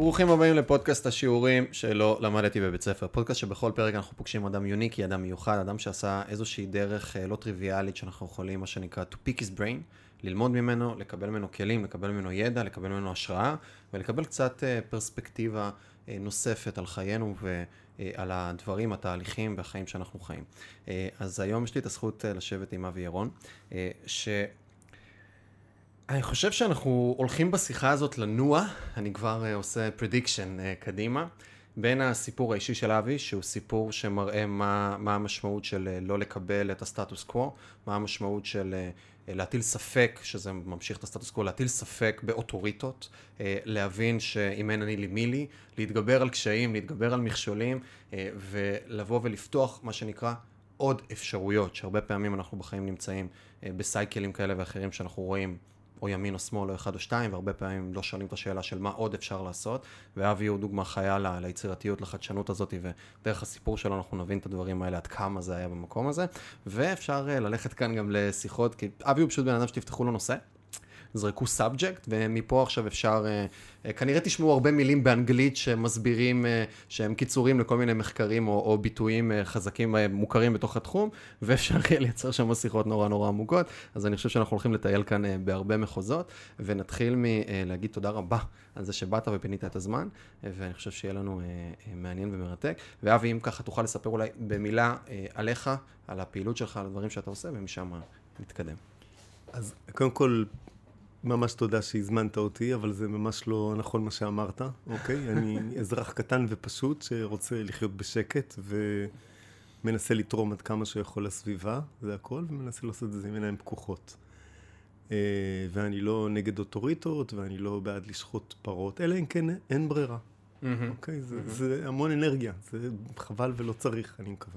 ברוכים הבאים לפודקאסט השיעורים שלא למדתי בבית ספר. פודקאסט שבכל פרק אנחנו פוגשים אדם יוניקי, אדם מיוחד, אדם שעשה איזושהי דרך לא טריוויאלית שאנחנו יכולים, מה שנקרא, to pick his brain, ללמוד ממנו, לקבל ממנו כלים, לקבל ממנו ידע, לקבל ממנו השראה, ולקבל קצת פרספקטיבה נוספת על חיינו ועל הדברים, התהליכים והחיים שאנחנו חיים. אז היום יש לי את הזכות לשבת עם אבי ירון, אני חושב שאנחנו הולכים בשיחה הזאת לנוע, אני כבר עושה prediction קדימה, בין הסיפור האישי של אבי, שהוא סיפור שמראה מה המשמעות של לא לקבל את הסטטוס קוו, מה המשמעות של להטיל ספק, שזה ממשיך את הסטטוס קוו, להטיל ספק באוטוריטות, להבין שאם אין אני לי מי לי, להתגבר על קשיים, להתגבר על מכשולים, ולבוא ולפתוח מה שנקרא עוד אפשרויות, שהרבה פעמים אנחנו בחיים נמצאים בסייקלים כאלה ואחרים שאנחנו רואים, או ימין או שמאל, או אחד או שתיים, והרבה פעמים לא שואלים את השאלה של מה עוד אפשר לעשות, ואבי הוא דוגמה חיה ליצירתיות, לחדשנות הזאת, ודרך הסיפור שלו אנחנו נבין את הדברים האלה, עד כמה זה היה במקום הזה, ואפשר ללכת כאן גם לשיחות, כי אבי הוא פשוט בן אדם שתפתחו לו נושא, זרקו סאבג'קט, ומפה עכשיו אפשר, כנראה תשמעו הרבה מילים באנגלית שמסבירים, שהם קיצורים לכל מיני מחקרים או ביטויים חזקים מוכרים בתוך התחום, ואפשר לייצר שם שיחות נורא נורא עמוקות, אז אני חושב שאנחנו הולכים לטייל כאן בהרבה מחוזות, ונתחיל מלהגיד תודה רבה על זה שבאת ופינית את הזמן, ואני חושב שיהיה לנו מעניין ומרתק, ואבי, אם ככה תוכל לספר אולי במילה עליך, על הפעילות שלך, על הדברים שאתה עושה, ומשם נתקדם. אז קודם כל, ממש תודה שהזמנת אותי, אבל זה ממש לא נכון מה שאמרת, אוקיי? אני אזרח קטן ופשוט שרוצה לחיות בשקט ומנסה לתרום עד כמה שיכול לסביבה, זה הכל, ומנסה לעשות את זה עם עיניים פקוחות. ואני לא נגד אוטוריטות, ואני לא בעד לשחוט פרות, אלא אם כן אין ברירה, אוקיי? זה המון אנרגיה, זה חבל ולא צריך, אני מקווה.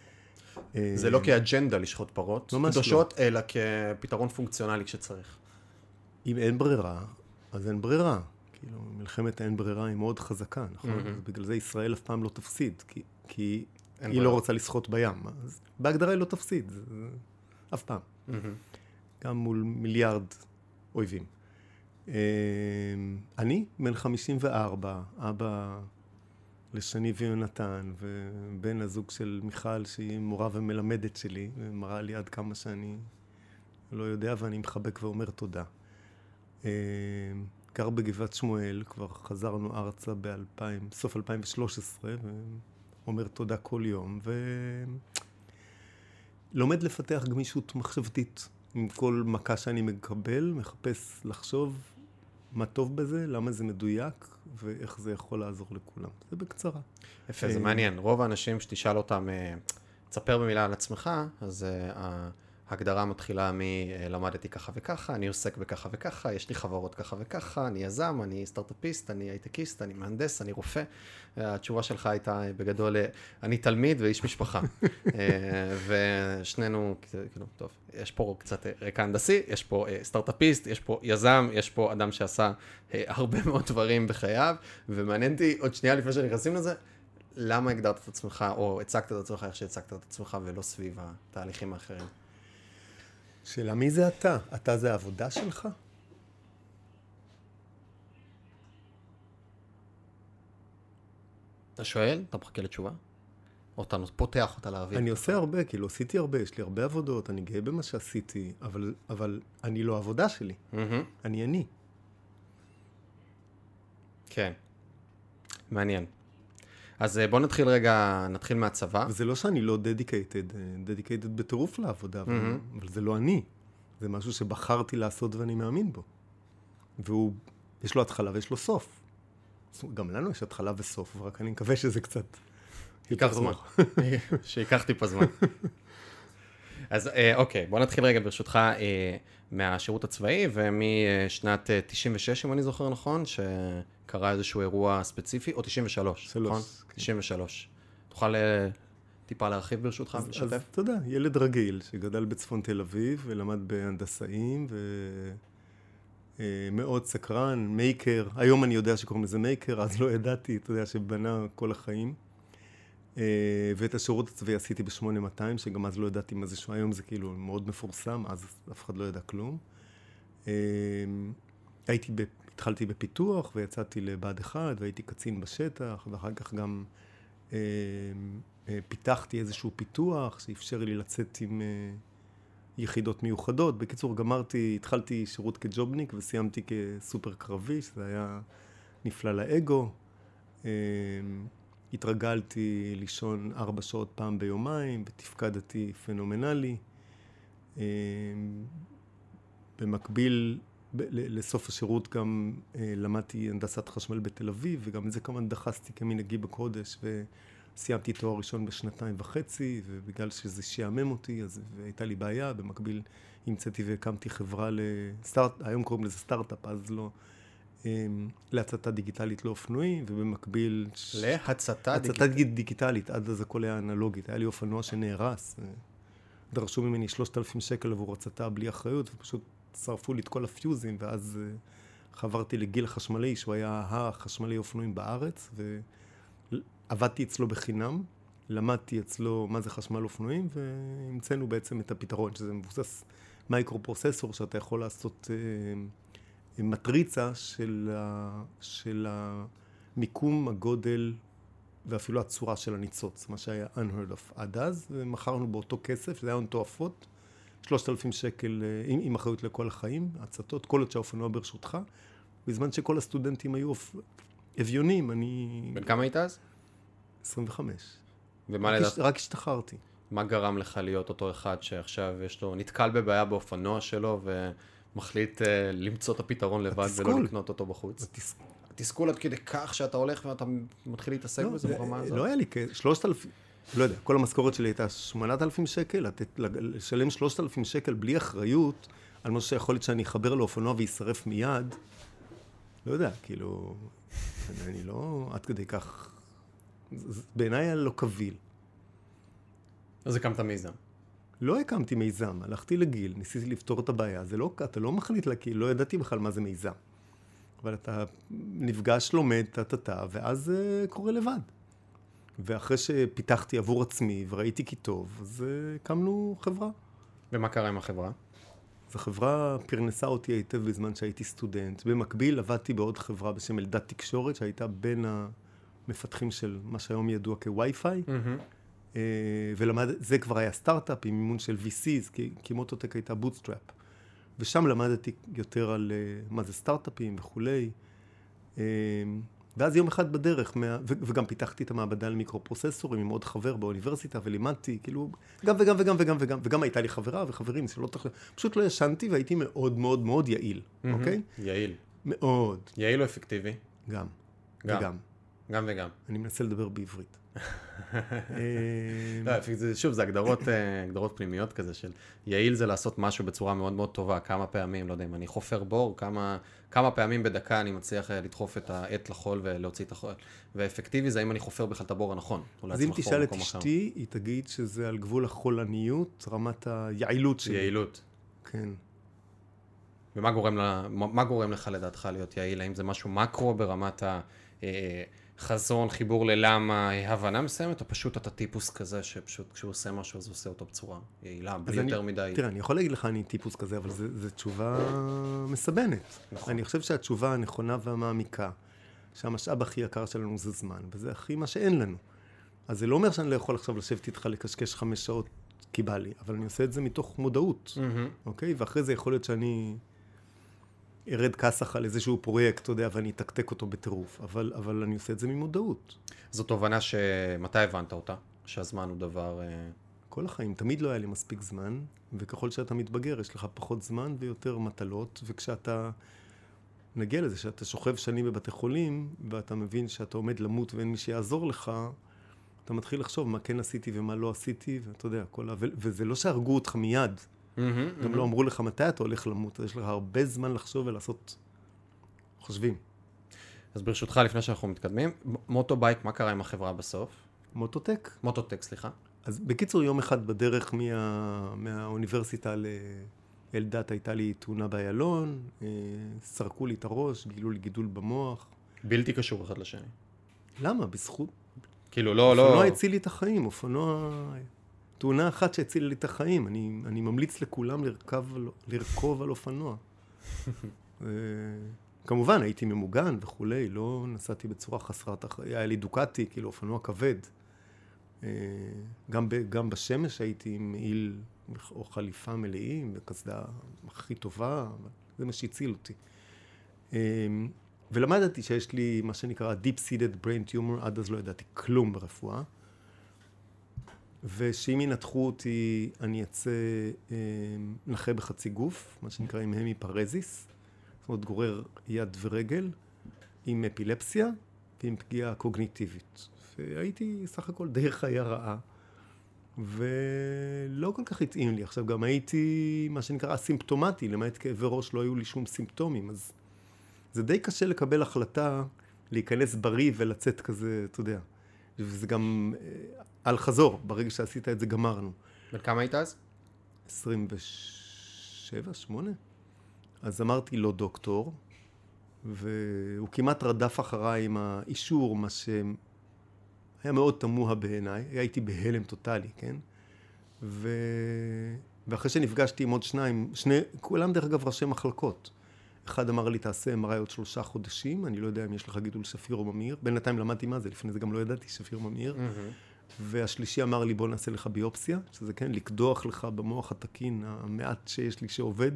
זה לא כאג'נדה לשחוט פרות, קדושות, לא. אלא כפתרון פונקציונלי כשצריך. אם אין ברירה, אז אין ברירה. כאילו, מלחמת האין ברירה היא מאוד חזקה, נכון? אז בגלל זה ישראל אף פעם לא תפסיד, כי היא לא רוצה לשחות בים. אז בהגדרה היא לא תפסיד, אף פעם. גם מול מיליארד אויבים. אני בן 54, אבא לשני ויונתן, ובן הזוג של מיכל, שהיא מורה ומלמדת שלי, ומראה לי עד כמה שאני לא יודע, ואני מחבק ואומר תודה. גר בגבעת שמואל, כבר חזרנו ארצה בסוף 2013, ואומר תודה כל יום, ולומד לפתח גמישות מחשבתית. עם כל מכה שאני מקבל, מחפש לחשוב מה טוב בזה, למה זה מדויק, ואיך זה יכול לעזור לכולם. זה בקצרה. יפה, זה מעניין. רוב האנשים שתשאל אותם, תספר במילה על עצמך, אז ההגדרה מתחילה מלמדתי ככה וככה, אני עוסק בככה וככה, יש לי חברות ככה וככה, אני יזם, אני סטארט-אפיסט, אני הייטקיסט, אני מהנדס, אני רופא. התשובה שלך הייתה בגדול, אני תלמיד ואיש משפחה. ושנינו, כאילו, טוב, יש פה קצת רקע הנדסי, יש פה סטארט-אפיסט, יש פה יזם, יש פה אדם שעשה הרבה מאוד דברים בחייו, ומעניין אותי עוד שנייה לפני שנכנסים לזה, למה הגדרת את עצמך, או הצגת את עצמך איך שהצגת את עצמך, ולא סביב התהליכים האחרים? שאלה, מי זה אתה? אתה זה העבודה שלך? אתה שואל? אתה מחכה לתשובה? או אתה פותח אותה לאוויר? אני עושה הרבה, כאילו עשיתי הרבה, יש לי הרבה עבודות, אני גאה במה שעשיתי, אבל אני לא העבודה שלי. אני. כן. מעניין. אז בוא נתחיל מהצבא. וזה לא שאני לא dedicated בטירוף לעבודה, אבל זה לא אני. זה משהו שבחרתי לעשות ואני מאמין בו. יש לו התחלה ויש לו סוף. גם לנו יש התחלה וסוף, רק אני מקווה שזה קצת ייקח זמן. שיקח טיפה זמן. אז אוקיי, בוא נתחיל רגע ברשותך מהשירות הצבאי, ומשנת 96, אם אני זוכר נכון, שקרה איזשהו אירוע ספציפי, או 93, נכון? 93. תוכל טיפה להרחיב ברשותך ולשתף? אז אתה יודע, ילד רגיל שגדל בצפון תל אביב, ולמד בהנדסאים, ומאוד סקרן, מייקר. היום אני יודע שקוראים לזה מייקר, אז לא ידעתי, אתה יודע, שבנה כל החיים. ואת השירות הצבאי עשיתי ב-8200, שגם אז לא ידעתי מה זה שהוא, היום זה כאילו מאוד מפורסם, אז אף אחד לא ידע כלום. הייתי התחלתי בפיתוח ויצאתי לבה"ד 1 והייתי קצין בשטח, ואחר כך גם פיתחתי איזשהו פיתוח שאפשר לי לצאת עם יחידות מיוחדות. בקיצור, התחלתי שירות כג'ובניק וסיימתי כסופר קרבי, שזה היה נפלא לאגו. התרגלתי לישון 4 שעות פעם ביומיים, ותפקדתי פנומנלי. במקביל, לסוף השירות גם למדתי הנדסת חשמל בתל אביב, וגם את זה כמובן דחסתי כמנהגי בקודש, וסיימתי תואר ראשון ב2.5 שנים, ובגלל שזה שיעמם אותי, אז הייתה לי בעיה. במקביל המצאתי והקמתי חברה היום קוראים לזה סטארט-אפ, אז לא, להצתה דיגיטלית לאופנועים, ובמקביל להצתה דיגיטלית, עד אז הכל היה אנלוגית. היה לי אופנוע שנהרס, דרשו ממני 3,000 שקל עבור הצתה בלי אחריות, ופשוט שרפו לי את כל הפיוזים, ואז חברתי לגיל חשמלי, שהוא היה החשמלי אופנועים בארץ, ועבדתי אצלו בחינם, למדתי אצלו מה זה חשמל אופנועים, והמצאנו בעצם את הפתרון, שזה מבוסס מייקרו-פרוססור, שאתה יכול לעשות מטריצה של המיקום, הגודל, ואפילו הצורה של הניצוץ, מה שהיה unheard of עד אז, ומכרנו באותו כסף, שזה היה הון תועפות, 3,000 שקל עם אחריות לכל החיים, הצתות, כל עוד שהאופנוע ברשותך, בזמן שכל הסטודנטים היו אביונים. בן כמה היית אז? 25. ומה רק השתחררתי. מה גרם לך להיות אותו אחד שעכשיו נתקל בבעיה באופנוע שלו, ומחליט למצוא את הפתרון לבד ולא לקנות אותו בחוץ? תסכול עד כדי כך שאתה הולך ואתה מתחיל להתעסק בזה ברמה הזאת? לא היה לי 3,000, לא יודע, כל המשכורת שלי הייתה 8,000 שקל, לשלם 3,000 שקל בלי אחריות, על מה שיכול להיות שאני אחבר לאופנוע וישרף מיד, לא יודע, כאילו, אני לא עד כדי כך, בעיניי היה לא קביל. אז הקמת מיזם? לא הקמתי מיזם, הלכתי לגיל, ניסיתי לפתור את הבעיה, אתה לא מחליט לה, כי לא ידעתי בכלל מה זה מיזם. אבל אתה נפגש, לומד, ואז קורה לבד. ואחרי שפיתחתי עבור עצמי וראיתי כי טוב, אז הקמנו חברה. ומה קרה עם החברה? אז החברה פרנסה אותי היטב בזמן שהייתי סטודנט. במקביל עבדתי בעוד חברה בשם אלדד תקשורת, שהייתה בין המפתחים של מה שהיום ידוע כווי-פיי. זה כבר היה סטארט-אפ עם מימון של VCs, כי מוטוטק הייתה בוטסטראפ. ושם למדתי יותר על מה זה סטארט-אפים וכולי. ואז יום אחד בדרך, וגם פיתחתי את המעבדה למיקרו-פרוססורים עם עוד חבר באוניברסיטה, ולימדתי, כאילו, גם וגם הייתה לי חברה וחברים, פשוט לא ישנתי והייתי מאוד מאוד מאוד יעיל, אוקיי? יעיל. מאוד. יעיל או אפקטיבי? גם. גם וגם. אני מנסה לדבר בעברית. שוב, זה הגדרות פנימיות כזה של יעיל זה לעשות משהו בצורה מאוד מאוד טובה, כמה פעמים, לא יודע אם אני חופר בור, כמה פעמים בדקה אני מצליח לדחוף את העט לחול ולהוציא את החול, ואפקטיבי זה אם אני חופר בכלל את הבור הנכון. אז אם תשאל את אשתי, היא תגיד שזה על גבול החולניות, רמת היעילות שלי. יעילות. כן. ומה גורם לך לדעתך להיות יעיל? האם זה משהו מקרו ברמת חזון, חיבור ללמה, הבנה מסוימת, או פשוט אתה טיפוס כזה שפשוט כשהוא עושה משהו אז הוא עושה אותו בצורה יעילה, בלי יותר מדי. תראה, אני יכול להגיד לך אני טיפוס כזה, אבל זו תשובה מסבנת. נכון. אני חושב שהתשובה הנכונה והמעמיקה, שהמשאב הכי יקר שלנו זה זמן, וזה הכי מה שאין לנו. אז זה לא אומר שאני לא יכול עכשיו לשבת איתך לקשקש 5 שעות כי בא לי, אבל אני עושה את זה מתוך מודעות, אוקיי? ואחרי זה יכול להיות שאני ארד כסח על איזשהו פרויקט, אתה יודע, ואני אתקתק אותו בטירוף, אבל אני עושה את זה ממודעות. זו תובנה שמתי הבנת אותה? שהזמן הוא דבר כל החיים. תמיד לא היה לי מספיק זמן, וככל שאתה מתבגר, יש לך פחות זמן ויותר מטלות, וכשאתה נגיע לזה, שאתה שוכב שנים בבתי חולים, ואתה מבין שאתה עומד למות ואין מי שיעזור לך, אתה מתחיל לחשוב מה כן עשיתי ומה לא עשיתי, ואתה יודע, וזה לא שהרגו אותך מיד, גם לא אמרו לך מתי אתה הולך למות, יש לך הרבה זמן לחשוב ולעשות חושבים. אז ברשותך, לפני שאנחנו מתקדמים, מוטובייק, מה קרה עם החברה בסוף? מוטוטק. מוטוטק, סליחה. אז בקיצור, יום אחד בדרך מהאוניברסיטה לאלדד הייתה לי תאונה באיילון, סרקו לי את הראש, גילו לי גידול במוח. בלתי קשור אחד לשני. למה? בזכות. כאילו, לא. אופנוע הציל לי את החיים, תאונה אחת שהצילה לי את החיים. אני ממליץ לכולם לרכוב על אופנוע. כמובן, הייתי ממוגן וכולי, לא נסעתי בצורה חסרת אחריות, היה לי דוקטי, כאילו אופנוע כבד. גם בשמש הייתי עם מעיל או חליפה מלאים, וקסדה הכי טובה, אבל זה מה שהציל אותי. ולמדתי שיש לי מה שנקרא Deep-Seated Brain Tumor, עד אז לא ידעתי כלום ברפואה. ושאם ינתחו אותי, אני אצא נכה בחצי גוף, מה שנקרא עם המיפרזיס, זאת אומרת גורר יד ורגל, עם אפילפסיה ועם פגיעה קוגניטיבית. והייתי סך הכל די חיה רעה, ולא כל כך התאים לי. עכשיו גם הייתי מה שנקרא אסימפטומטי, למעט כאבי ראש לא היו לי שום סימפטומים, אז זה די קשה לקבל החלטה להיכנס בריא ולצאת כזה, אתה יודע. וזה גם על חזור, ברגע שעשית את זה גמרנו. בן כמה היית אז? 27, 8. אז אמרתי לו דוקטור, והוא כמעט רדף אחריי עם האישור, מה שהיה מאוד תמוה בעיניי. הייתי בהלם טוטלי, כן? ואחרי שנפגשתי עם עוד כולם דרך אגב ראשי מחלקות. אחד אמר לי, תעשה MRI עוד 3 חודשים, אני לא יודע אם יש לך גידול שפיר או ממאיר. בינתיים למדתי מה זה, לפני זה גם לא ידעתי שפיר ממאיר. והשלישי אמר לי, בוא נעשה לך ביופסיה, שזה כן, לקדוח לך במוח התקין, המעט שיש לי שעובד,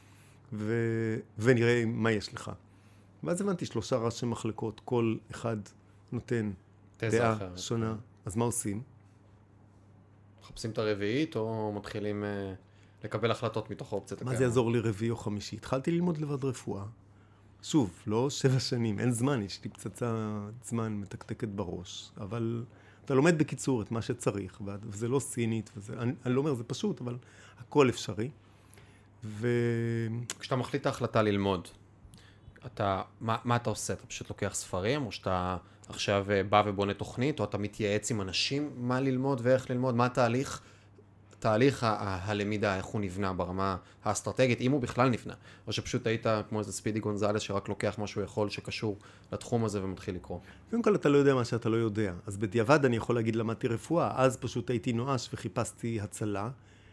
ונראה מה יש לך. ואז הבנתי 3 ראשי מחלקות, כל אחד נותן דעה שונה. אז מה עושים? מחפשים את הרביעית או מתחילים לקבל החלטות מתוך האופציות הקיימות? מה זה יעזור לי רביעי או חמישי? התחלתי ללמוד לבד רפואה. שוב, לא 7 שנים, אין זמן, יש לי פצצה זמן מתקתקת בראש, אבל אתה לומד בקיצור את מה שצריך, וזה לא סינית, אני לא אומר, זה פשוט, אבל הכל אפשרי. כשאתה מחליט את ההחלטה ללמוד, מה אתה עושה? אתה פשוט לוקח ספרים, או שאתה עכשיו בא ובונה תוכנית, או אתה מתייעץ עם אנשים מה ללמוד ואיך ללמוד, מה תהליך הלמידה, איך הוא נבנה ברמה האסטרטגית, אם הוא בכלל נבנה, או שפשוט היית כמו איזה ספידי גונזלס שרק לוקח מה שהוא יכול שקשור לתחום הזה ומתחיל לקרוא. קודם כל אתה לא יודע מה שאתה לא יודע, אז בדיעבד אני יכול להגיד למדתי רפואה, אז פשוט הייתי נואש וחיפשתי הצלה.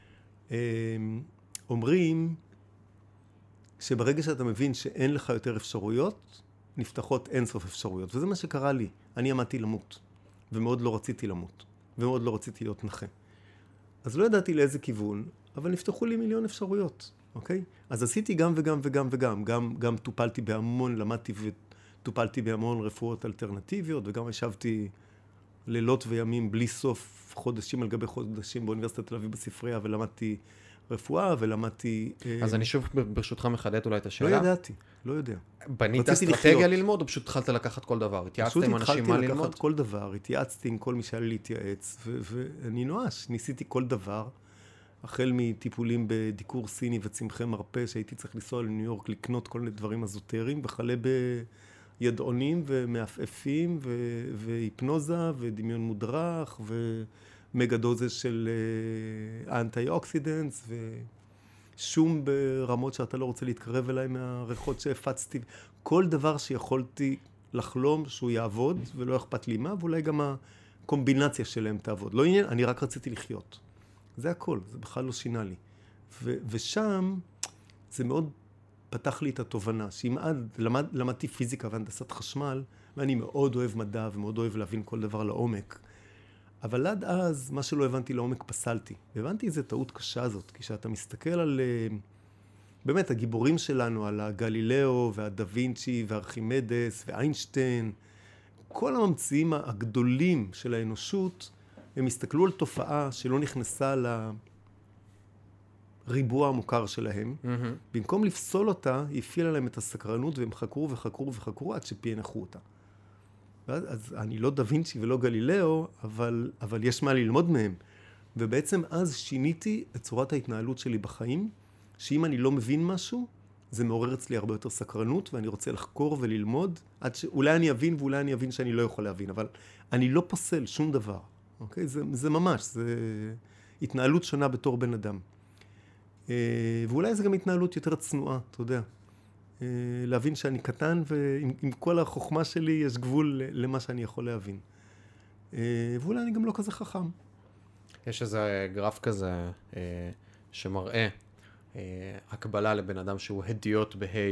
אומרים שברגע שאתה מבין שאין לך יותר אפשרויות, נפתחות אינסוף אפשרויות, וזה מה שקרה לי. אני עמדתי למות, ומאוד לא רציתי למות, ומאוד לא רציתי להיות נכה. אז לא ידעתי לאיזה כיוון, אבל נפתחו לי מיליון אפשרויות, אוקיי? אז עשיתי גם וגם וגם וגם, גם טופלתי בהמון, למדתי וטופלתי בהמון רפואות אלטרנטיביות, וגם ישבתי לילות וימים בלי סוף, חודשים על גבי חודשים באוניברסיטת תל אביב בספרייה, ולמדתי רפואה, ולמדתי... אז אני שוב ברשותך מחדד אולי את השאלה. לא יודע. בנית אסטרטגיה ללמוד, או פשוט התחלת לקחת כל דבר? התייעצת עם אנשים מה ללמוד? פשוט התחלתי לקחת כל דבר, התייעצתי עם כל מי שהיה לי להתייעץ, ואני נואש, ניסיתי כל דבר, החל מטיפולים בדיקור סיני וצמחי מרפא, שהייתי צריך לנסוע לניו יורק לקנות כל מיני דברים אזוטריים, וחלה בידעונים ומעפעפים והיפנוזה ודמיון מודרך ומגדוזה של אנטי-אוקסידנטס ושום ברמות שאתה לא רוצה להתקרב אליי מהריחות שהפצתי. כל דבר שיכולתי לחלום שהוא יעבוד ולא אכפת לי מה, ואולי גם הקומבינציה שלהם תעבוד. לא עניין, אני רק רציתי לחיות. זה הכל, זה בכלל לא שינה לי. ושם זה מאוד פתח לי את התובנה, שאם עד למדתי פיזיקה והנדסת חשמל, ואני מאוד אוהב מדע ומאוד אוהב להבין כל דבר לעומק, אבל עד אז, מה שלא הבנתי לעומק פסלתי. והבנתי איזו טעות קשה הזאת, כי כשאתה מסתכל על, באמת, הגיבורים שלנו, על הגלילאו והדה וינצ'י והארכימדס ואיינשטיין, כל הממציאים הגדולים של האנושות, הם הסתכלו על תופעה שלא נכנסה לריבוע המוכר שלהם. במקום לפסול אותה, היא הפעילה להם את הסקרנות, והם חקרו וחקרו וחקרו עד שפענחו אותה. אז אני לא דה וינצ'י ולא גלילאו, אבל יש מה ללמוד מהם. ובעצם אז שיניתי את צורת ההתנהלות שלי בחיים, שאם אני לא מבין משהו, זה מעורר אצלי הרבה יותר סקרנות, ואני רוצה לחקור וללמוד, עד שאולי אני אבין ואולי אני אבין שאני לא יכול להבין, אבל אני לא פוסל שום דבר. אוקיי? זה ממש, זה התנהלות שונה בתור בן אדם. ואולי זה גם התנהלות יותר צנועה, אתה יודע. להבין שאני קטן, ועם כל החוכמה שלי יש גבול למה שאני יכול להבין. ואולי אני גם לא כזה חכם. יש איזה גרף כזה שמראה הקבלה לבן אדם שהוא הדיוט בהיי,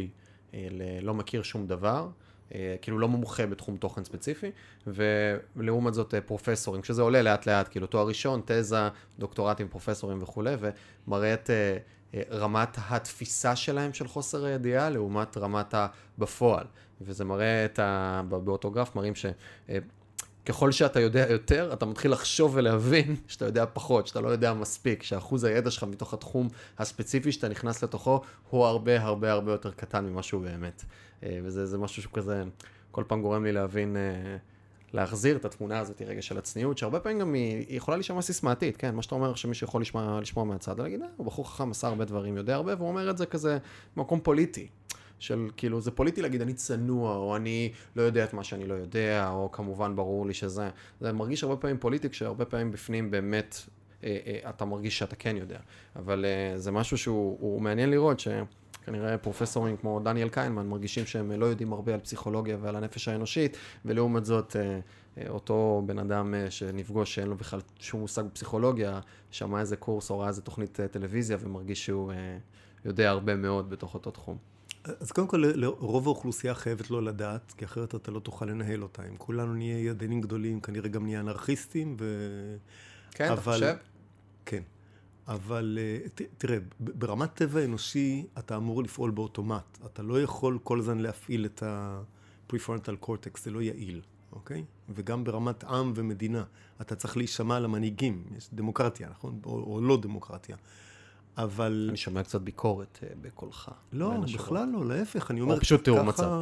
לא מכיר שום דבר, כאילו לא מומחה בתחום תוכן ספציפי, ולעומת זאת פרופסורים, כשזה עולה לאט לאט, כאילו תואר ראשון, תזה, דוקטורטים, פרופסורים וכו', ומראה את רמת התפיסה שלהם של חוסר הידיעה, לעומת רמת בפועל. וזה מראה באותו גרף, מראים ככל שאתה יודע יותר, אתה מתחיל לחשוב ולהבין שאתה יודע פחות, שאתה לא יודע מספיק, שאחוז הידע שלך מתוך התחום הספציפי שאתה נכנס לתוכו, הוא הרבה הרבה הרבה יותר קטן ממה שהוא באמת. וזה משהו שכזה, כל פעם גורם לי להבין, להחזיר את התמונה הזאת רגע של הצניעות, שהרבה פעמים גם היא יכולה להישמע סיסמאתית, כן? מה שאתה אומר שמישהו יכול לשמוע מהצד, ולהגיד, הוא בחור חכם, עשה הרבה דברים, יודע הרבה, והוא אומר את זה כזה מקום פוליטי. של כאילו, זה פוליטי להגיד, אני צנוע, או אני לא יודע את מה שאני לא יודע, או כמובן ברור לי שזה. זה מרגיש הרבה פעמים פוליטי, כשהרבה פעמים בפנים באמת אתה מרגיש שאתה כן יודע. אבל זה משהו שהוא מעניין לראות, שכנראה פרופסורים כמו דניאל קיינמן מרגישים שהם לא יודעים הרבה על פסיכולוגיה ועל הנפש האנושית, ולעומת זאת, אותו בן אדם שנפגוש שאין לו בכלל שום מושג בפסיכולוגיה, שמע איזה קורס או ראה איזה תוכנית טלוויזיה, ומרגיש שהוא יודע הרבה מאוד בתוך אותו תחום. אז קודם כל, רוב האוכלוסייה חייבת לא לדעת, כי אחרת אתה לא תוכל לנהל אותה. אם כולנו נהיה ידענים גדולים, כנראה גם נהיה אנרכיסטים, כן, אתה חושב? כן. אבל תראה, ברמת טבע אנושי אתה אמור לפעול באוטומט. אתה לא יכול כל הזמן להפעיל את ה-prefrontal cortex, זה לא יעיל, אוקיי? וגם ברמת עם ומדינה, אתה צריך להישמע למנהיגים. יש דמוקרטיה, נכון? או לא דמוקרטיה. אבל... אני שומע קצת ביקורת בקולך. לא, בכלל לא, להפך. אני אומר, או פשוט תיאור מצב.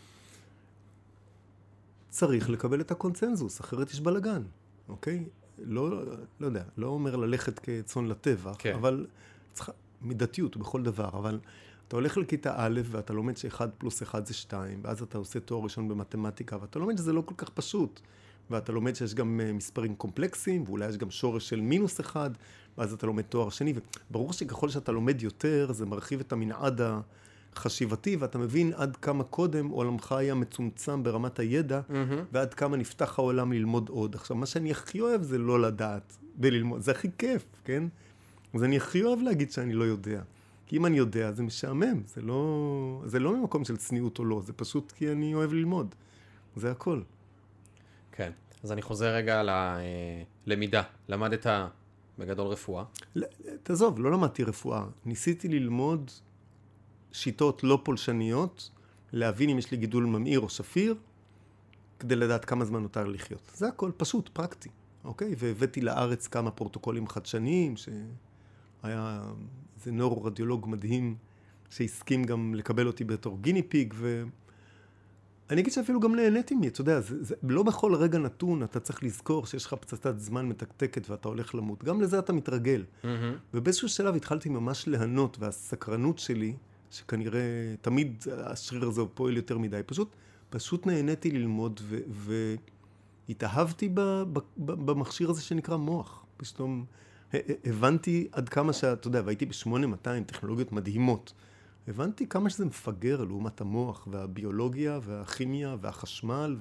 צריך לקבל את הקונצנזוס, אחרת יש בלגן, אוקיי? לא יודע, לא אומר ללכת כצאן לטבח, כן. אבל צריך מידתיות בכל דבר, אבל אתה הולך לכיתה א' ואתה לומד ש1 + 1 זה 2, ואז אתה עושה תואר ראשון במתמטיקה, ואתה לומד שזה לא כל כך פשוט, ואתה לומד שיש גם מספרים קומפלקסיים, ואולי יש גם שורש של -1, ואז אתה לומד תואר שני, וברור שככל שאתה לומד יותר, זה מרחיב את המנעד החשיבתי, ואתה מבין עד כמה קודם עולמך היה מצומצם ברמת הידע, ועד כמה נפתח העולם ללמוד עוד. עכשיו, מה שאני הכי אוהב זה לא לדעת וללמוד, זה הכי כיף, כן? אז אני הכי אוהב להגיד שאני לא יודע. כי אם אני יודע, זה משעמם, זה לא ממקום של צניעות או לא, זה פשוט כי אני אוהב ללמוד. זה הכל. כן, אז אני חוזר רגע ללמידה. למדת בגדול רפואה? תעזוב, לא למדתי רפואה. ניסיתי ללמוד שיטות לא פולשניות, להבין אם יש לי גידול ממאיר או שפיר, כדי לדעת כמה זמן נותר לחיות. זה הכל פשוט, פרקטי, אוקיי? והבאתי לארץ כמה פרוטוקולים חדשניים, שהיה איזה נוירו-רדיולוג מדהים, שהסכים גם לקבל אותי בתור גיני פיג, אני אגיד שאפילו גם נהניתי מי, אתה יודע, לא בכל רגע נתון אתה צריך לזכור שיש לך פצצת זמן מתקתקת ואתה הולך למות. גם לזה אתה מתרגל. ובאיזשהו שלב התחלתי ממש להנות, והסקרנות שלי, שכנראה תמיד השריר הזה פועל יותר מדי, פשוט נהניתי ללמוד והתאהבתי במכשיר הזה שנקרא מוח. פתאום הבנתי עד כמה שאתה יודע, והייתי ב-8200 טכנולוגיות מדהימות. הבנתי כמה שזה מפגר לעומת המוח והביולוגיה והכימיה והחשמל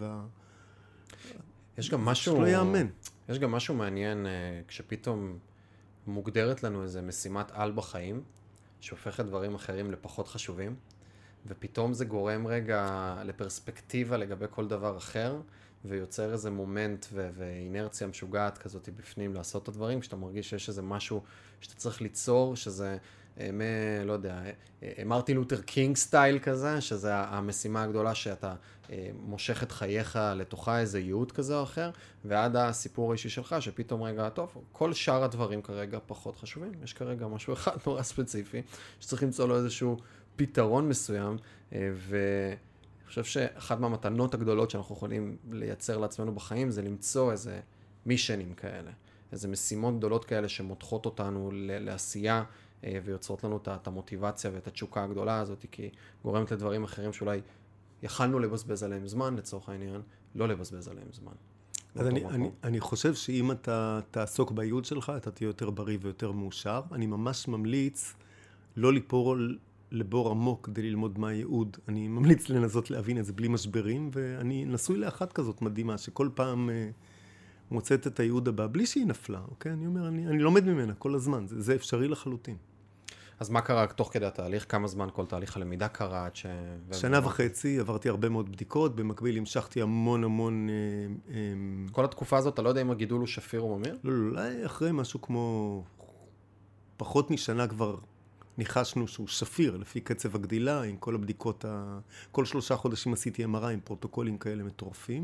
יש גם משהו... שלא יאמן. יש גם משהו מעניין כשפתאום מוגדרת לנו איזו משימת על בחיים, שהופכת דברים אחרים לפחות חשובים, ופתאום זה גורם רגע לפרספקטיבה לגבי כל דבר אחר, ויוצר איזה מומנט ואינרציה משוגעת כזאת בפנים לעשות את הדברים, כשאתה מרגיש שיש איזה משהו שאתה צריך ליצור, שזה... לא יודע, מרטין לותר קינג סטייל כזה, שזה המשימה הגדולה שאתה מושך את חייך לתוכה איזה ייעוד כזה או אחר, ועד הסיפור האישי שלך, שפתאום רגע, טוב, כל שאר הדברים כרגע פחות חשובים, יש כרגע משהו אחד נורא ספציפי, שצריך למצוא לו איזשהו פתרון מסוים, ואני חושב שאחת מהמתנות הגדולות שאנחנו יכולים לייצר לעצמנו בחיים, זה למצוא איזה מישנים כאלה, איזה משימות גדולות כאלה שמותחות אותנו לעשייה, ויוצרות לנו את המוטיבציה ואת התשוקה הגדולה הזאת, כי גורמת לדברים אחרים שאולי יכלנו לבזבז עליהם זמן, לצורך העניין, לא לבזבז עליהם זמן. אז אני חושב שאם אתה תעסוק בייעוד שלך, אתה תהיה יותר בריא ויותר מאושר. אני ממש ממליץ לא ליפול לבור עמוק כדי ללמוד מה הייעוד. אני ממליץ לנסות להבין את זה בלי משברים, ואני נשוי לאחת כזאת מדהימה, שכל פעם מוצאת את הייעוד הבא, בלי שהיא נפלה, אוקיי? אני אומר, אני לומד ממנה כל הזמן, זה אפשרי לחלוטין. אז מה קרה תוך כדי התהליך? כמה זמן כל תהליך הלמידה קרה? שנה וחצי, עברתי הרבה מאוד בדיקות, במקביל המשכתי המון... כל התקופה הזאת, אתה לא יודע אם הגידול הוא שפיר או ממיר? לא, אולי אחרי משהו כמו פחות משנה כבר ניחשנו שהוא שפיר, לפי קצב הגדילה, עם כל הבדיקות, כל 3 חודשים עשיתי MRI עם פרוטוקולים כאלה מטורפים.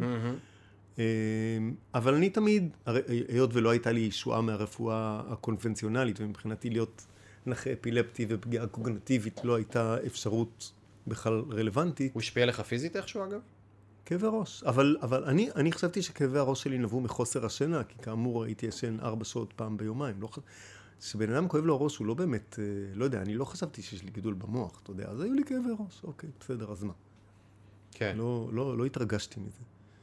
אבל אני תמיד, היות ולא הייתה לי ישועה מהרפואה הקונבנציונלית, ומבחינתי להיות נכה אפילפטי ופגיעה קוגניטיבית לא הייתה אפשרות בכלל רלוונטית. הוא השפיע לך פיזית איכשהו אגב? כאבי ראש. אבל אני חשבתי שכאבי הראש שלי נבעו מחוסר השינה, כי כאמור הייתי ישן 4 שעות פעם ביומיים. כשבן אדם כואב לו הראש הוא לא באמת, לא יודע, אני לא חשבתי שיש לי גידול במוח, אתה יודע, אז היו לי כאבי ראש, אוקיי, בסדר, אז מה? כן. לא התרגשתי מזה.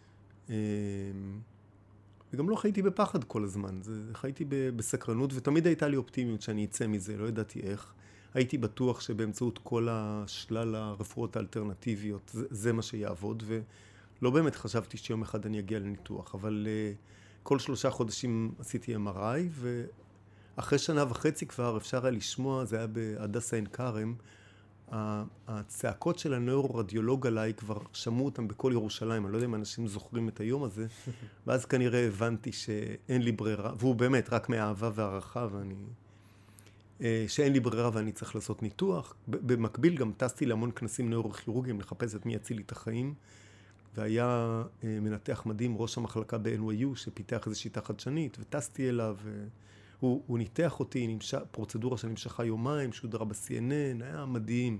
וגם לא חייתי בפחד כל הזמן, חייתי בסקרנות, ותמיד הייתה לי אופטימיות שאני אצא מזה, לא ידעתי איך. הייתי בטוח שבאמצעות כל השלל הרפואות האלטרנטיביות, זה מה שיעבוד, ולא באמת חשבתי שיום אחד אני אגיע לניתוח, אבל כל 3 חודשים עשיתי MRI, ואחרי 1.5 שנה כבר אפשר היה לשמוע, זה היה בהדסה עין כרם, הצעקות של הנוירו-רדיולוג עליי כבר שמעו אותם בכל ירושלים, אני לא יודע אם אנשים זוכרים את היום הזה, ואז כנראה הבנתי שאין לי ברירה, והוא באמת רק מאהבה והערכה, שאין לי ברירה ואני צריך לעשות ניתוח. במקביל גם טסתי להמון כנסים נוירוכירורגיים לחפש את מי יציל לי את החיים, והיה מנתח מדהים, ראש המחלקה ב-NYU, שפיתח איזו שיטה חדשנית, וטסתי אליו, הוא ניתח אותי, פרוצדורה שנמשכה יומיים, שודרה ב-CNN, היה מדהים.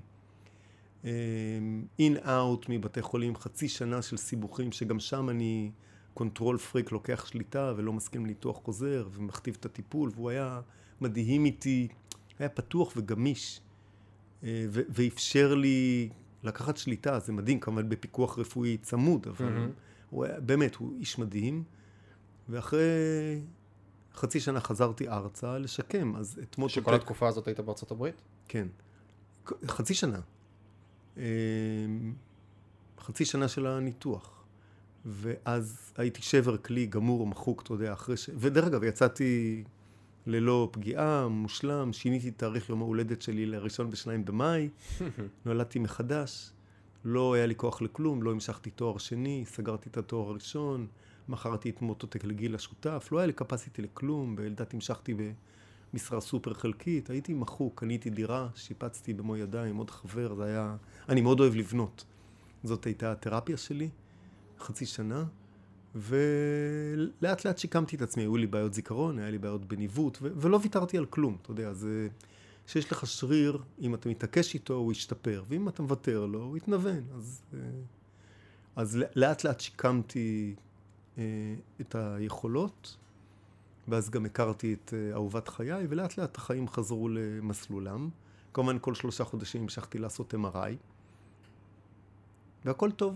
אין-אאוט מבתי חולים, 0.5 שנה של סיבוכים, שגם שם אני קונטרול פריק, לוקח שליטה ולא מסכים לניתוח חוזר, ומכתיב את הטיפול, והוא היה מדהים איתי, היה פתוח וגמיש, ואפשר לי לקחת שליטה, זה מדהים, כמובן בפיקוח רפואי צמוד, אבל הוא היה, באמת, הוא איש מדהים, ואחרי 0.5 שנה חזרתי ארצה לשקם, אז את מוטו... שכל התקופה הזאת היית בארצות הברית? כן. 0.5 שנה. 0.5 שנה של הניתוח. ואז הייתי שבר כלי גמור ומחוק, אתה יודע, אחרי ודרך אגב, יצאתי ללא פגיעה, מושלם, שיניתי תאריך יום ההולדת שלי ל1 ו2 במאי, נולדתי מחדש, לא היה לי כוח לכלום, לא המשכתי תואר שני, סגרתי את התואר הראשון, מכרתי את מוטוטק לגיל השותף, לא היה לי קפסיטי לכלום, בילדת המשכתי במשרה סופר חלקית, הייתי מחוק, קניתי דירה, שיפצתי במו ידיים, עוד חבר, זה היה... אני מאוד אוהב לבנות. זאת הייתה התרפיה שלי, 0.5 שנה, ולאט לאט שיקמתי את עצמי, היו לי בעיות זיכרון, היה לי בעיות בניווט, ולא ויתרתי על כלום, אתה יודע, זה... שיש לך שריר, אם אתה מתעקש איתו, הוא ישתפר, ואם אתה מוותר לו, הוא יתנוון, אז לאט לאט שיקמתי את היכולות, ואז גם הכרתי את אהובת חיי, ולאט לאט החיים חזרו למסלולם. כמובן כל 3 חודשים המשכתי לעשות MRI, והכל טוב.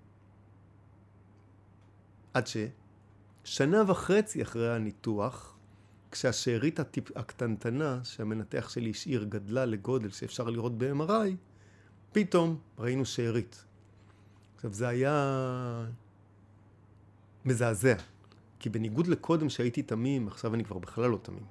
עד ששנה וחצי אחרי הניתוח, כשהשארית הקטנטנה שהמנתח שלי השאיר גדלה לגודל שאפשר לראות ב-MRI, פתאום ראינו שארית. עכשיו זה היה מזעזע, כי בניגוד לקודם שהייתי תמים, עכשיו אני כבר בכלל לא תמים.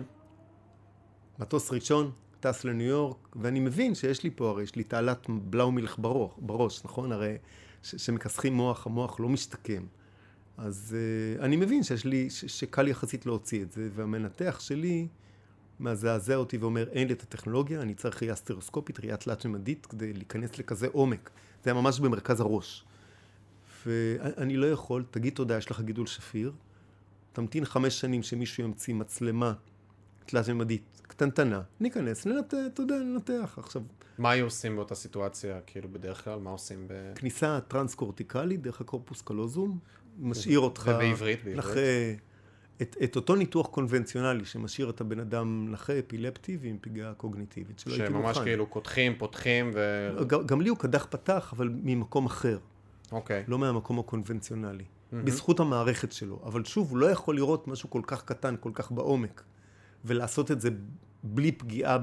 מטוס ראשון, טס לניו יורק, ואני מבין שיש לי פה, הרי יש לי תעלת בלאומילך בראש, נכון? הרי שמכסחים מוח, המוח לא משתקם. אז אני מבין שקל יחסית להוציא את זה, והמנתח שלי מזעזע אותי ואומר, אין לי את הטכנולוגיה, אני צריך ראייה סטרוסקופית, ראייה תלת-ממדית, כדי להיכנס לכזה עומק. זה היה ממש במרכז הראש. ואני לא יכול, תגיד תודה, יש לך גידול שפיר, תמתין 5 שנים שמישהו ימציא מצלמה תלת-ממדית קטנטנה, ניכנס, ננתח. עכשיו... מה היו עושים באותה סיטואציה, כאילו בדרך כלל, מה עושים כניסה טרנס-קורטיקלית, דרך הקורפוס קלוזום, משאיר אותך... ובעברית. את אותו ניתוח קונבנציונלי שמשאיר את הבן אדם נכה אפילפטי ועם פגיעה קוגניטיבית. שממש כאילו קודחים, פותחים גם לי הוא קדח פתח, אבל ממקום אחר. אוקיי. לא מהמקום הקונבנציונלי. בזכות המערכת שלו. אבל שוב, הוא לא יכול לראות משהו כל כך קטן, כל כך בעומק, ולעשות את זה בלי פגיעה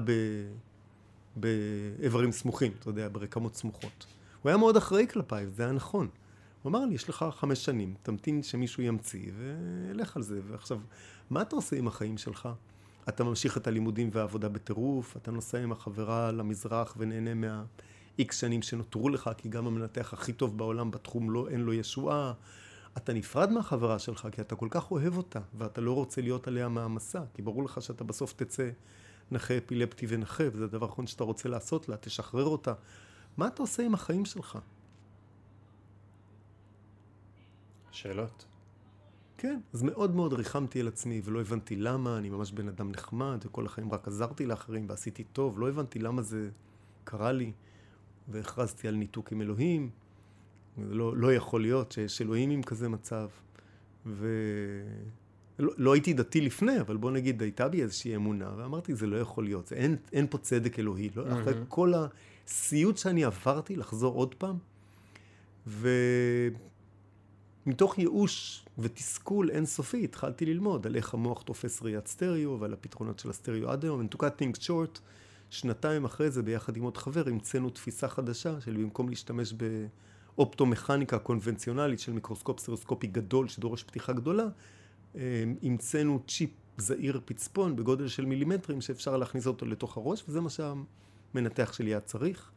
באיברים סמוכים, אתה יודע, ברקמות סמוכות. הוא היה מאוד אחראי כלפיי, זה היה נכון. הוא אמר לי, יש לך 5 שנים, תמתין שמישהו ימציא, ולך על זה. ועכשיו, מה אתה עושה עם החיים שלך? אתה ממשיך את הלימודים והעבודה בטירוף, אתה נוסע עם החברה למזרח ונהנה מה-X שנים שנותרו לך, כי גם המנתח הכי טוב בעולם בתחום אין לו ישועה. אתה נפרד מהחברה שלך, כי אתה כל כך אוהב אותה, ואתה לא רוצה להיות עליה מהמסע, כי ברור לך שאתה בסוף תצא נכה אפילפטי ונכה, וזה הדבר האחרון שאתה רוצה לעשות לה, תשחרר אותה. מה אתה עושה עם החיים שלך? שאלות. כן, אז מאוד מאוד ריחמתי על עצמי, ולא הבנתי למה, אני ממש בן אדם נחמד, וכל החיים רק עזרתי לאחרים, ועשיתי טוב, לא הבנתי למה זה קרה לי, והכרזתי על ניתוק עם אלוהים, לא יכול להיות שיש אלוהים עם כזה מצב, לא הייתי דתי לפני, אבל בוא נגיד, הייתה בי איזושהי אמונה, ואמרתי, זה לא יכול להיות, אין פה צדק אלוהי, לא? אחרי כל הסיוט שאני עברתי, לחזור עוד פעם, מתוך ייאוש ותסכול אינסופי התחלתי ללמוד על איך המוח תופס ראיית סטריאו ועל הפתרונות של הסטריאו עד היום. And to cut things short, שנתיים אחרי זה ביחד עם עוד חבר המצאנו תפיסה חדשה של במקום להשתמש באופטומכניקה קונבנציונלית של מיקרוסקופ סטריאוסקופי גדול שדורש פתיחה גדולה, המצאנו צ'יפ זעיר פצפון בגודל של מילימטרים שאפשר להכניס אותו לתוך הראש, וזה מה שהמנתח שלי היה צריך.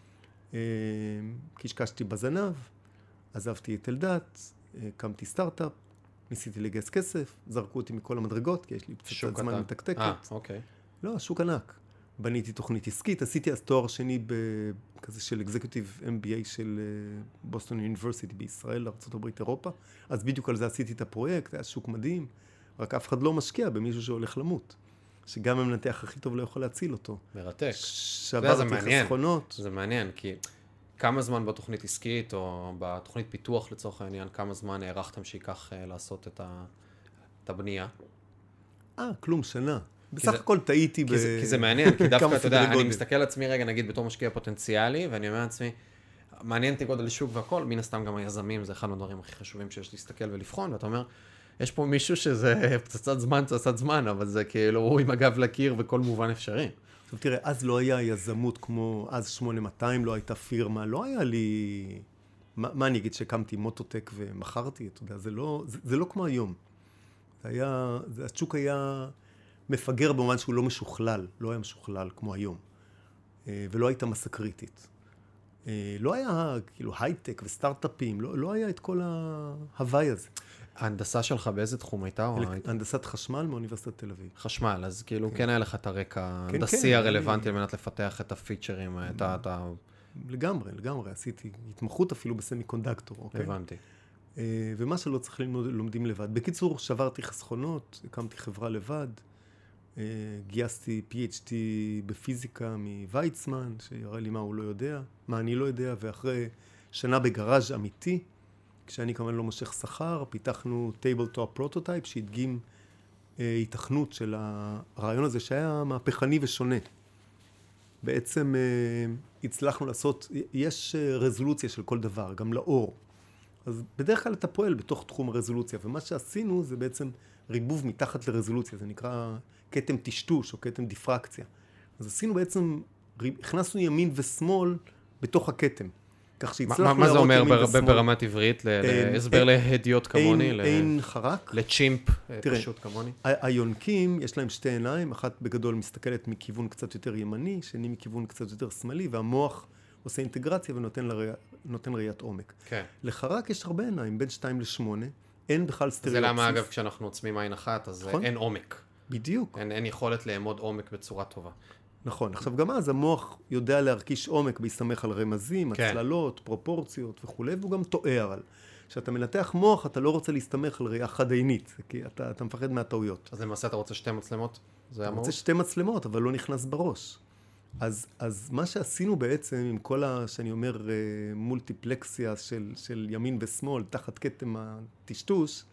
קשקשתי בזנב, עזבתי את אלדד, קמתי סטארט-אפ, ניסיתי לגייס כסף, זרקו אותי מכל המדרגות, כי יש לי פצצת זמן מתקתקת. אוקיי. לא, שוק ענק. בניתי תוכנית עסקית, עשיתי אז תואר שני בכזה של אקזקיוטיב MBA של בוסטון יוניברסיטי בישראל, ארצות הברית, אירופה. אז בדיוק על זה עשיתי את הפרויקט, היה שוק מדהים, רק אף אחד לא משקיע במישהו שהולך למות. שגם המנתח הכי טוב לא יכול להציל אותו. מרתק. שברתי חסכונות. זה מעניין, כי כמה זמן בתוכנית עסקית, או בתוכנית פיתוח לצורך העניין, כמה זמן הערכתם שיקח לעשות את הבנייה? כלום, שנה. בסך הכל טעיתי כי זה מעניין, כי דווקא, אתה יודע, אני מסתכל על עצמי רגע, נגיד, בתור משקיע פוטנציאלי, ואני אומר לעצמי, מעניין אותי גודל שוק והכל, מן הסתם גם היזמים, זה אחד מהדברים הכי חשובים שיש להסתכל ולבחון, ואתה אומר, יש פה מישהו שזה פצצת זמן, אבל זה כאילו, הוא עם הגב לקיר וכל מובן אפשרי. עכשיו תראה, אז לא היה יזמות כמו, אז 8200 לא הייתה פירמה, לא היה לי, מה אני אגיד שקמתי מוטוטק ומכרתי, אתה יודע, זה לא כמו היום. השוק היה מפגר במובן שהוא לא משוכלל, לא היה משוכלל כמו היום, ולא הייתה מסה קריטית. לא היה כאילו הייטק וסטארט-אפים, לא היה את כל ההוואי הזה. ההנדסה שלך באיזה תחום הייתה? הנדסת חשמל מאוניברסיטת תל אביב. חשמל, אז כאילו כן היה לך את הרקע ההנדסי הרלוונטי על מנת לפתח את הפיצ'רים, לגמרי, עשיתי התמחות אפילו בסמי קונדקטור, אוקיי? הבנתי. ומה שלא צריך ללמוד, לומדים לבד. בקיצור, שברתי חסכונות, הקמתי חברה לבד, גייסתי PhD בפיזיקה מוויצמן, שיראה לי מה הוא לא יודע, מה אני לא יודע, ואחרי שנה בגראז' אמיתי, כשאני כמובן לא מושך שכר, פיתחנו טייבלטופ פרוטוטייפ שהדגים התכנות של הרעיון הזה שהיה מהפכני ושונה. בעצם הצלחנו לעשות, יש רזולוציה של כל דבר, גם לאור. אז בדרך כלל אתה פועל בתוך תחום הרזולוציה, ומה שעשינו זה בעצם ריבוב מתחת לרזולוציה, זה נקרא כתם טשטוש או כתם דיפרקציה. אז עשינו בעצם, הכנסנו ימין ושמאל בתוך הכתם. כך שהצלחנו מה זה אומר ברמת עברית? להסבר להדיוט כמוני? אין חרק. לצ'ימפ פשוט כמוני? היונקים יש להם שתי עיניים, אחת בגדול מסתכלת מכיוון קצת יותר ימני, שני מכיוון קצת יותר שמאלי, והמוח עושה אינטגרציה ונותן ראיית עומק. כן. לחרק יש הרבה עיניים, בין 2 ל-8, אין בכלל סטריאופסיס. זה למה אגב כשאנחנו עוצמים עין אחת, אז אין עומק. בדיוק. אין יכולת לאמוד עומק בצורה טובה. נכון. עכשיו גם אז המוח יודע להרגיש עומק בהסתמך על רמזים, הצללות, פרופורציות וכו', והוא גם טועה, אבל כשאתה מנתח מוח אתה לא רוצה להסתמך על ראייה חד-עינית, כי אתה מפחד מהטעויות. אז למעשה אתה רוצה 2 מצלמות? אתה רוצה 2 מצלמות, אבל לא נכנס בראש. אז מה שעשינו בעצם עם כל שאני אומר מולטיפלקסיה של ימין ושמאל תחת כתם הטשטוש,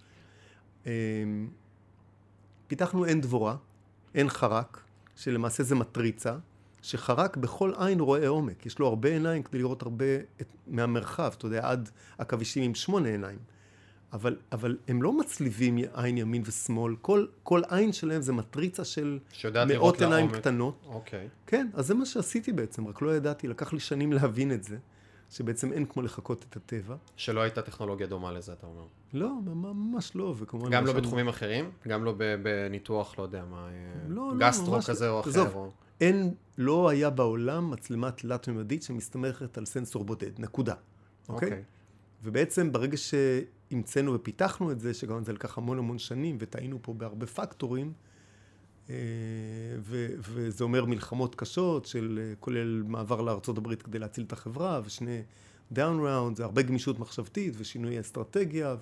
פיתחנו אין דבורה, אין חרק, שלמעשה זה מטריצה, שחרק בכל עין רואה עומק. יש לו הרבה עיניים כדי לראות הרבה מהמרחב, אתה יודע, עד עכבישים עם 8 עיניים. אבל הם לא מצליבים עין ימין ושמאל, כל עין שלהם זה מטריצה של מאות עיניים קטנות. אוקיי. כן, אז זה מה שעשיתי בעצם, רק לא ידעתי, לקח לי שנים להבין את זה. שבעצם אין כמו לחכות את הטבע. שלא הייתה טכנולוגיה דומה לזה, אתה אומר. לא, ממש לא, וכמובן... גם לא בתחומים אחרים? גם לא בניתוח, לא יודע מה, לא, גסטרו ממש כזה או עזוב, אחר? או... לא היה בעולם מצלמה תלת-ממדית שמסתמכת על סנסור בודד, נקודה. אוקיי? ובעצם ברגע שהמצאנו ופיתחנו את זה, שגם זה לקח המון שנים, וטעינו פה בהרבה פקטורים, וזה אומר מלחמות קשות, של כולל מעבר לארצות הברית כדי להציל את החברה, ושני דאון ראונד, זה הרבה גמישות מחשבתית, ושינוי אסטרטגיה,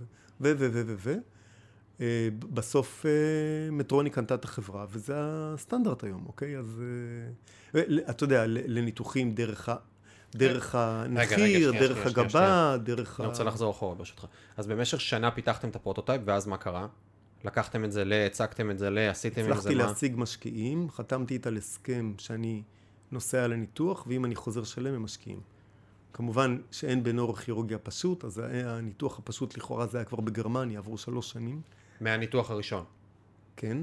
בסוף מטרוניק קנתה את החברה, וזה הסטנדרט היום, אוקיי? אז אתה יודע, לניתוחים דרך הנחיר, דרך הגבה, דרך... אני רוצה לחזור אחורה ברשותך. אז במשך שנה פיתחתם את הפרוטוטייפ, ואז מה קרה? לקחתם את זה הצגתם את זה עשיתם עם זה מה? הצלחתי להשיג משקיעים, חתמתי איתה על הסכם שאני נוסע לניתוח, ואם אני חוזר שלם הם משקיעים. כמובן שאין בנוירוכירורגיה פשוט, אז הניתוח הפשוט לכאורה זה היה כבר בגרמניה, עברו 3 שנים. מהניתוח הראשון? כן.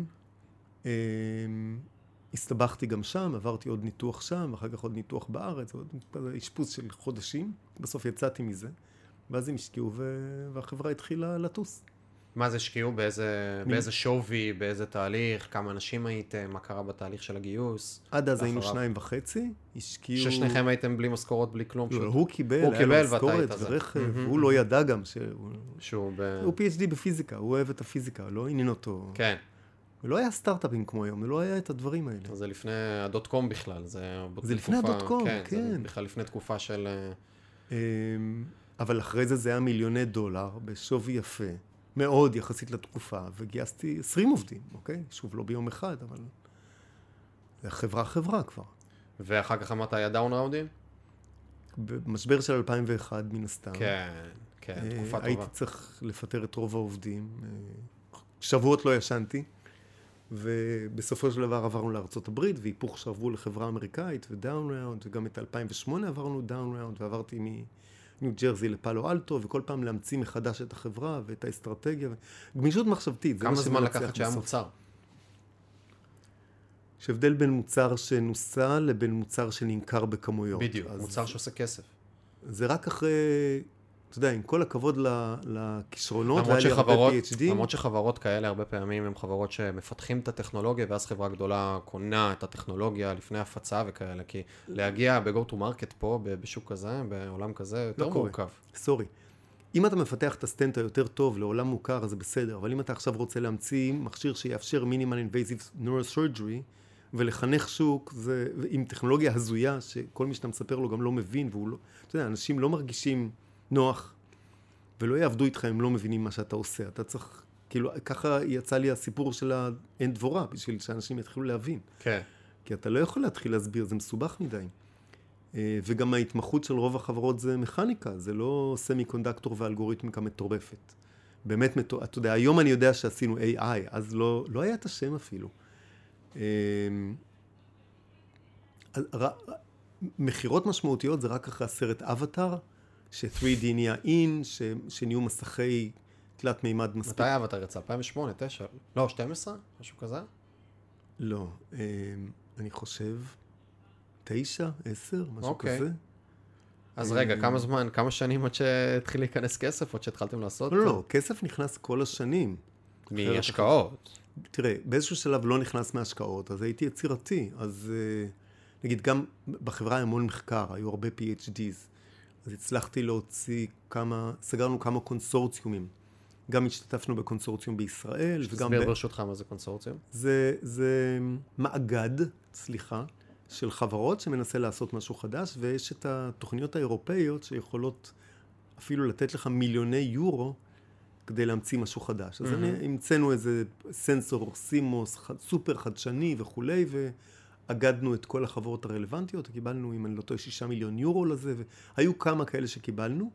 הסתבכתי גם שם, עברתי עוד ניתוח שם, אחר כך עוד ניתוח בארץ, עוד אשפוז של חודשים. בסוף יצאתי מזה, ואז הם השקיעו והחברה התחילה לטוס. מה זה השקיעו? באיזה שווי, באיזה תהליך, כמה אנשים הייתם, מה קרה בתהליך של הגיוס? עד אז היינו 2.5, השקיעו... ששניכם הייתם בלי משכורות, בלי כלום? לא, הוא קיבל, היה לו משכורת ורכב, הוא לא ידע גם שהוא PhD בפיזיקה, הוא אוהב את הפיזיקה, לא עניין אותו. כן. ולא היה סטארט-אפים כמו היום, ולא היה את הדברים האלה. זה לפני הדוט-קום בכלל, זה לפני הדוט-קום, כן. זה בכלל לפני תקופה של... אבל אחרי זה היה $מיליוני בשווי יפה. מאוד יחסית לתקופה, וגייסתי 20 עובדים, אוקיי? שוב, לא ביום אחד, אבל זה חברה כבר. ואחר כך אמרת, היה דאון ראונדים? במשבר של 2001, מן הסתם. כן, תקופה טובה. הייתי צריך לפטר את רוב העובדים. שבועות לא ישנתי, ובסופו של דבר עברנו לארצות הברית, והיפוך שעברו לחברה אמריקאית, ודאון ראונד, וגם את 2008 עברנו דאון ראונד, ועברתי ניו ג'רזי לפאלו אלטו, וכל פעם להמציא מחדש את החברה ואת האסטרטגיה. גמישות מחשבתית. כמה זמן לקחת שהיה מוצר? יש הבדל בין מוצר שנוסה לבין מוצר שנמכר בכמויות. בדיוק, מוצר שעושה כסף. זה רק אחרי, אתה יודע, עם כל הכבוד לכישרונות, והיה לי הרבה PhD. למרות שחברות כאלה הרבה פעמים הן חברות שמפתחים את הטכנולוגיה, ואז חברה גדולה קונה את הטכנולוגיה לפני הפצה וכאלה, כי להגיע ב-go to market פה, בשוק כזה, בעולם כזה, יותר מורכב. סורי. אם אתה מפתח את הסטנט היותר טוב לעולם מוכר, זה בסדר, אבל אם אתה עכשיו רוצה להמציא מכשיר שיאפשר minimal invasive neurosurgery, ולחנך שוק, זה עם טכנולוגיה הזויה, שכל מי שאתה מספר לו גם לא מבין, והוא לא, אתה יודע, אנשים לא מרגישים נוח, ולא יעבדו איתך אם לא מבינים מה שאתה עושה. אתה צריך, כאילו, ככה יצא לי הסיפור של אין דבורה, בשביל שאנשים יתחילו להבין. כן. כי אתה לא יכול להתחיל להסביר, זה מסובך מדי. וגם ההתמחות של רוב החברות זה מכניקה, זה לא סמי קונדקטור ואלגוריתמיקה מטורפת. באמת, אתה יודע, היום אני יודע שעשינו AI, אז לא היה את השם אפילו. מחירות משמעותיות זה רק אחרי הסרט אבטר, ש-3D נהיה אין, שנהיו מסכי תלת מימד מספיק. מתי אבטר יצא? 2008, 9? לא, 12? משהו כזה? לא, אני חושב 9, 10, משהו כזה. אז רגע, כמה שנים עד שהתחיל להיכנס כסף, עד שהתחלתם לעשות? לא, כסף נכנס כל השנים. מהשקעות. תראה, באיזשהו שלב לא נכנס מהשקעות, אז הייתי יצירתי. אז נגיד, גם בחברה המון מחקר, היו הרבה PhDs. אז הצלחתי להוציא סגרנו כמה קונסורציומים. גם השתתפנו בקונסורציום בישראל. שתסביר ברשותך מה זה קונסורציום? זה מאגד, של חברות שמנסה לעשות משהו חדש, ויש את התוכניות האירופאיות שיכולות אפילו לתת לך מיליוני יורו כדי להמציא משהו חדש. אז המצאנו איזה סנסור סימוס סופר חדשני וכולי, ואגדנו את כל החברות הרלוונטיות, קיבלנו, אם אני לא טועה, 6 מיליון יורו לזה, והיו כמה כאלה שקיבלנו,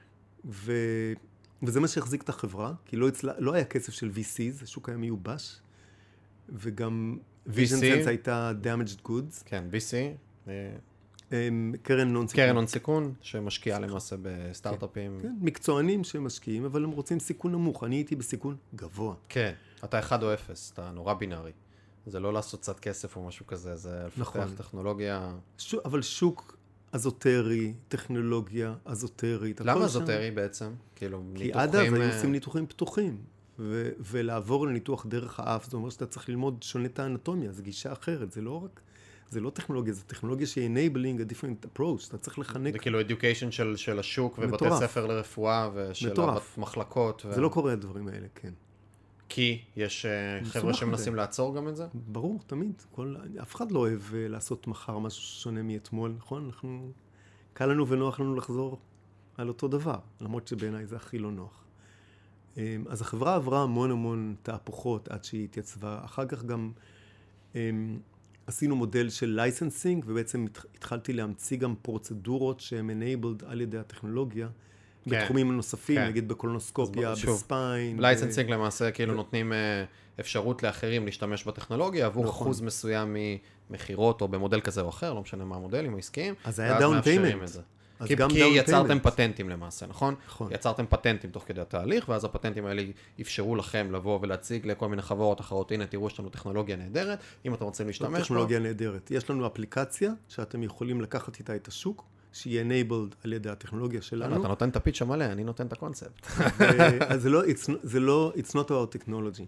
וזה מה שהחזיק את החברה, כי לא היה כסף של VCs, השוק היה מיובש, וגם Vision Sense הייתה damaged goods. כן, VC. קרן הון סיכון. קרן הון סיכון, שמשקיעה למעשה בסטארט-אפים. כן, מקצוענים שמשקיעים, אבל הם רוצים סיכון נמוך. אני הייתי בסיכון גבוה. כן, אתה 1 או 0, אתה נורא בינארי. זה לא לעשות קצת כסף או משהו כזה, זה לפתח טכנולוגיה. אבל שוק אזוטרי, טכנולוגיה, אזוטרית. למה אזוטרי בעצם? כאילו, כי עד אז היו עושים ניתוחים פתוחים, ולעבור לניתוח דרך האף, זה אומר שאתה צריך ללמוד שונה את האנטומיה, זו גישה אחרת, זה לא טכנולוגיה, זה טכנולוגיה שהיא enabling a different approach, אתה צריך לחנק. זה כאילו education של השוק ובתי ספר לרפואה ושל המחלקות. זה לא קורה הדברים האלה, כן. כי יש חבר'ה שמנסים לעצור גם את זה? ברור, תמיד. אף אחד לא אוהב לעשות מחר משהו שונה מאתמול, נכון? קל לנו ונוח לנו לחזור על אותו דבר, למרות שבעיניי זה הכי לא נוח. אז החברה עברה המון תהפוכות עד שהיא התייצבה. אחר כך גם עשינו מודל של לייסנסינג, ובעצם התחלתי להמציא גם פרוצדורות שהן enabled על ידי הטכנולוגיה, בתחומים נוספים, נגיד בקולונוסקופיה, בספיין. לייסנסינג למעשה כאילו נותנים אפשרות לאחרים להשתמש בטכנולוגיה, עבור אחוז מסוים ממחירות או במודל כזה או אחר, לא משנה מה המודלים העסקיים. אז היה דאון פיימנט. כי יצרתם פטנטים למעשה, נכון? יצרתם פטנטים תוך כדי התהליך, ואז הפטנטים האלה אפשרו לכם לבוא ולהציג לכל מיני חברות אחרות, הנה תראו יש לנו טכנולוגיה נהדרת, אם אתם רוצים להשתמש. טכנולוגיה נהדרת. יש לנו אפליקציה שאתם יכולים לקחת איתה את השוק, שהיא enabled על ידי הטכנולוגיה שלנו. אתה נותן את הפיץ' המלא, אני נותן את הקונספט. אז זה לא, it's not our technology.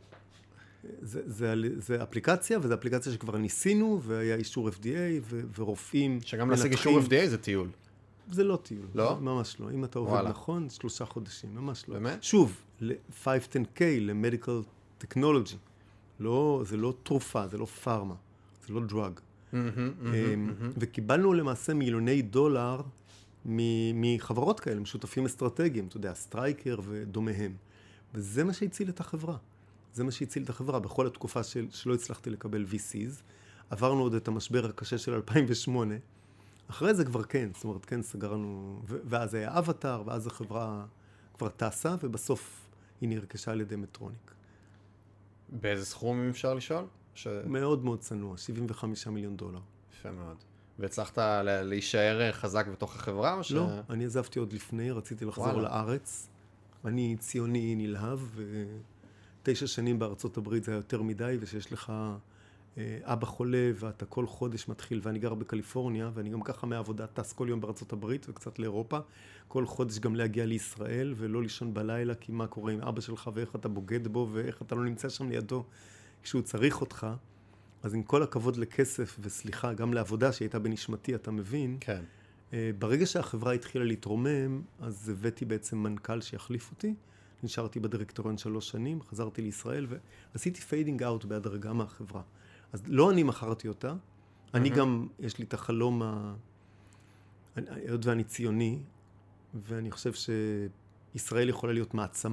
זה אפליקציה, וזו אפליקציה שכבר ניסינו, והיה אישור FDA, ורופאים... שגם להשיג אישור FDA זה טיול. זה לא טיול. לא? ממש לא. אם אתה עובד נכון, 3 חודשים, ממש לא. באמת? שוב, ל-510K, ל-Medical Technology. זה לא תרופה, זה לא פארמה, זה לא דרג. וקיבלנו למעשה מיליוני דולר מחברות כאלה, משותפים אסטרטגיים, אתה יודע, סטרייקר ודומיהם. וזה מה שהציל את החברה. זה מה שהציל את החברה. בכל התקופה שלא הצלחתי לקבל VCs, עברנו עוד את המשבר הקשה של 2008, אחרי זה כבר כן, זאת אומרת, כן סגרנו, ואז היה אבטר, ואז החברה כבר טסה, ובסוף היא נרכשה על ידי מטרוניק. באיזה סכום אם אפשר לשאול? מאוד מאוד צנוע, $75 מיליון. יפה מאוד. והצלחת להישאר חזק בתוך החברה? לא, אני עזבתי עוד לפני, רציתי לחזור לארץ. אני ציוני נלהב, ו9 שנים בארצות הברית זה היה יותר מדי, ושיש לך אבא חולה, ואתה כל חודש מתחיל, ואני גר בקליפורניה, ואני גם ככה מהעבודה טס כל יום בארצות הברית, וקצת לאירופה, כל חודש גם להגיע לישראל, ולא לישון בלילה, כי מה קורה עם אבא שלך, ואיך אתה בוגד בו, ואיך אתה לא נמצא שם לידו, כשהוא צריך אותך. אז עם כל הכבוד לכסף, וסליחה, גם לעבודה שהייתה בנשמתי, אתה מבין, כן. ברגע שהחברה התחילה להתרומם, אז הבאתי בעצם מנכ"ל שיחליף אותי, נשארתי בדירקטוריון 3 שנים, חזרתי לישראל, ועשיתי פיידינג אאוט בהדרגה מהחברה. אז לא אני מכרתי אותה, אני גם, יש לי את החלום, היות ואני ציוני, ואני חושב שישראל יכולה להיות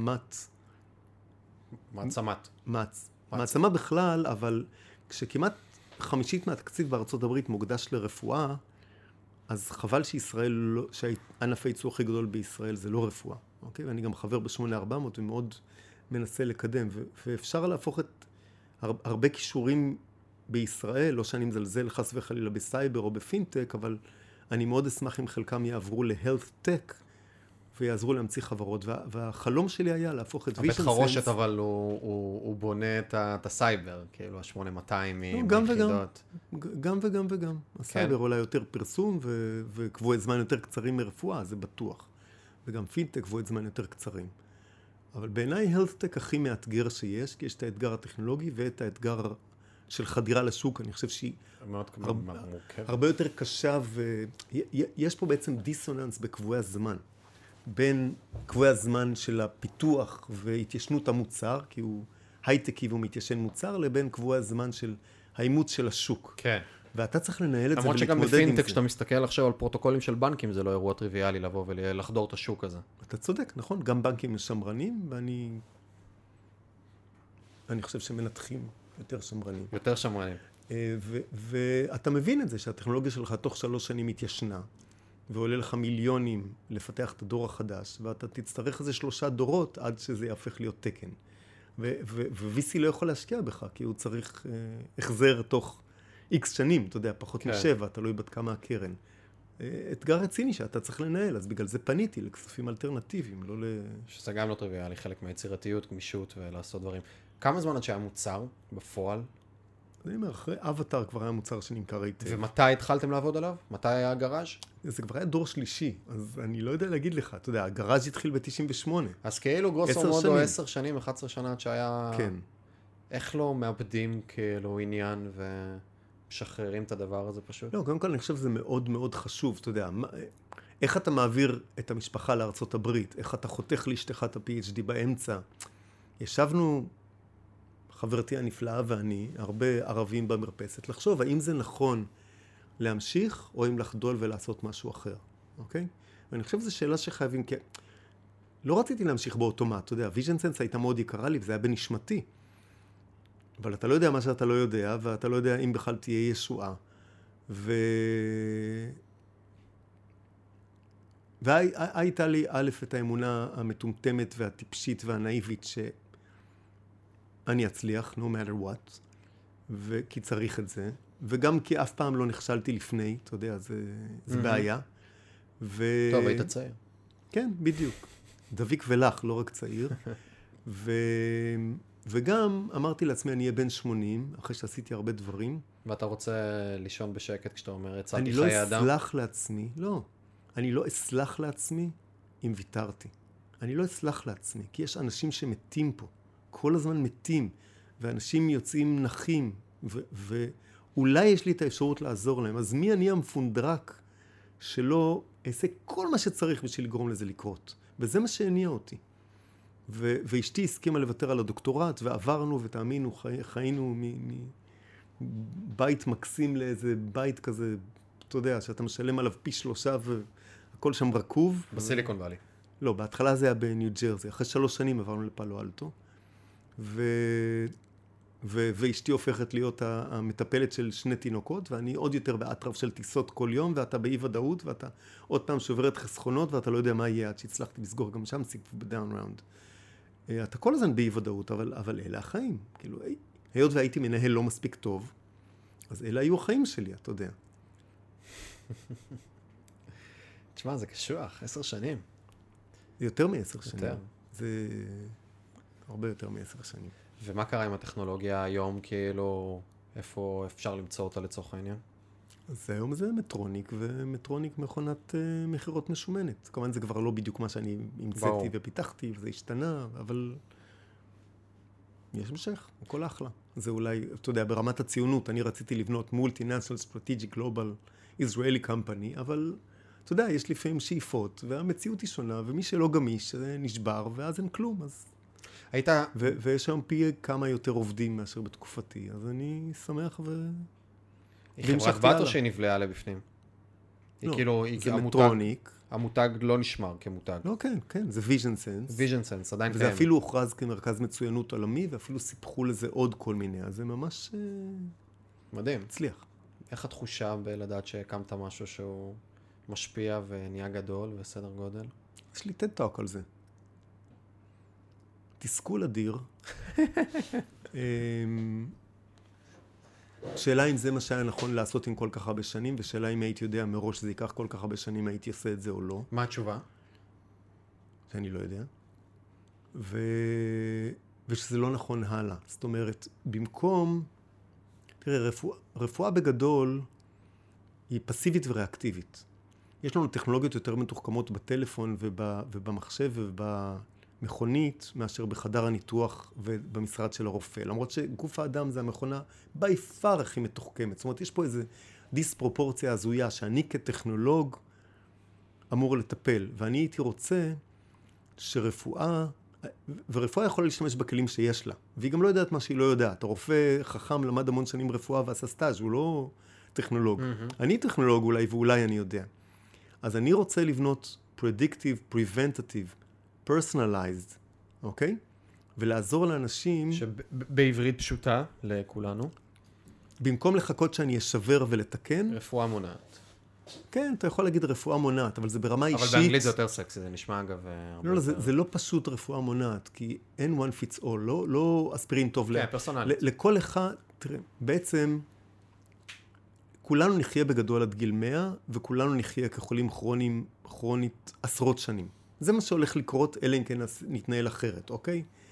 מעצמה בכלל, אבל כשכמעט 50% מהתקציב בארצות הברית מוקדש לרפואה, אז חבל שישראל, שהענף הייצוא הכי גדול בישראל זה לא רפואה, אוקיי? ואני גם חבר ב-8400 ומאוד מנסה לקדם, ואפשר להפוך את הרבה כישורים בישראל, לא שאני מזלזל חס וחלילה בסייבר או בפינטק, אבל אני מאוד אשמח אם חלקם יעברו ל-health tech, ויעזרו להמציא חברות, והחלום שלי היה להפוך את vision sense. הבית חרושת, אבל הוא בונה את הסייבר, כאילו ה-8200 מיחידות. גם וגם. הסייבר אולי יותר פרסום, וקבועי זמן יותר קצרים מרפואה, זה בטוח. וגם פינטק קבועי זמן יותר קצרים. אבל בעיניי health tech הכי מאתגר שיש, כי יש את האתגר הטכנולוגי ואת האתגר של חדירה לשוק, אני חושב שהיא הרבה יותר קשה, ויש פה בעצם דיסוננס בקבועי הזמן. בין קבועי הזמן של הפיתוח והתיישנות המוצר, כי הוא הייטקי והוא מתיישן מוצר, לבין קבועי הזמן של האימוץ של השוק. כן. ואתה צריך לנהל את זה ולהתמודד עם זה. למרות שגם בפינטק, כשאתה מסתכל עכשיו על פרוטוקולים של בנקים, זה לא אירוע טריוויאלי לבוא ולחדור את השוק הזה. אתה צודק, נכון? גם בנקים משמרנים, ואני חושב שמנתחים יותר שמרנים. יותר שמרנים. ואתה מבין את זה, שהטכנולוגיה שלך תוך 3 שנים התיישנה, ועולה לך מיליונים לפתח את הדור החדש, ואתה תצטרך איזה 3 דורות עד שזה יהפך להיות תקן. ו-VC לא יכול להשקיע בך, כי הוא צריך החזר תוך X שנים, אתה יודע, פחות מ7, תלוי בת כמה הקרן. אתגר רציני שאתה צריך לנהל, אז בגלל זה פניתי לכספים אלטרנטיביים, לא שזה גם לא טריוויאלי, חלק מהיצירתיות, גמישות ולעשות דברים. כמה זמן עד שהיה מוצר בפועל? אני אומר, אחרי אבטר כבר היה מוצר שנמכר היטב. ומתי התחלתם לעבוד עליו? מתי היה הגראז'? זה כבר היה דור שלישי, אז אני לא יודע להגיד לך, אתה יודע, הגראז' התחיל ב-98. אז כאילו גרוסו מודו 10 שנים, 11 שנה עד שהיה... כן. איך לא מאבדים כאילו עניין ומשחררים את הדבר הזה פשוט? לא, קודם כל אני חושב שזה מאוד מאוד חשוב, אתה יודע, איך אתה מעביר את המשפחה לארצות הברית, איך אתה חותך לאשתך את ה-PhD באמצע. ישבנו, חברתי הנפלאה ואני, הרבה ערבים במרפסת, לחשוב האם זה נכון להמשיך או אם לחדול ולעשות משהו אחר, אוקיי? ואני חושב שזו שאלה שחייבים, כי לא רציתי להמשיך באוטומט, אתה יודע, ויז'ן סנס הייתה מאוד יקרה לי וזה היה בנשמתי. אבל אתה לא יודע מה שאתה לא יודע, ואתה לא יודע אם בכלל תהיה ישועה. והייתה לי א' את האמונה המטומטמת והטיפשית והנאיבית שאני אצליח, no matter what, וכי צריך את זה, וגם כי אף פעם לא נכשלתי לפני, אתה יודע, זה בעיה. טוב, היית צעיר. כן, בדיוק. דביק ולך, לא רק צעיר. וגם אמרתי לעצמי, אני אהיה בן 80, אחרי שעשיתי הרבה דברים. ואתה רוצה לישון בשקט כשאתה אומר, הצלתי אני חיי אדם? לא אסלח לעצמי, לא. אני לא אסלח לעצמי אם ויתרתי. אני לא אסלח לעצמי, כי יש אנשים שמתים פה. כל הזמן מתים, ואנשים יוצאים נחים, ואולי יש לי את האפשרות לעזור להם. אז מי אני המפונדרק שלא אעשה כל מה שצריך בשביל לגרום לזה לקרות? וזה מה שהניע אותי. ואשתי הסכימה לוותר על הדוקטורט, ועברנו ותאמינו, חיינו מבית מקסים לאיזה בית כזה, אתה יודע, שאתה משלם עליו פי 3 והכל שם רקוב. בסיליקון ואלי. לא, בהתחלה זה היה בניו ג'רזי, אחרי 3 שנים עברנו לפאלו אלטו, ואשתי הופכת להיות המטפלת של 2 תינוקות, ואני עוד יותר באטרף של טיסות כל יום, ואתה באי ודאות, ואתה עוד פעם שוברת חסכונות, ואתה לא יודע מה יהיה עד שהצלחתי לסגור גם שם סיק בדאון ראונד. אתה כל הזמן באי ודאות, אבל אלה החיים. כאילו, היות והייתי מנהל לא מספיק טוב, אז אלה היו החיים שלי, אתה יודע. תשמע, זה קשוח, 10 שנים. זה יותר מ10 שנים. יותר. זה הרבה יותר מ10 שנים. ומה קרה עם הטכנולוגיה היום, כאילו, איפה אפשר למצוא אותה לצורך העניין? אז היום זה מטרוניק, ומטרוניק מכונת מחירות משומנת. כמובן זה כבר לא בדיוק מה שאני המצאתי ופיתחתי, וזה השתנה, אבל יש המשך, הכל אחלה. זה אולי, אתה יודע, ברמת הציונות, אני רציתי לבנות Multinational Strategic Global Israeli Company, אבל אתה יודע, יש לפעמים שאיפות, והמציאות היא שונה, ומי שלא גמיש, זה נשבר, ואז אין כלום, אז... היית... ויש היום פי כמה יותר עובדים מאשר בתקופתי, אז אני שמח היא חברת בת או שהיא נבלעה לבפנים? לא, כאילו, זה מטרוניק. המותג לא נשמר כמותג. לא, כן, כן, זה ויז'ן סנס. ויז'ן סנס, עדיין קיים. וזה אפילו הוכרז כמרכז מצוינות עולמי, ואפילו סיפחו לזה עוד כל מיני, אז זה ממש... מדהים. הצליח. איך התחושה בלדעת שהקמת משהו שהוא משפיע ונהיה גדול וסדר גודל? יש לי TED Talk על זה. תסכול אדיר. שאלה אם זה מה שהיה נכון לעשות עם כל כך הרבה שנים, ושאלה אם הייתי יודע מראש שזה ייקח כל כך הרבה שנים, הייתי עושה את זה או לא. מה התשובה? שאני לא יודע. ושזה לא נכון הלאה. זאת אומרת, במקום... תראה, רפואה בגדול היא פסיבית וריאקטיבית. יש לנו טכנולוגיות יותר מתוחכמות בטלפון ובמחשב ובמכונית מאשר בחדר הניתוח ובמשרד של הרופא. למרות שגוף האדם זה המכונה by far הכי מתוחכמת. זאת אומרת, יש פה איזו דיספרופורציה הזויה שאני כטכנולוג אמור לטפל. ואני הייתי רוצה שרפואה, ורפואה יכולה להשתמש בכלים שיש לה. והיא גם לא יודעת מה שהיא לא יודעת. הרופא חכם למד המון שנים רפואה ועשה סטאז', הוא לא טכנולוג. אני טכנולוג אולי, ואולי אני יודע. אז אני רוצה לבנות predictive, preventative, personalized, אוקיי? ולעזור לאנשים... שבעברית פשוטה לכולנו. במקום לחכות שאני אשבר ולתקן... רפואה מונעת. כן, אתה יכול להגיד רפואה מונעת, אבל זה ברמה אישית... אבל באנגלית זה יותר סקסי, זה נשמע אגב... לא, זה לא פשוט רפואה מונעת, כי אין one fits all, לא אספירין טוב. כן, פרסונלית. לכל אחד, תראה, בעצם... כולנו נחיה בגדול עד גיל 100, וכולנו נחיה כחולים כרונית עשרות שנים. זה מה שהולך לקרות, אלא אם כן נתנהל אחרת, אוקיי?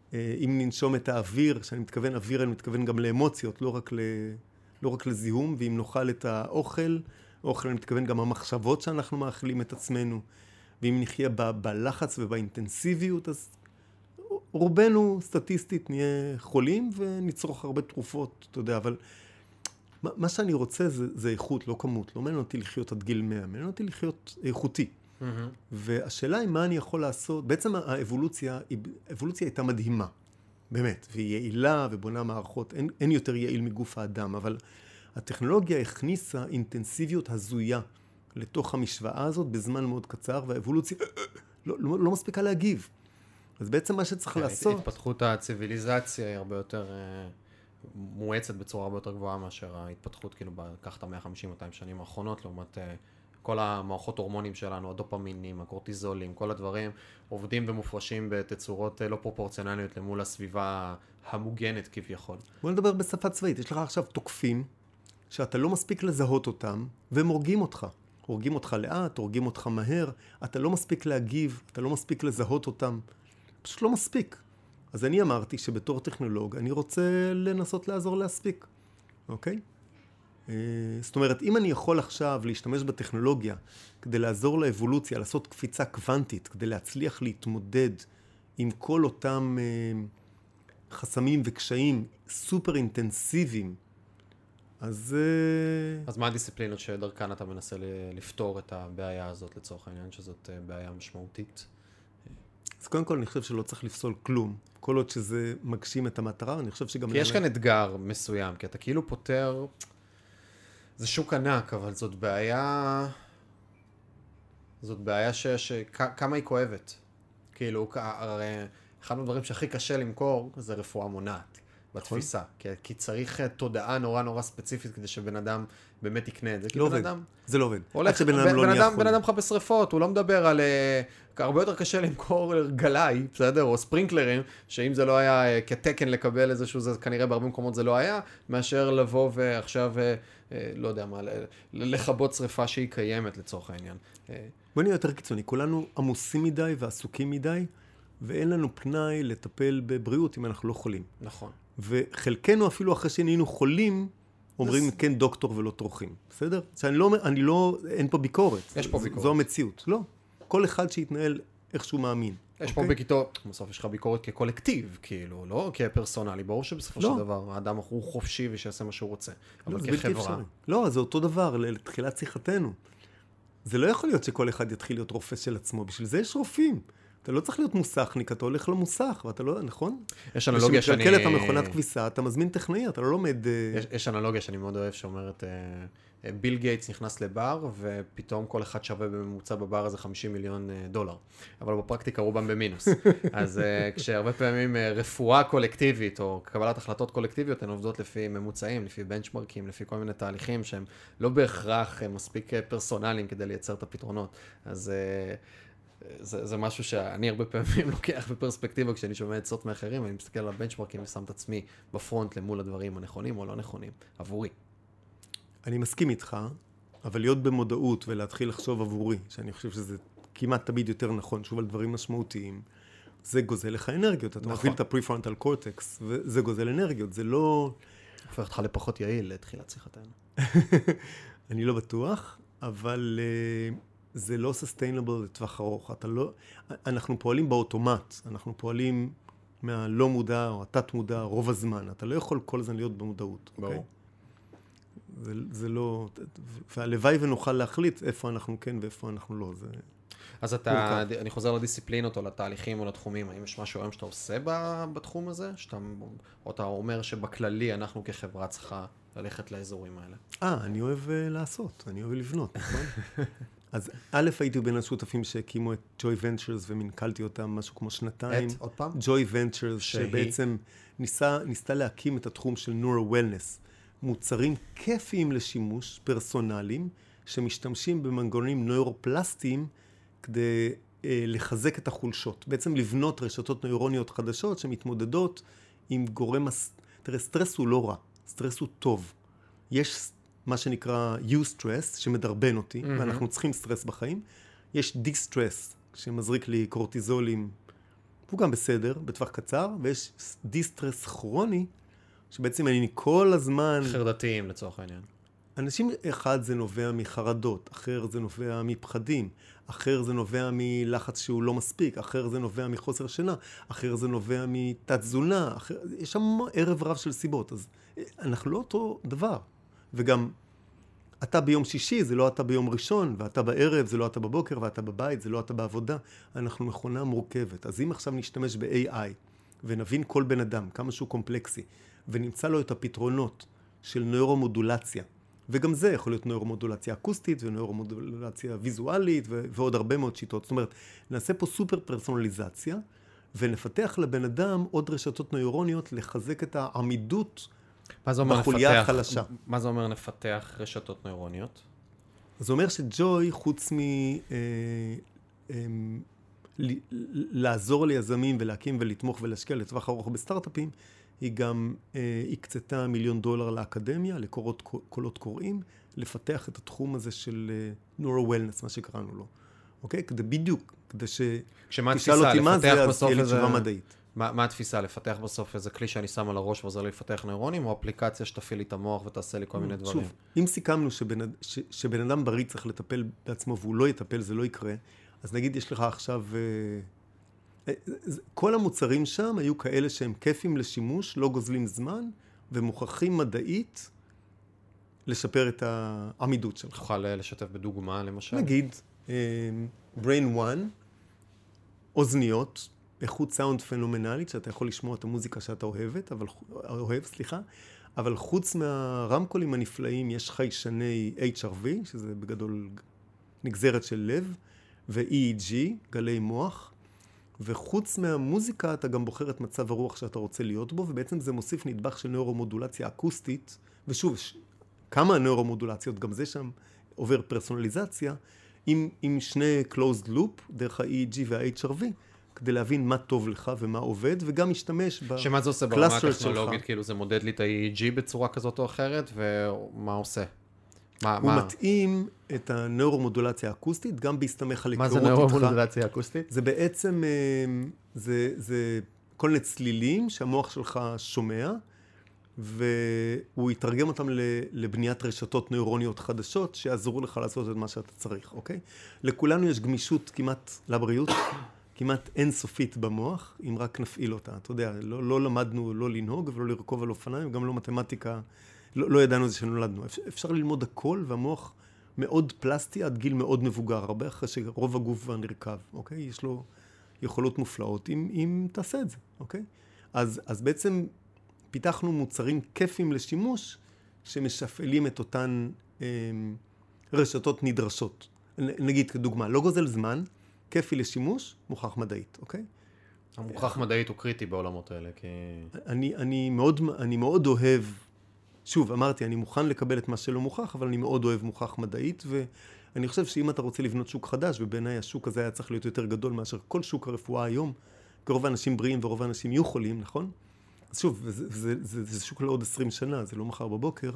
אם ננשום את האוויר, כשאני מתכוון אוויר, אני מתכוון גם לאמוציות, לא רק לזיהום, ואם נאכל את האוכל, אני מתכוון גם המחשבות שאנחנו מאכילים את עצמנו, ואם נחיה בלחץ ובאינטנסיביות, אז רובנו סטטיסטית נהיה חולים ונצרוך הרבה תרופות, אתה יודע, אבל מה שאני רוצה זה איכות, לא כמות. לא מעניין אותי לחיות עד גיל 100, מעניין אותי לחיות איכותי. והשאלה היא מה אני יכול לעשות, בעצם האבולוציה הייתה מדהימה, באמת, והיא יעילה ובונה מערכות, אין יותר יעיל מגוף האדם, אבל הטכנולוגיה הכניסה אינטנסיביות הזויה לתוך המשוואה הזאת בזמן מאוד קצר, והאבולוציה לא מספיקה להגיב. אז בעצם מה שצריך לעשות... התפתחות הציביליזציה היא הרבה יותר מואצת בצורה הרבה יותר גבוהה מאשר ההתפתחות, כאילו, לקחת 150-200 שנים האחרונות, לעומת כל המערכות הורמונים שלנו, הדופמינים, הקורטיזולים, כל הדברים, עובדים ומופרשים בתצורות לא פרופורציונליות למול הסביבה המוגנת כביכול. בוא נדבר בשפה צבאית. יש לך עכשיו תוקפים שאתה לא מספיק לזהות אותם, והם הורגים אותך. הורגים אותך לאט, הורגים אותך מהר, אתה לא מספיק להגיב, אתה לא מספיק לזהות אותם. פשוט לא מספיק. אז אני אמרתי שבתור טכנולוג אני רוצה לנסות לעזור להספיק. אוקיי? זאת אומרת, אם אני יכול עכשיו להשתמש בטכנולוגיה כדי לעזור לאבולוציה, לעשות קפיצה קוונטית, כדי להצליח להתמודד עם כל אותם חסמים וקשיים סופר אינטנסיביים, אז מה הדיסציפלינות שדרכן אתה מנסה לפתור את הבעיה הזאת לצורך העניין, שזאת בעיה משמעותית? אז קודם כל אני חושב שלא צריך לפסול כלום. כל עוד שזה מגשים את המטרה, אני חושב שגם... כי יש כאן אתגר מסוים, כי אתה כאילו פותר... זה שוק ענק, אבל זאת בעיה כמה היא כואבת. כאילו, הרי אחד מהדברים שהכי קשה למכור זה רפואה מונעת בתפיסה. כי צריך תודעה נורא נורא ספציפית כדי שבן אדם באמת יקנה את זה. לא עובד. זה לא עובד. בן אדם מחפש שריפות, הוא לא מדבר על... הרבה יותר קשה למכור גלאי, בסדר? או ספרינקלרים, שאם זה לא היה כתקן לקבל איזשהו, זה כנראה בהרבה מקומות זה לא היה, מאשר לבוא ועכשיו, לא יודע מה, לחבות שריפה שהיא קיימת לצורך העניין. בוא נהיה יותר קיצוני, כולנו עמוסים מדי ועסוקים מדי, ואין לנו פנאי לטפל בבריאות אם אנחנו לא חולים. נכון. וחלקנו אפילו אחרי שנהיינו חולים, אומרים כן דוקטור ולא טורחים. בסדר? אין פה ביקורת. יש פה ביקורת. זו המציאות. לא. כל אחד שיתנהל איך שהוא מאמין. יש פה בכיתות, בסוף יש לך ביקורת כקולקטיב, כאילו, לא כפרסונלי. ברור שבסופו של דבר, האדם הוא חופשי ושיעשה מה שהוא רוצה. אבל כחברה... לא, זה אותו דבר, לתחילת שיחתנו. זה לא יכול להיות שכל אחד יתחיל להיות רופא של עצמו. בשביל זה יש רופאים. אתה לא צריך להיות מוסכניק, אתה הולך למוסך, ואתה לא, נכון? יש אנלוגיה שאני... כשמתקלת המכונת כביסה, אתה מזמין טכנאי, אתה לא לומד... יש אנלוגיה שאני מאוד אוהב, שאומרת, ביל גייטס נכנס לבר, ופתאום כל אחד שווה בממוצע בבר הזה $50 מיליון. אבל בפרקטיקה רובם במינוס. אז כשהרבה פעמים רפואה קולקטיבית, או קבלת החלטות קולקטיביות, הן עובדות לפי ממוצעים, לפי בנצ'מרקים, לפי כל מיני תהליכים, שהם לא בהכרח מספיק פרסונליים כדי לייצר את הפתרונות. אז... זה משהו שאני הרבה פעמים לוקח בפרספקטיבה כשאני שומע עצות מאחרים, ואני מסתכל על הבנצ'מרקים ושם את עצמי בפרונט למול הדברים הנכונים או לא נכונים, עבורי. אני מסכים איתך, אבל להיות במודעות ולהתחיל לחשוב עבורי, שאני חושב שזה כמעט תמיד יותר נכון, שוב על דברים משמעותיים, זה גוזל לך אנרגיות. אתה מפעיל את הפריפרונטל קורטקס, וזה גוזל אנרגיות, זה לא... הופך אותך לפחות יעיל לתחילת שיחתנו. אני לא בטוח, אבל... זה לא sustainable לטווח ארוך. אנחנו פועלים באוטומט, אנחנו פועלים מהלא מודע או התת מודע רוב הזמן. אתה לא יכול כל הזמן להיות במודעות. ברור. זה לא... והלוואי ונוכל להחליט איפה אנחנו כן ואיפה אנחנו לא. אז אני חוזר לדיסציפלינות או לתהליכים או לתחומים. האם יש משהו היום שאתה עושה בתחום הזה? או אתה אומר שבכללי אנחנו כחברה צריכה ללכת לאזורים האלה? אני אוהב לעשות, אני אוהב לבנות, נכון? אז א', הייתי בין השותפים שהקימו את ג'וי ונצ'רס ומנכלתי אותם משהו כמו שנתיים. עוד פעם? ג'וי ונצ'רס, שבעצם ניסתה להקים את התחום של נורו-וולנס. מוצרים כיפיים לשימוש, פרסונליים, שמשתמשים במנגנונים נוירופלסטיים כדי לחזק את החולשות. בעצם לבנות רשתות נוירוניות חדשות שמתמודדות עם גורם... תראה, סטרס הוא לא רע, סטרס הוא טוב. יש מה שנקרא U-stress, שמדרבן אותי, ואנחנו צריכים סטרס בחיים. יש D-stress, שמזריק לי קורטיזולים והוא גם בסדר, בטווח קצר, ויש דיסטרס כרוני, שבעצם אני כל הזמן... חרדתיים לצורך העניין. אנשים, אחד זה נובע מחרדות, אחר זה נובע מפחדים, אחר זה נובע מלחץ שהוא לא מספיק, אחר זה נובע מחוסר שינה, אחר זה נובע מתת תזונה, יש שם ערב רב של סיבות, אז אנחנו לא אותו דבר. וגם אתה ביום שישי, זה לא אתה ביום ראשון, ואתה בערב, זה לא אתה בבוקר, ואתה בבית, זה לא אתה בעבודה. אנחנו מכונה מורכבת. אז אם עכשיו נשתמש ב-AI, ונבין כל בן אדם, כמה שהוא קומפלקסי, ונמצא לו את הפתרונות של נוירומודולציה, וגם זה יכול להיות נוירומודולציה אקוסטית, ונוירומודולציה ויזואלית, ועוד הרבה מאוד שיטות. זאת אומרת, נעשה פה סופר פרסונליזציה, ונפתח לבן אדם עוד רשתות נוירוניות לחזק את העמידות בחוליה החלשה. מה זה אומר נפתח רשתות נוירוניות? זה אומר שג'וי, חוץ לעזור ליזמים ולהקים ולתמוך ולהשקיע לטווח ארוך בסטארט-אפים, היא גם הקצתה $1,000,000 לאקדמיה, לקולות קוראים, לפתח את התחום הזה של Neuro-Wellness, מה שקראנו לו. אוקיי? כדי שתשאל אותי מה זה, אז תהיה לי תשובה מדעית. מה התפיסה? לפתח בסוף איזה כלי שאני שם על הראש ועוזר לי לפתח נוירונים, או אפליקציה שתפעיל לי את המוח ותעשה לי כל מיני דברים? שוב, אם סיכמנו שבן אדם בריא צריך לטפל בעצמו והוא לא יטפל, זה לא יקרה, אז נגיד יש לך עכשיו... כל המוצרים שם היו כאלה שהם כיפים לשימוש, לא גוזלים זמן, ומוכרחים מדעית לשפר את העמידות שלך. תוכל לשתף בדוגמה, למשל? נגיד, Brain One, אוזניות, איכות סאונד פנומנלית, שאתה יכול לשמוע את המוזיקה שאתה אבל חוץ מהרמקולים הנפלאים, יש חיישני HRV, שזה בגדול נגזרת של לב, ו-EEG, גלי מוח, וחוץ מהמוזיקה אתה גם בוחר את מצב הרוח שאתה רוצה להיות בו, ובעצם זה מוסיף נדבך של נוירומודולציה אקוסטית, ושוב, כמה נוירומודולציות, גם זה שם עובר פרסונליזציה, עם שני closed loop, דרך ה-EEG וה-HRV, כדי להבין מה טוב לך ומה עובד, וגם משתמש בקלאסטר שלך. שמה זה עושה ברמה הטכנולוגית? כאילו זה מודד לי את ה-EEG בצורה כזאת או אחרת, ומה עושה? הוא מתאים את הנוירומודולציה האקוסטית, גם בהסתמך על היכרות איתך. מה זה נוירומודולציה האקוסטית? זה בעצם, זה כל מיני צלילים שהמוח שלך שומע, והוא יתרגם אותם לבניית רשתות נוירוניות חדשות, שיעזרו לך לעשות את מה שאתה צריך, אוקיי? לכולנו יש גמישות כמעט לבריאות, כמעט אינסופית במוח, אם רק נפעיל אותה. אתה יודע, לא למדנו לא לנהוג ולא לרכוב על אופניים, גם לא מתמטיקה, לא ידענו את זה שנולדנו. אפשר ללמוד הכל, והמוח מאוד פלסטי עד גיל מאוד מבוגר, הרבה אחרי שרוב הגוף כבר נרכב, אוקיי? יש לו יכולות מופלאות, אם תעשה את זה, אוקיי? אז בעצם פיתחנו מוצרים כיפים לשימוש, שמשפעלים את אותן רשתות נדרשות. נגיד כדוגמה, לא גוזל זמן, כיפי לשימוש, מוכח מדעית, אוקיי? המוכח מדעית הוא קריטי בעולמות האלה, כי... אני מאוד אוהב, שוב, אמרתי, אני מוכן לקבל את מה שלא מוכח, אבל אני מאוד אוהב מוכח מדעית, ואני חושב שאם אתה רוצה לבנות שוק חדש, ובעיניי השוק הזה היה צריך להיות יותר גדול מאשר כל שוק הרפואה היום, כי רוב האנשים בריאים ורוב האנשים יהיו חולים, נכון? אז שוב, זה שוק לעוד 20 שנה, זה לא מחר בבוקר.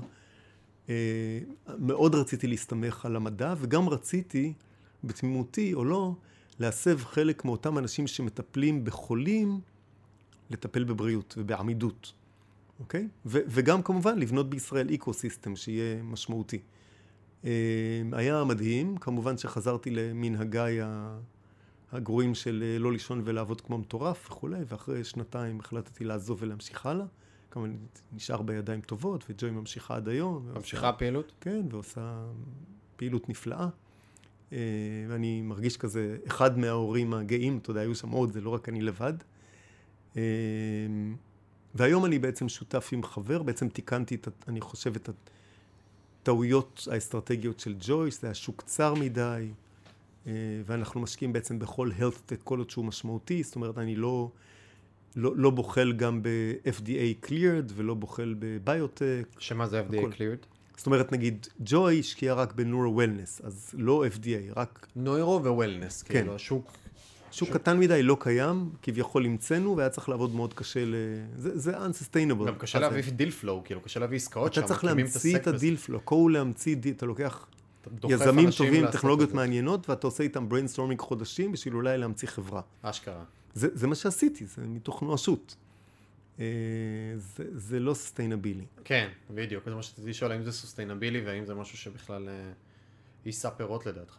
מאוד רציתי להסתמך על המדע, וגם רציתי, בתמימותי או לא, להסב חלק מאותם אנשים שמטפלים בחולים, לטפל בבריאות ובעמידות. אוקיי? וגם כמובן לבנות בישראל אקוסיסטם שיהיה משמעותי. היה מדהים, כמובן שחזרתי למנהגיי הגרועים של לא לישון ולעבוד כמו מטורף וכו', ואחרי 2 החלטתי לעזוב ולהמשיך הלאה. כמובן נשאר בידיים טובות, וג'וי ממשיכה עד היום. ממשיכה פעילות? כן, ועושה פעילות נפלאה. ואני מרגיש כזה, אחד מההורים הגאים, אתה יודע, היו שם עוד, זה לא רק אני לבד. והיום אני בעצם שותף עם חבר, בעצם תיקנתי, אני חושב, את הטעויות האסטרטגיות של ג'ויס, זה היה שוק קצר מדי, ואנחנו משקיעים בעצם בכל health tech, כל עוד שהוא משמעותי, זאת אומרת, אני לא בוחל גם ב-FDA cleared, ולא בוחל בביוטק. שמה זה FDA cleared? זאת אומרת, נגיד, ג'וי השקיע רק בנוירו-וולנס, אז לא FDA, רק... נוירו ווולנס, כן. כאילו, שוק קטן מדי, לא קיים, כביכול המצאנו, והיה צריך לעבוד מאוד קשה זה unsustainable. גם קשה להביא דיל פלואו, כאילו, קשה להביא עסקאות שם. אתה צריך להמציא את הדיל פלואו, כל להמציא, אתה לוקח... אתה דוחף יזמים אנשים טובים, לעשות טכנולוגיות את זה. מעניינות, ואתה עושה איתם brainstorming חודשים בשביל אולי להמציא חברה. אשכרה. זה מה שעשיתי, זה מתוך נואשות. זה לא סוסטיינבילי. כן, בדיוק. זה מה שתדעי לשאול, האם זה סוסטיינבילי, והאם זה משהו שבכלל יישא פירות לדעתך.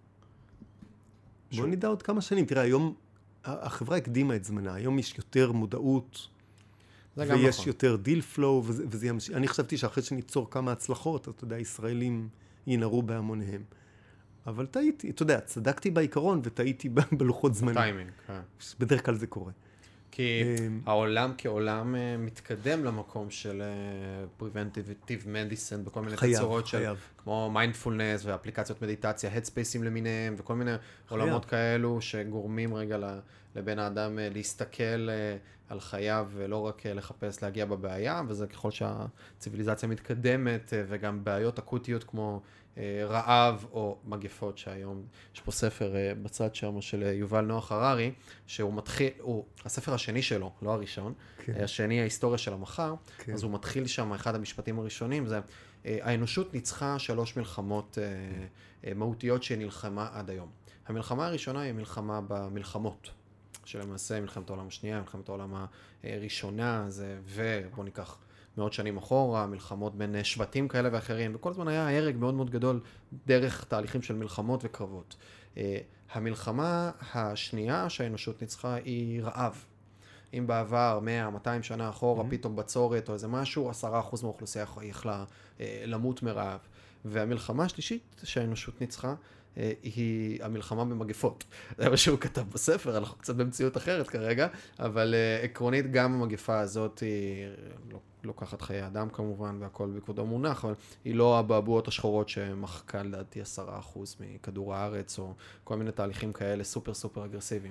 בוא נדע עוד כמה שנים. תראה, היום החברה הקדימה את זמנה, היום יש יותר מודעות, ויש נכון. יותר דיל פלואו, וזה ימשיך. אני חשבתי שאחרי שניצור כמה הצלחות, אתה יודע, ישראלים ינערו בהמוניהם. אבל טעיתי, אתה יודע, צדקתי בעיקרון וטעיתי בלוחות זמנים. טיימינג, כן. בדרך כלל זה קורה. כי העולם כעולם מתקדם למקום של Preventative Medicine בכל מיני תצורות של כמו מיינדפולנס ואפליקציות מדיטציה, Headspace'ים למיניהם וכל מיני עולמות כאלו שגורמים רגע לבן האדם להסתכל על חייו ולא רק לחפש להגיע בבעיה, וזה ככל שהציביליזציה מתקדמת וגם בעיות אקוטיות כמו רעב או מגפות שהיום, יש פה ספר בצד שם של יובל נוח הררי, שהוא מתחיל, הספר השני שלו, לא הראשון, השני ההיסטוריה של המחר, אז הוא מתחיל שם, אחד המשפטים הראשונים זה, האנושות ניצחה 3 מלחמות מהותיות שנלחמה עד היום. המלחמה הראשונה היא מלחמה במלחמות, שלמעשה מלחמת העולם השנייה, מלחמת העולם הראשונה, ובוא ניקח מאות שנים אחורה, מלחמות בין שבטים כאלה ואחרים, וכל הזמן היה הרג מאוד מאוד גדול דרך תהליכים של מלחמות וקרבות. המלחמה השנייה שהאנושות ניצחה היא רעב. אם בעבר 100-200 שנה אחורה פתאום בצורת או איזה משהו, 10% מהאוכלוסייה יכלה למות מרעב. והמלחמה השלישית שהאנושות ניצחה היא המלחמה במגפות. זה מה שהוא כתב בספר, אנחנו קצת במציאות אחרת כרגע, אבל עקרונית גם המגפה הזאת היא לוקחת חיי אדם כמובן, והכל בכבודו מונח, אבל היא לא הבעבועות השחורות שמחקה לדעתי 10% מכדור הארץ, או כל מיני תהליכים כאלה סופר סופר אגרסיביים.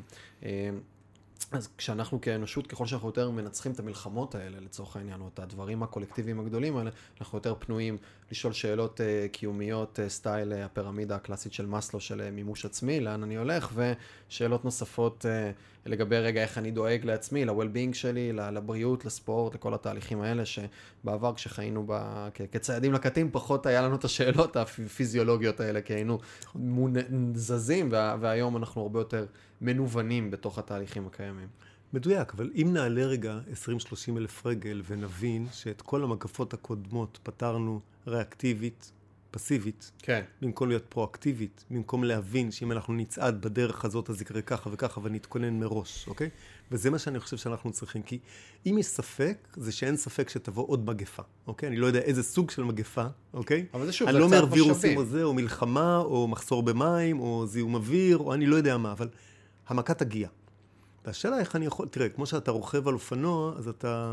אז כשאנחנו כאנושות, ככל שאנחנו יותר מנצחים את המלחמות האלה, לצורך העניין, או את הדברים הקולקטיביים הגדולים האלה, אנחנו יותר פנויים לשאול שאלות קיומיות, סטייל הפירמידה הקלאסית של מאסלו, של מימוש עצמי, לאן אני הולך, ושאלות נוספות לגבי רגע איך אני דואג לעצמי, ל-well-being שלי, לבריאות, לספורט, לכל התהליכים האלה, שבעבר כשחיינו כציידים לקטים, פחות היה לנו את השאלות הפיזיולוגיות האלה, כי היינו זזים, והיום אנחנו הרבה יותר מנוונים בתוך התהליכים הקיימים. מדויק, אבל אם נעלה רגע 20-30 אלף רגל ונבין שאת כל המגפות הקודמות פתרנו ריאקטיבית, פסיבית, כן. במקום להיות פרואקטיבית, במקום להבין שאם אנחנו נצעד בדרך הזאת אז יקרה ככה וככה ונתכונן מראש, אוקיי? וזה מה שאני חושב שאנחנו צריכים, כי אם יש ספק, זה שאין ספק שתבוא עוד מגפה, אוקיי? אני לא יודע איזה סוג של מגפה, אוקיי? אבל זה שוב, אני לא אומר וירוסים או זה, או מלחמה, או מחסור במים, או זיהום אוויר, או אני לא יודע מה, אבל המכה תגיע. והשאלה איך אני יכול, תראה, כמו שאתה רוכב על אופנוע, אז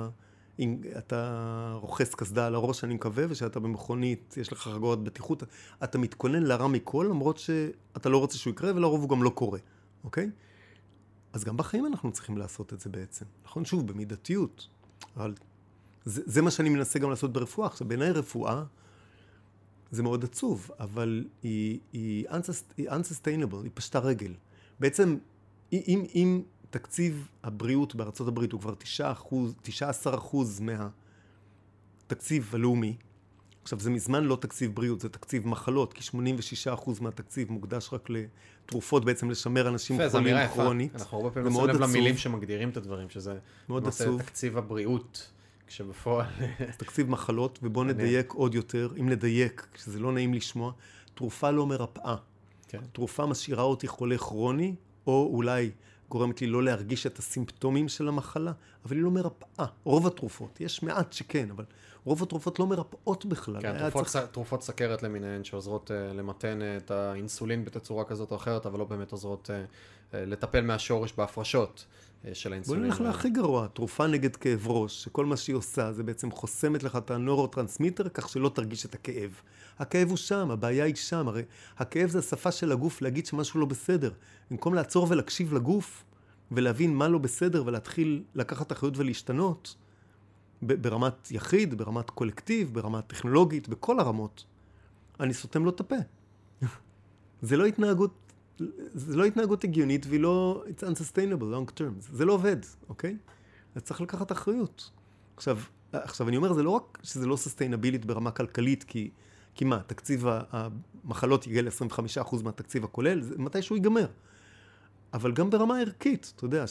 אתה רוכס קסדה על הראש, אני מקווה, ושאתה במכונית, יש לך חגורת בטיחות, אתה מתכונן לרע מכל, למרות שאתה לא רוצה שהוא יקרה, ולרוב הוא גם לא קורה, אוקיי? אז גם בחיים אנחנו צריכים לעשות את זה בעצם. נכון? שוב, במידתיות. אבל זה מה שאני מנסה גם לעשות ברפואה. עכשיו, בעיניי רפואה, זה מאוד עצוב, אבל היא unsustainable, היא פשטה רגל. בעצם, אם תקציב הבריאות בארצות הברית הוא כבר 19% מהתקציב הלאומי, עכשיו זה מזמן לא תקציב בריאות, זה תקציב מחלות, כי 86% מהתקציב מוקדש רק לתרופות, בעצם לשמר אנשים חולים כרונית. אנחנו הרבה פעמים נושאים לב למילים שמגדירים את הדברים, שזה מאוד עצוב. תקציב הבריאות, כשבפועל... תקציב מחלות, ובוא נדייק עוד יותר, אם נדייק, שזה לא נעים לשמוע, תרופה לא מרפאה. כן. תרופה משאירה אותי חולה כרוני, או אולי גורמת לי לא להרגיש את הסימפטומים של המחלה, אבל היא לא מרפאה. רוב התרופות, יש מעט שכן, אבל רוב התרופות לא מרפאות בכלל. כן, תרופות סכרת למיניהן שעוזרות למתן את האינסולין בתצורה כזאת או אחרת, אבל לא באמת עוזרות לטפל מהשורש בהפרשות של האינסולין. בוא נלך להכי גרוע, תרופה נגד כאב ראש, שכל מה שהיא עושה זה בעצם חוסמת לך את הנורוטרנסמיטר, כך שלא תרגיש את הכאב. הכאב הוא שם, הבעיה היא שם, הרי הכאב זה השפה של הגוף להגיד שמשהו לא בסדר. במקום לעצור ולהקשיב לגוף, ולהבין מה לא בסדר, ולהתחיל לקחת אחריות ולהשתנות, ברמת יחיד, ברמת קולקטיב, ברמת טכנולוגית, בכל הרמות, אני סותם לו את הפה. זה לא התנהגות הגיונית, והיא לא, it's unsustainable, long term. זה לא עובד, אוקיי? אז צריך לקחת אחריות. עכשיו אני אומר, זה לא רק שזה לא sustainability ברמה כלכלית, כי כי מה, תקציב המחלות יגיע ל-25% מהתקציב הכולל, זה מתישהו ייגמר. אבל גם ברמה ערכית, אתה יודע,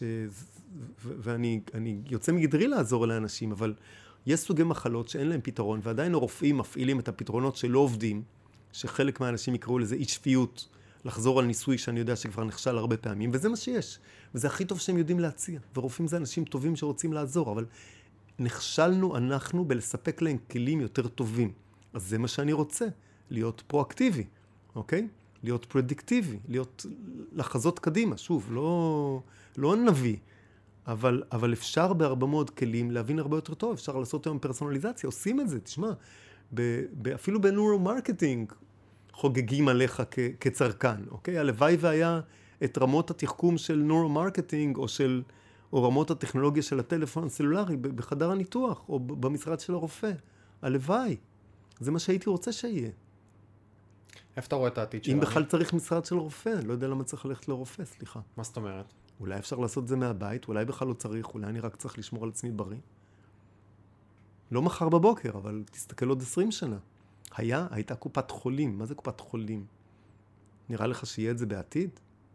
ואני יוצא מגדרי לעזור לאנשים, אבל יש סוגי מחלות שאין להם פתרון, ועדיין הרופאים מפעילים את הפתרונות שלא עובדים, שחלק מהאנשים יקראו לזה אי שפיות, לחזור על ניסוי שאני יודע שכבר נכשל הרבה פעמים, וזה מה שיש. וזה הכי טוב שהם יודעים להציע. ורופאים זה אנשים טובים שרוצים לעזור, אבל נכשלנו אנחנו בלספק להם כלים יותר טובים. אז זה מה שאני רוצה, להיות פרואקטיבי, אוקיי? להיות פרדיקטיבי, לחזות קדימה, שוב, לא נביא, אבל אפשר בהרבה מאוד כלים להבין הרבה יותר טוב, אפשר לעשות היום פרסונליזציה, עושים את זה, תשמע, אפילו בנורו-מרקטינג חוגגים עליך כצרכן, אוקיי? הלוואי והיה את רמות התחכום של נורו-מרקטינג או רמות הטכנולוגיה של הטלפון הסלולרי בחדר הניתוח או במשרד של הרופא, הלוואי, זה מה שהייתי רוצה שיהיה. איפה אתה רואה את העתיד שלנו? אם בכלל צריך משרד של רופא, אני לא יודע למה צריך ללכת לרופא, סליחה. מה זאת אומרת? אולי אפשר לעשות זה מהבית, אולי בכלל לא צריך, אולי אני רק צריך לשמור על עצמי בריא. לא מחר בבוקר, אבל תסתכל עוד 20 שנה. הייתה קופת חולים. מה זה קופת חולים? נראה לך שיהיה את זה בעתיד?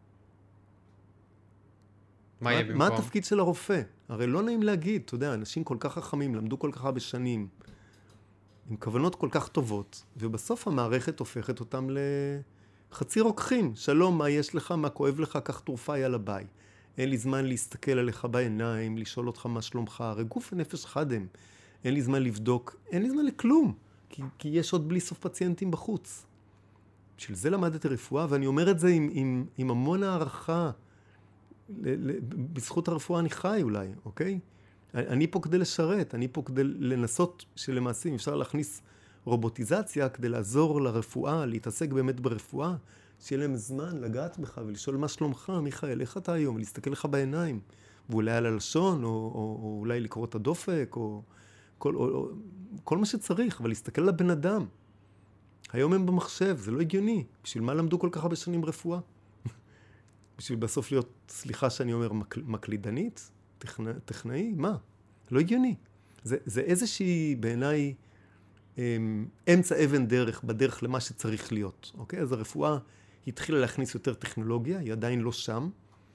מה יהיה במקום? מה התפקיד של הרופא? הרי לא נעים להגיד, אתה יודע, אנשים כל כך חכמים, למדו כל כך הרבה שנים, עם כוונות כל כך טובות, ובסוף המערכת הופכת אותם לחצי רוקחים. שלום, מה יש לך, מה כואב לך, קח תרופה, יאללה ביי. אין לי זמן להסתכל עליך בעיניים, לשאול אותך מה שלומך, הרי גוף ונפש חד הם. אין לי זמן לבדוק, אין לי זמן לכלום, כי יש עוד בלי סוף פציינטים בחוץ. בשביל זה למדתי רפואה, ואני אומר את זה עם המון הערכה. בזכות הרפואה אני חי אולי, אוקיי? אני פה כדי לשרת, אני פה כדי לנסות שלמעשים אפשר להכניס רובוטיזציה כדי לעזור לרפואה, להתעסק באמת ברפואה, שיהיה להם זמן לגעת בך ולשאול מה שלומך, מיכאל, איך אתה היום? להסתכל לך בעיניים, ואולי על הלשון, או אולי לקרוא את הדופק, או כל מה שצריך, אבל להסתכל על הבן אדם. היום הם במחשב, זה לא הגיוני. בשביל מה למדו כל כך הרבה שנים רפואה? בשביל בסוף להיות, סליחה שאני אומר, מקלידנית? טכנאי? מה? לא הגיוני. זה איזושהי בעיניי אמצע אבן דרך בדרך למה שצריך להיות. אוקיי? אז הרפואה התחילה להכניס יותר טכנולוגיה, היא עדיין לא שם,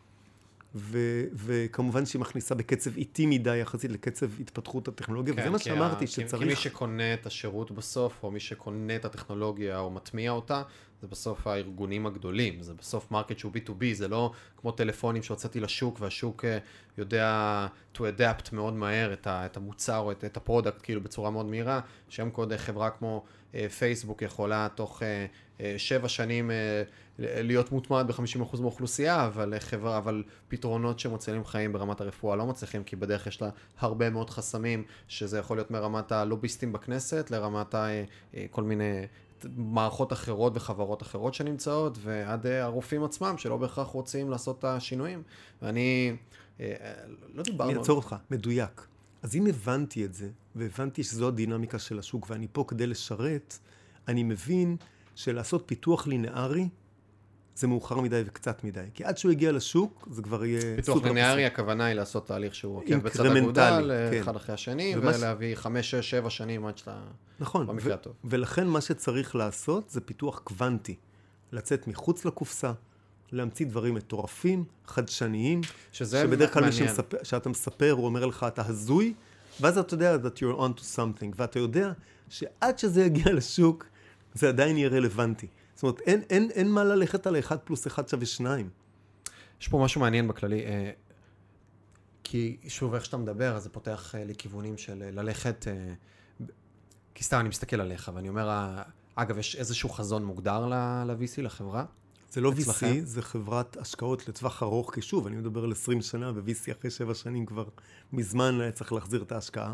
וכמובן שהיא מכניסה בקצב איטי מדי יחסית לקצב התפתחות הטכנולוגיה, וזה מה שאמרתי שצריך... כי מי שקונה את השירות בסוף, או מי שקונה את הטכנולוגיה או מטמיע אותה, זה בסוף הארגונים הגדולים, זה בסוף מרקט שהוא B2B, זה לא כמו טלפונים שהוצאתי לשוק, והשוק יודע to adapt מאוד מהר את המוצר או את הפרודקט כאילו בצורה מאוד מהירה, שם קוד חברה כמו פייסבוק יכולה תוך 7 שנים להיות מוטמעת ב-50% מהאוכלוסייה, אבל פתרונות שמוצאים חיים ברמת הרפואה לא מצליחים, כי בדרך יש לה הרבה מאוד חסמים, שזה יכול להיות מרמת הלוביסטים בכנסת, לרמת כל מיני מערכות אחרות וחברות אחרות שנמצאות, ועד הרופאים עצמם שלא בהכרח רוצים לעשות את השינויים. ואני לא דיברנו... אני אעצור אותך, מדויק. אז אם הבנתי את זה, והבנתי שזו הדינמיקה של השוק, ואני פה כדי לשרת, אני מבין שלעשות פיתוח לינארי, זה מאוחר מדי וקצת מדי. כי עד שהוא הגיע לשוק, זה כבר יהיה... פיתוח לינארי, הכוונה היא לעשות תהליך שהוא עוקב בצד אגודל, אחד אחרי השני, ולהביא 5, 6, 7 שנים עד שאתה... נכון, במקרה הטוב. ולכן מה שצריך לעשות זה פיתוח קוונטי. לצאת מחוץ לקופסה, להמציא דברים מטורפים, חדשניים, שבדרך כלל שאתה מספר, הוא אומר לך, אתה הזוי, ואז אתה יודע that you're on to something, ואתה יודע שעד שזה יגיע לשוק, זה עדיין יהיה רלוונטי. זאת אומרת, אין מה ללכת על 1+1=2. יש פה משהו מעניין בכללי, כי שוב, איך שאתה מדבר, אז זה פותח לי כיוונים של ללכת, כי סתם אני מסתכל עליך, ואני אומר, אגב, יש איזשהו חזון מוגדר ל-VC, לחברה? זה לא VC, זה חברת השקעות לטווח ארוך, כי שוב, אני מדבר על 20 שנה, ו-VC אחרי 7 שנים כבר מזמן היה צריך להחזיר את ההשקעה.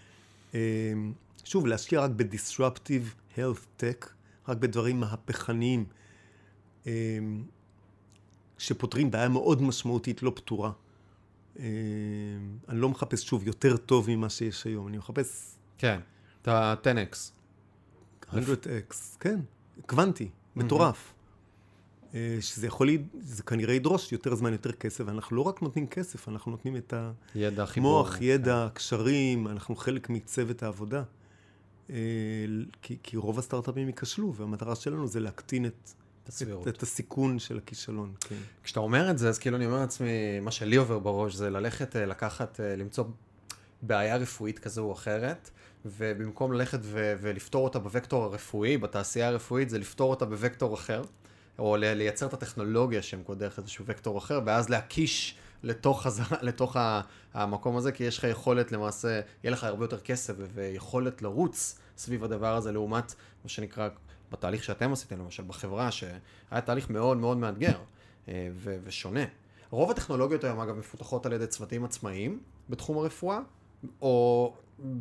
שוב, להשקיע רק ב-disruptive health tech, רק בדברים מהפכניים, שפותרים בעיה מאוד משמעותית, לא פתורה. אני לא מחפש, שוב, יותר טוב ממה שיש היום. אני מחפש... כן, את ה-10x. 100x, כן, קוונטי, מטורף. שזה יכול, זה כנראה ידרוש יותר זמן, יותר כסף, ואנחנו לא רק נותנים כסף, אנחנו נותנים את המוח, ידע, קשרים, אנחנו חלק מצוות העבודה. כי רוב הסטארט-אפים ייכשלו, והמטרה שלנו זה להקטין את הסיכון של הכישלון. כן. כשאתה אומר את זה, אז כאילו אני אומר לעצמי, מה שלי עובר בראש זה לקחת, למצוא בעיה רפואית כזו או אחרת, ובמקום ללכת ולפתור אותה בווקטור הרפואי, בתעשייה הרפואית, זה לפתור אותה בווקטור אחר, או לייצר את הטכנולוגיה שמקודח איזשהו וקטור אחר, ואז להקיש לתוך המקום הזה, כי יש לך יכולת למעשה, יהיה לך הרבה יותר כסף ויכולת לרוץ סביב הדבר הזה, לעומת מה שנקרא בתהליך שאתם עשיתם, למשל בחברה, שהיה תהליך מאוד מאוד מאתגר ושונה. רוב הטכנולוגיות היום, אגב, מפותחות על ידי צוותים עצמאיים בתחום הרפואה, או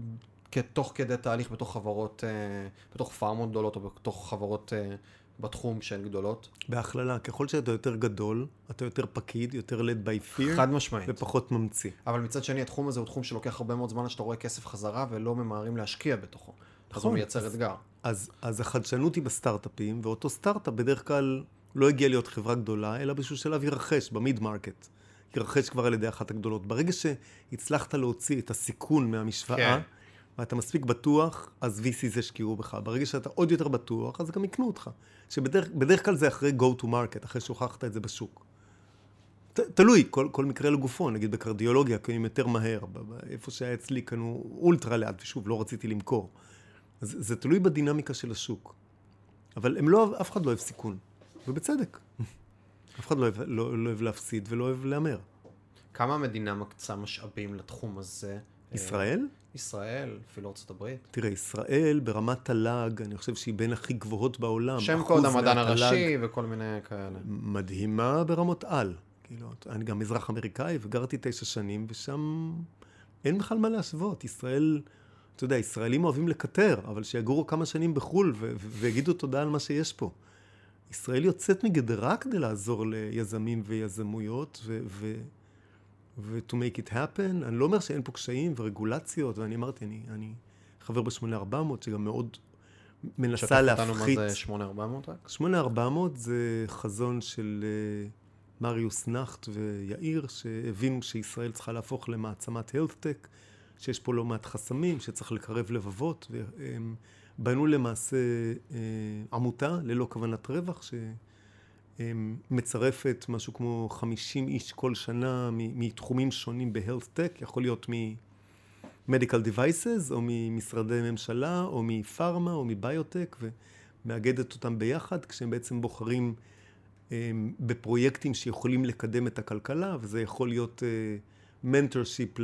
תוך כדי תהליך בתוך חברות, בתוך פארמות גדולות, או בתוך חברות בתחום שהן גדולות. בהכללה, ככל שאתה יותר גדול, אתה יותר פקיד, יותר led by fear. חד משמעית. ופחות ממציא. אבל מצד שני, התחום הזה הוא תחום שלוקח הרבה מאוד זמן, שאתה רואה כסף חזרה ולא ממהרים להשקיע בתוכו. אז הוא מייצר אתגר. אז החדשנות היא בסטארט-אפים, ואותו סטארט-אפ בדרך כלל לא הגיע להיות חברה גדולה, אלא באיזשהו שלב ירחש במיד מרקט. ירחש כבר על ידי אחת הגדולות. ברגע שהצלחת להוציא את הסיכון מהמשוואה, כן. ואתה מספיק בטוח, אז VCs השקיעו בך. ברגע שאתה עוד יותר בטוח, אז גם יקנו אותך. שבדרך כלל זה אחרי go to market, אחרי שהוכחת את זה בשוק. תלוי, כל מקרה לגופו, נגיד בקרדיולוגיה, קונים יותר מהר, איפה שהיה אצלי קנו אולטרה לאט, ושוב, לא רציתי למכור. אז זה תלוי בדינמיקה של השוק. אבל אף אחד לא אוהב סיכון, ובצדק. אף אחד לא אוהב להפסיד ולא אוהב להמר. כמה המדינה מקצה משאבים לתחום הזה? ישראל? ישראל, אפילו ארצות הברית. תראה, ישראל ברמת תל"ג, אני חושב שהיא בין הכי גבוהות בעולם. שם קוד המדען הראשי וכל מיני כאלה. מדהימה ברמות על. כאילו, אני גם אזרח אמריקאי וגרתי 9 שנים, ושם אין בכלל מה להשוות. ישראל, אתה יודע, ישראלים אוהבים לקטר, אבל שיגורו כמה שנים בחול ויגידו תודה על מה שיש פה. ישראל יוצאת מגדרה כדי לעזור ליזמים ויזמויות, ו-to make it happen. אני לא אומר שאין פה קשיים ורגולציות, ואני אמרתי, אני חבר ב-8400, שגם מאוד מנסה להפחית. שתפתנו מה זה 8400? 8400 זה חזון של מריוס נחט ויאיר, שהבינו שישראל צריכה להפוך למעצמת health tech, שיש פה לא מעט חסמים, שצריך לקרב לבבות, והם בנו למעשה עמותה ללא כוונת רווח, מצרפת משהו כמו 50 איש כל שנה מתחומים שונים ב-health tech, יכול להיות מ-medical devices, או ממשרדי ממשלה, או מפארמה, או מביוטק, ומאגדת אותם ביחד, כשהם בעצם בוחרים בפרויקטים שיכולים לקדם את הכלכלה, וזה יכול להיות mentorship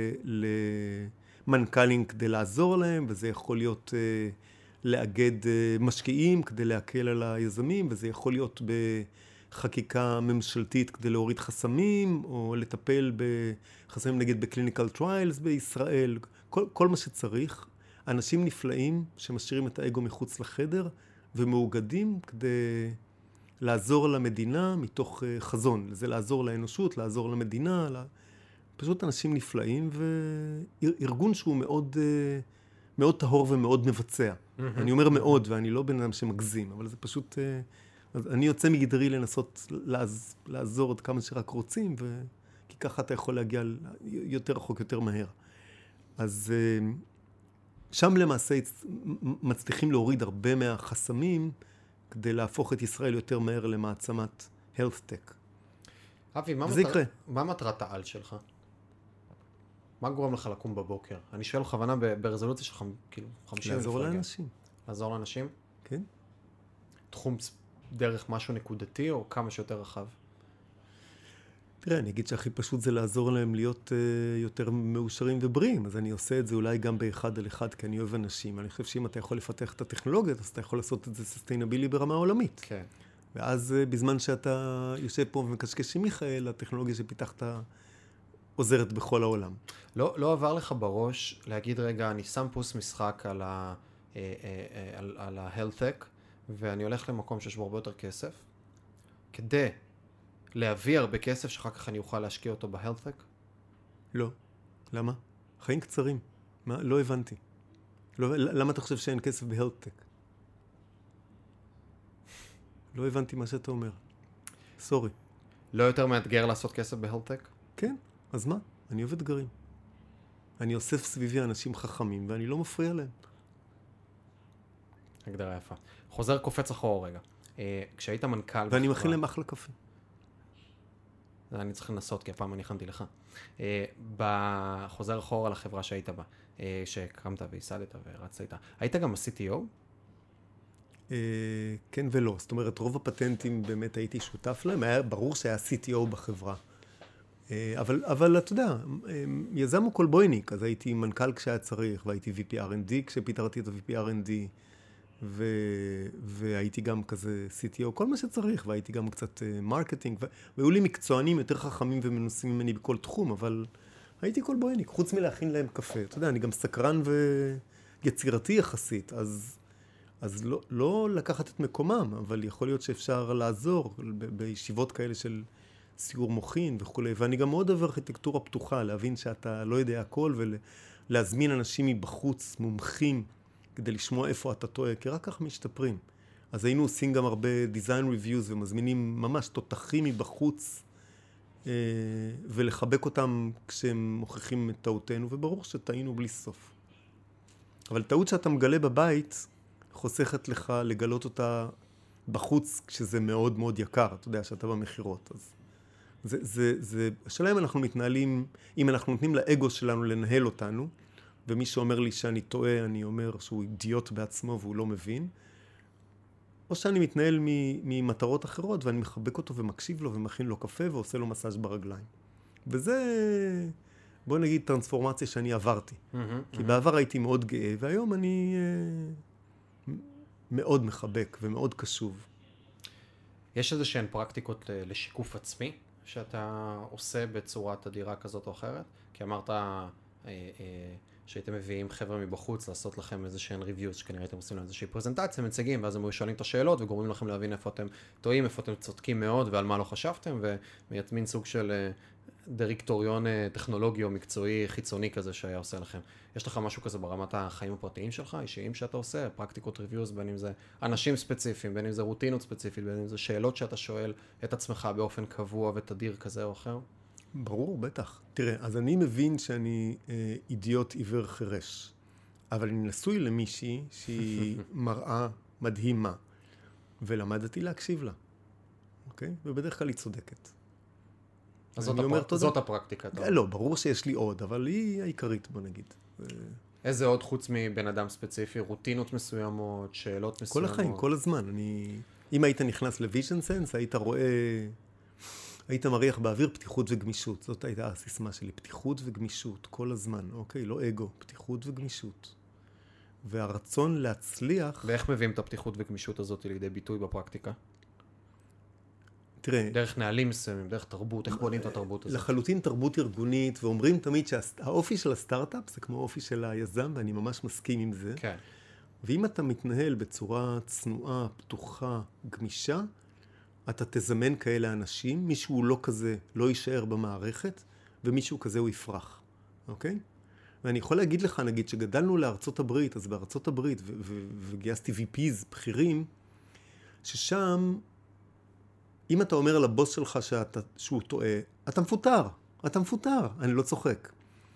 למנכ"לים כדי לעזור להם, וזה יכול להיות לאגד משקיעים כדי להקל על היזמים, וזה יכול להיות בחקיקה ממשלתית כדי להוריד חסמים, או לטפל בחסמים נגיד בקליניקל טריילס בישראל, כל מה שצריך. אנשים נפלאים שמשאירים את האגו מחוץ לחדר, ומאוגדים כדי לעזור למדינה מתוך חזון. זה לעזור לאנושות, לעזור למדינה, פשוט אנשים נפלאים, וארגון שהוא מאוד מאוד טהור ומאוד מבצע. אני אומר מאוד, ואני לא בן אדם שמגזים, אבל זה פשוט, אז אני יוצא מגדרי לנסות לעזור עד כמה שרק רוצים, כי ככה אתה יכול להגיע יותר רחוק, יותר מהר. אז שם למעשה מצליחים להוריד הרבה מהחסמים, כדי להפוך את ישראל יותר מהר למעצמת health tech. אבי, מה מטרת העל שלך? מה גורם לך לקום בבוקר? אני שואל בכוונה ברזולוציה שלך, כאילו 50 אלף. לעזור לאנשים. לעזור לאנשים? כן. תחום דרך משהו נקודתי או כמה שיותר רחב? תראה, אני אגיד שהכי פשוט זה לעזור להם להיות יותר מאושרים ובריאים, אז אני עושה את זה אולי גם באחד על אחד, כי אני אוהב אנשים. אני חושב שאם אתה יכול לפתח את הטכנולוגיות, אז אתה יכול לעשות את זה סוסטיינבילי ברמה עולמית. כן. ואז בזמן שאתה יושב פה ומקשקש עם מיכאל, הטכנולוגיה שפיתחת עוזרת בכל העולם. לא עבר לך בראש להגיד, רגע, אני שם פוס משחק על ה-health tech, ואני הולך למקום שיש בו הרבה יותר כסף, כדי להביא הרבה כסף שאחר כך אני אוכל להשקיע אותו ב-health tech? לא. למה? חיים קצרים. מה? לא הבנתי. למה אתה חושב שאין כסף ב-health tech? לא הבנתי מה שאתה אומר. סורי. לא יותר מאתגר לעשות כסף ב-health tech? כן. אז מה? אני אוהב אתגרים. אני אוסף סביבי אנשים חכמים ואני לא מפריע להם. הגדרה יפה. חוזר קופץ אחורה רגע. כשהיית מנכ"ל... ואני מכין להם אחלה קפה. זה אני צריך לנסות, כי הפעם אני הכנתי לך. בחוזר אחורה לחברה שהיית בה, שקמת וייסדת ורצת איתה, היית גם ה-CTO? כן ולא. זאת אומרת, רוב הפטנטים באמת הייתי שותף להם. היה ברור שהיה CTO בחברה. אבל אתה יודע, יזם הוא קולבויניק, אז הייתי מנכ"ל כשהיה צריך, והייתי VP R&D כשפיתרתי את ה-VP R&D, והייתי גם כזה CTO, כל מה שצריך, והייתי גם קצת מרקטינג, והיו לי מקצוענים יותר חכמים ומנוסים ממני בכל תחום, אבל הייתי קולבויניק, חוץ מלהכין להם קפה. אתה יודע, אני גם סקרן ויצירתי יחסית, אז לא לקחת את מקומם, אבל יכול להיות שאפשר לעזור בישיבות כאלה של סיור מוחין וכו'. ואני גם מאוד אוהב ארכיטקטורה פתוחה, להבין שאתה לא יודע הכל, ולהזמין אנשים מבחוץ, מומחים, כדי לשמוע איפה אתה טועה, כי רק כך משתפרים. אז היינו עושים גם הרבה design reviews, ומזמינים ממש תותחים מבחוץ, ולחבק אותם כשהם מוכיחים את טעותנו, וברור שטעינו בלי סוף. אבל טעות שאתה מגלה בבית, חוסכת לך לגלות אותה בחוץ, כשזה מאוד מאוד יקר, אתה יודע, שאתה במחירות. אז השאלה אם אנחנו מתנהלים, אם אנחנו נותנים לאגו שלנו לנהל אותנו, ומי שאומר לי שאני טועה, אני אומר שהוא אידיוט בעצמו והוא לא מבין, או שאני מתנהל ממטרות אחרות, ואני מחבק אותו ומקשיב לו ומכין לו קפה ועושה לו מסאז' ברגליים. וזה, בוא נגיד, טרנספורמציה שאני עברתי. כי בעבר הייתי מאוד גאה, והיום אני מאוד מחבק ומאוד קשוב. יש איזה שהן פרקטיקות לשיקוף עצמי, שאתה עושה בצורה תדירה כזאת או אחרת? כי אמרת שהייתם מביאים חבר'ה מבחוץ לעשות לכם איזה שהן ריוויוז, שכנראה הייתם עושים להם איזושהי פרזנטציה, מציגים, ואז הם שואלים את השאלות וגורמים לכם להבין איפה אתם טועים, איפה אתם צודקים מאוד ועל מה לא חשבתם, ומייצמין סוג של דירקטוריון טכנולוגי או מקצועי חיצוני כזה שהיה עושה לכם. יש לך משהו כזה ברמת החיים הפרטיים שלך, אישיים שאתה עושה, פרקטיקות ריוויוז, בין אם זה אנשים ספציפיים, בין אם זה רוטינות ספציפית, בין אם זה שאלות שאתה שואל את עצמך באופן קבוע ותדיר כזה או אחר? ברור, בטח. תראה, אז אני מבין שאני אידיוט עיוור חירש, אבל אני נשוי למישהי שהיא מראה מדהימה, ולמדתי להקשיב לה, אוקיי? ובדרך כלל היא צודקת. אז זאת הפרקטיקה. לא, ברור שיש לי עוד, אבל היא העיקרית, בוא נגיד. איזה עוד חוץ מבן אדם ספציפי? רוטינות מסוימות, שאלות מסוימות? כל החיים, כל הזמן. אם היית נכנס לוויז'ן סנס, היית רואה, היית מריח באוויר פתיחות וגמישות. זאת הייתה הסיסמה שלי, פתיחות וגמישות, כל הזמן. אוקיי, לא אגו, פתיחות וגמישות. והרצון להצליח... ואיך מביאים את הפתיחות וגמישות הזאת לידי ביטוי בפרקטיקה? תראה, דרך נהלים מסוימים, דרך תרבות, איך בונים את התרבות הזאת? לחלוטין תרבות ארגונית, ואומרים תמיד שהאופי של הסטארט-אפ זה כמו האופי של היזם, ואני ממש מסכים עם זה. כן. ואם אתה מתנהל בצורה צנועה, פתוחה, גמישה, אתה תזמן כאלה אנשים, מישהו לא כזה לא יישאר במערכת, ומישהו כזה הוא יפרח, אוקיי? ואני יכול להגיד לך, נגיד, שגדלנו לארצות הברית, אז בארצות הברית, וגייסתי VPs בכירים, ששם... אם אתה אומר לבוס שלך שהוא טועה, אתה מפוטר, אני לא צוחק.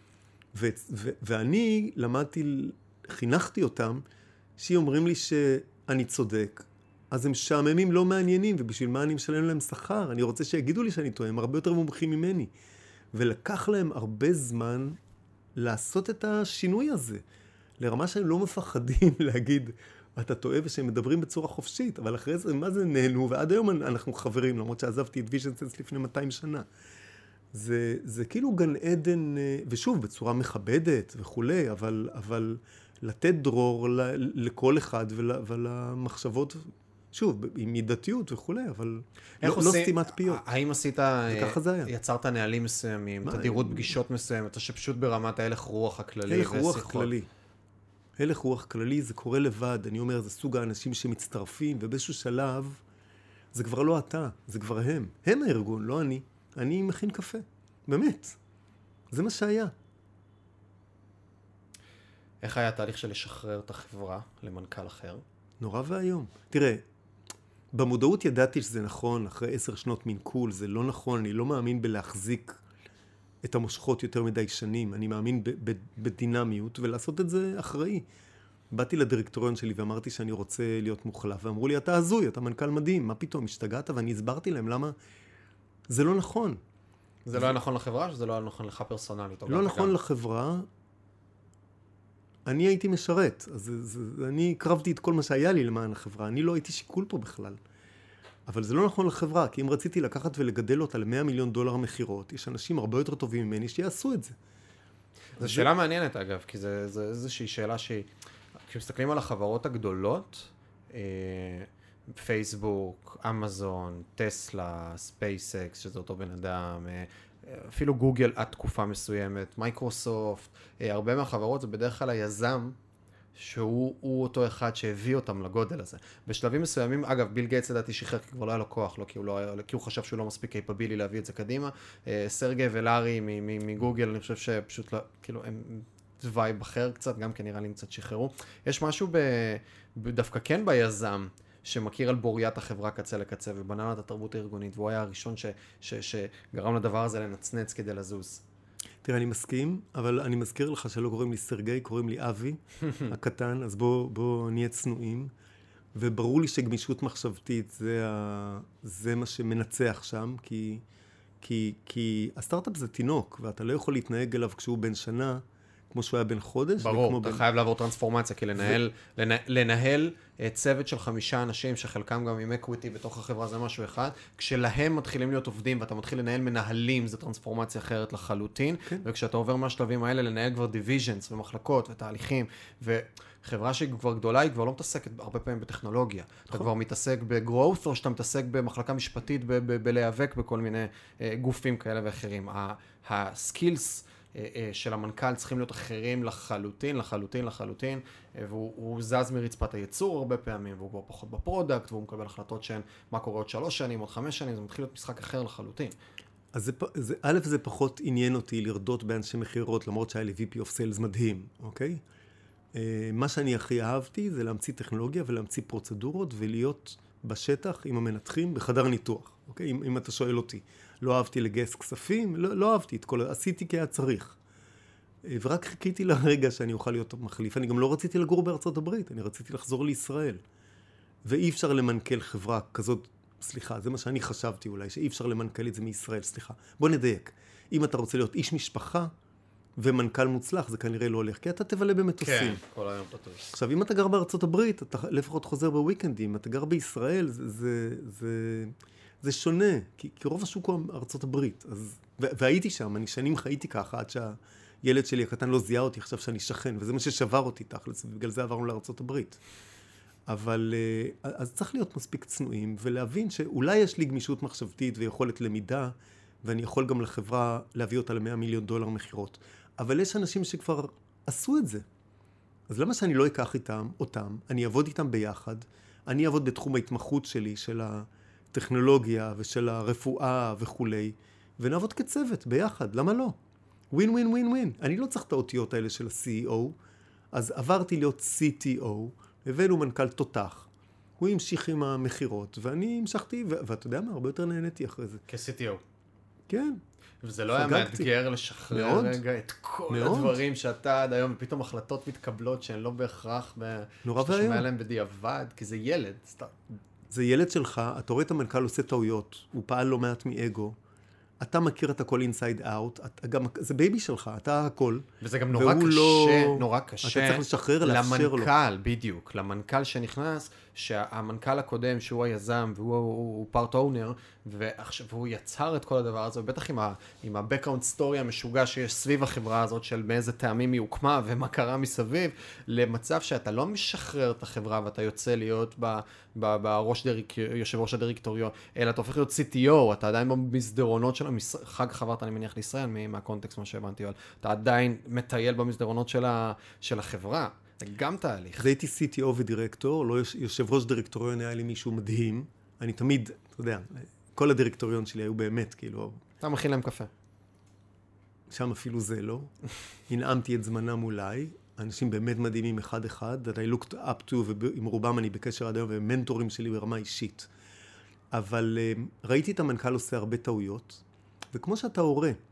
ואני למדתי, חינכתי אותם, שאומרים לי שאני צודק, אז הם שעממים לא מעניינים, ובשביל מה אני משלם להם שכר? אני רוצה שיגידו לי שאני טועה, הם הרבה יותר מומחים ממני. ולקח להם הרבה זמן לעשות את השינוי הזה, לרמה שהם לא מפחדים להגיד, אתה טועה ושהם מדברים בצורה חופשית, אבל אחרי זה, מה זה נהנו? ועד היום אנחנו חברים, למרות שעזבתי את ויז'ן סנס לפני 200 שנה. זה כאילו גן עדן, ושוב, בצורה מכבדת וכולי, אבל לתת דרור לכל אחד ולמחשבות, שוב, עם מידתיות וכולי, אבל לא סתימת פיות. האם עשית, וככה זה היה. יצרת נהלים מסוימים, תדירות פגישות מסוימת, או שפשוט ברמת ההלך רוח הכללי? הלך רוח כללי. הלך רוח כללי, זה קורה לבד, אני אומר, זה סוג האנשים שמצטרפים, ובאיזשהו שלב, זה כבר לא אתה, זה כבר הם. הם הארגון, לא אני. אני מכין קפה. באמת. זה מה שהיה. איך היה התהליך של לשחרר את החברה למנכ"ל אחר? נורא והיום. תראה, במודעות ידעתי שזה נכון, אחרי 10 שנות מנכול, זה לא נכון, אני לא מאמין בלהחזיק את המושכות יותר מדי שנים, אני מאמין בדינמיות, ולעשות את זה אחראי. באתי לדירקטוריון שלי ואמרתי שאני רוצה להיות מוחלף, ואמרו לי, אתה הזוי, אתה מנכ"ל מדהים, מה פתאום, השתגעת? ואני הסברתי להם למה זה לא נכון. זה לא היה נכון לחברה, שזה לא היה נכון לך פרסונלית? לא נכון לחברה, אני הייתי משרת, אז אני הקרבתי את כל מה שהיה לי למען החברה, אני לא הייתי שיקול פה בכלל. אבל זה לא נכון לחברה, כי אם רציתי לקחת ולגדל אותה ל$100 מיליון מחירות, יש אנשים הרבה יותר טובים ממני שיעשו את זה. זו שאלה מעניינת אגב, כי זה איזושהי שאלה כשמסתכלים על החברות הגדולות, פייסבוק, אמזון, טסלה, ספייסקס, שזה אותו בן אדם, אפילו גוגל עד תקופה מסוימת, מייקרוסופט, הרבה מהחברות זה בדרך כלל היזם, שהוא אותו אחד שהביא אותם לגודל הזה. בשלבים מסוימים, אגב, ביל גייטס לדעתי שחרר כי כבר לא היה לו כוח, לא, כי הוא חשב שהוא לא מספיק קייפבילי להביא את זה קדימה. סרגי ולארי מגוגל, אני חושב שפשוט לא, כאילו, הם וייב אחר קצת, גם כן נראה לי קצת שחררו. יש משהו דווקא כן ביזם, שמכיר על בוריית החברה קצה לקצה, ובנה את התרבות הארגונית, והוא היה הראשון שגרם לדבר הזה לנצנץ כדי לזוז. תראה, אני מסכים, אבל אני מזכיר לך שלא קוראים לי סרגי, קוראים לי אבי, הקטן, אז בוא נהיה צנועים. וברור לי שגמישות מחשבתית זה מה שמנצח שם, כי הסטארט-אפ זה תינוק, ואתה לא יכול להתנהג אליו כשהוא בן שנה, כמו שהוא היה בן חודש. ברור, אתה חייב לעבור טרנספורמציה, כי לנהל צוות של 5 אנשים, שחלקם גם עם אקוויטי בתוך החברה, זה משהו אחד, כשלהם מתחילים להיות עובדים, ואתה מתחיל לנהל מנהלים, זה טרנספורמציה אחרת לחלוטין, וכשאתה עובר מהשלבים האלה, לנהל כבר דיוויז'נס ומחלקות ותהליכים, וחברה שהיא כבר גדולה, היא כבר לא מתעסקת הרבה פעמים בטכנולוגיה. אתה כבר מתעסק בגרוות, או שאתה מתעסק במחלקה משפטית, בלהיאבק בכל מיני גופים כאלה ואחרים. הסקילס של המנכ"ל צריכים להיות אחרים לחלוטין, והוא זז מרצפת הייצור הרבה פעמים, והוא כבר פחות בפרודקט, והוא מקבל החלטות שהן מה קורה עוד 3 שנים, עוד 5 שנים, זה מתחיל להיות משחק אחר לחלוטין. אז א', זה פחות עניין אותי לרדות באנשי מחירות, למרות שהיה לי VP of Sales מדהים, אוקיי? מה שאני הכי אהבתי זה להמציא טכנולוגיה ולהמציא פרוצדורות, ולהיות בשטח עם המנתחים בחדר ניתוח, אוקיי? אם אתה שואל אותי. לא אהבתי לגייס כספים, לא אהבתי את כל, עשיתי כי היה צריך. ורק חיכיתי לרגע שאני אוכל להיות מחליף. אני גם לא רציתי לגור בארצות הברית, אני רציתי לחזור לישראל. ואי אפשר למנכ"ל חברה כזאת, סליחה, זה מה שאני חשבתי אולי, שאי אפשר למנכ"ל את זה מישראל, סליחה. בוא נדייק. אם אתה רוצה להיות איש משפחה ומנכ"ל מוצלח, זה כנראה לא הולך, כי אתה תבלה במטוסים. כן, כל היום תטוס. עכשיו, אם אתה גר בארצות הברית, אתה לפחות חוזר בוויקנדים, אתה גר בישראל, זה שונה, כי רוב השוק הוא ארצות הברית. והייתי שם, אני שנים חייתי ככה, עד שהילד שלי הקטן לא זיהה אותי, חשב שאני שכן, וזה מה ששבר אותי תכלס, ובגלל זה עברנו לארצות הברית. אבל אז צריך להיות מספיק צנועים, ולהבין שאולי יש לי גמישות מחשבתית ויכולת למידה, ואני יכול גם לחברה להביא אותה ל$100 מיליון מחירות. אבל יש אנשים שכבר עשו את זה. אז למה שאני לא אקח אותם, אני אעבוד איתם ביחד, אני אעבוד בתחום ההתמחות שלי, של הטכנולוגיה ושל הרפואה וכולי, ונעבוד כצוות ביחד, למה לא? ווין ווין ווין ווין. אני לא צריך את האותיות האלה של ה-CEO, אז עברתי להיות CTO, הבאנו מנכ"ל תותח, הוא המשיך עם המחירות, ואני המשכתי, ואתה יודע מה, הרבה יותר נהניתי אחרי זה. כ-CTO. כן. וזה לא היה מאתגר לשחרר רגע את כל הדברים שאתה עד היום, ופתאום החלטות מתקבלות שהן לא בהכרח, נורא שאתה שומע להם בדיעבד, כי זה ילד. זה ילד שלך, אתה רואה את המנכ"ל עושה טעויות, הוא פעל לא מעט מאגו, אתה מכיר את הכל inside out, זה בייבי שלך, אתה הכל. וזה גם נורא קשה, נורא קשה. אתה צריך לשחרר, לאפשר לו. למנכ"ל, בדיוק, למנכ"ל שנכנס, שהמנכ"ל הקודם, שהוא היזם, והוא part owner, והוא יצר את כל הדבר הזה, ובטח עם ה-background story המשוגע שיש סביב החברה הזאת, של מאיזה טעמים היא הוקמה, ומה קרה מסביב, למצב שאתה לא משחרר את החברה, ואתה יוצא להיות יושב ראש הדירקטוריון, אלא אתה הופך להיות CTO, אתה עדיין במסדרונות של חג חברת, אני מניח לישראל, מהקונטקסט מה שהבנתי, אבל אתה עדיין מטייל במסדרונות של החברה. זה גם תהליך. אז הייתי CTO ודירקטור, לא יושב ראש דירקטוריון היה לי מישהו מדהים. אני תמיד, אתה יודע, כל הדירקטוריון שלי היו באמת, כאילו... אתה מכין להם קפה. שם אפילו זה לא. הנעמתי את זמנם אולי. אנשים באמת מדהימים אחד-אחד. that I looked up to, ועם רובם אני בקשר עד היום, והם מנטורים שלי ברמה אישית. אבל ראיתי את המנכ"ל עושה הרבה טעויות, וכמו שאתה הורה,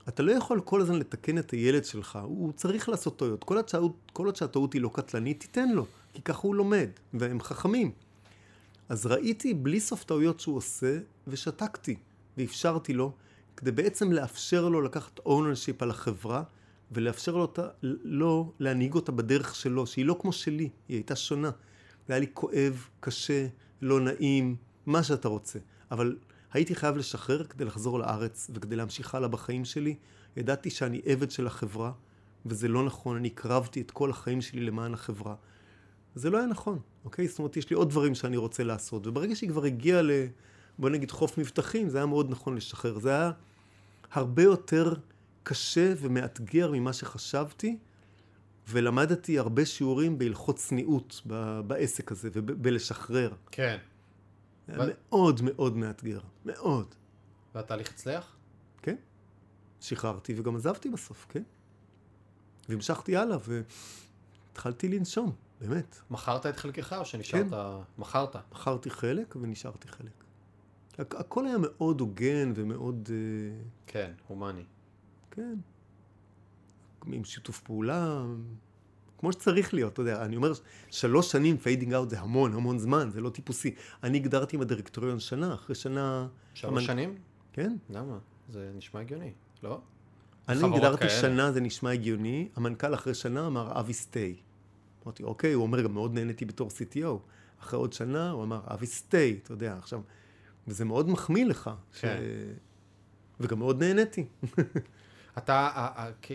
אתה לא יכול כל הזמן לתקן את הילד שלך, הוא צריך לעשות טעויות. כל עוד שהטעות היא לא קטלנית, תיתן לו, כי ככה הוא לומד, והם חכמים. אז ראיתי בלי סוף טעויות שהוא עושה, ושתקתי, ואפשרתי לו, כדי בעצם לאפשר לו לקחת ownership על החברה, ולאפשר לו להנהיג אותה בדרך שלו, שהיא לא כמו שלי, היא הייתה שונה. זה היה לי כואב, קשה, לא נעים, מה שאתה רוצה. אבל הייתי חייב לשחרר כדי לחזור לארץ, וכדי להמשיך הלאה בחיים שלי. ידעתי שאני עבד של החברה, וזה לא נכון, אני הקרבתי את כל החיים שלי למען החברה. זה לא היה נכון, אוקיי? זאת אומרת, יש לי עוד דברים שאני רוצה לעשות, וברגע שהיא כבר הגיעה בוא נגיד חוף מבטחים, זה היה מאוד נכון לשחרר. זה היה הרבה יותר קשה ומאתגר ממה שחשבתי, ולמדתי הרבה שיעורים בהלכות צניעות בעסק הזה, ובלשחרר. כן. מאוד מאוד מאתגר, מאוד. והתהליך הצליח? כן. שחררתי וגם עזבתי בסוף, כן. והמשכתי הלאה והתחלתי לנשום, באמת. מכרת את חלקך או שנשארת? כן. מכרת? מכרתי חלק ונשארתי חלק. הכל היה מאוד הוגן ומאוד... כן, הומני. כן. עם שיתוף פעולה, כמו שצריך להיות, אתה יודע, אני אומר, 3 שנים פיידינג אאוט זה המון זמן, זה לא טיפוסי. אני הגדרתי עם הדירקטוריון שנה, אחרי שנה... 3 שנים? כן. למה? זה נשמע הגיוני, לא? אני הגדרתי שנה, זה נשמע הגיוני, המנכ"ל אחרי שנה אמר, אבי סטי. אמרתי, אוקיי, הוא אומר, גם מאוד נהניתי בתור CTO. אחרי עוד שנה, הוא אמר, אבי סטי, אתה יודע, עכשיו, וזה מאוד מחמיא לך. כן. וגם מאוד נהניתי. אתה,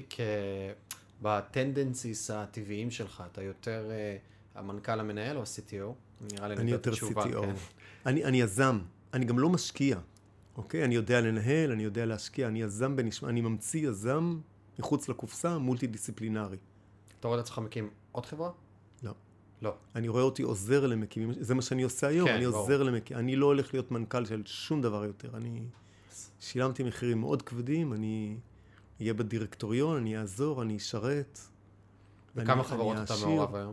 בטנדנסיס הטבעיים שלך, אתה יותר המנכ"ל המנהל או ה-CTO? נראה לי אני יותר תשובה, CTO. כן. אני יזם, אני גם לא משקיע. אוקיי? אני יודע לנהל, אני יודע להשקיע, אני יזם אני ממציא יזם מחוץ לקופסה, מולטי דיסציפלינרי. אתה רואה את עצמך מקים עוד חברה? לא. לא. אני רואה אותי עוזר למקימים, זה מה שאני עושה היום, כן, אני עוזר למקימים, אני לא הולך להיות מנכ"ל של שום דבר יותר, אני שילמתי מחירים מאוד כבדים, אני אהיה בדירקטוריון, אני אעזור, אני אשרת. וכמה חברות אתה מעורב היום?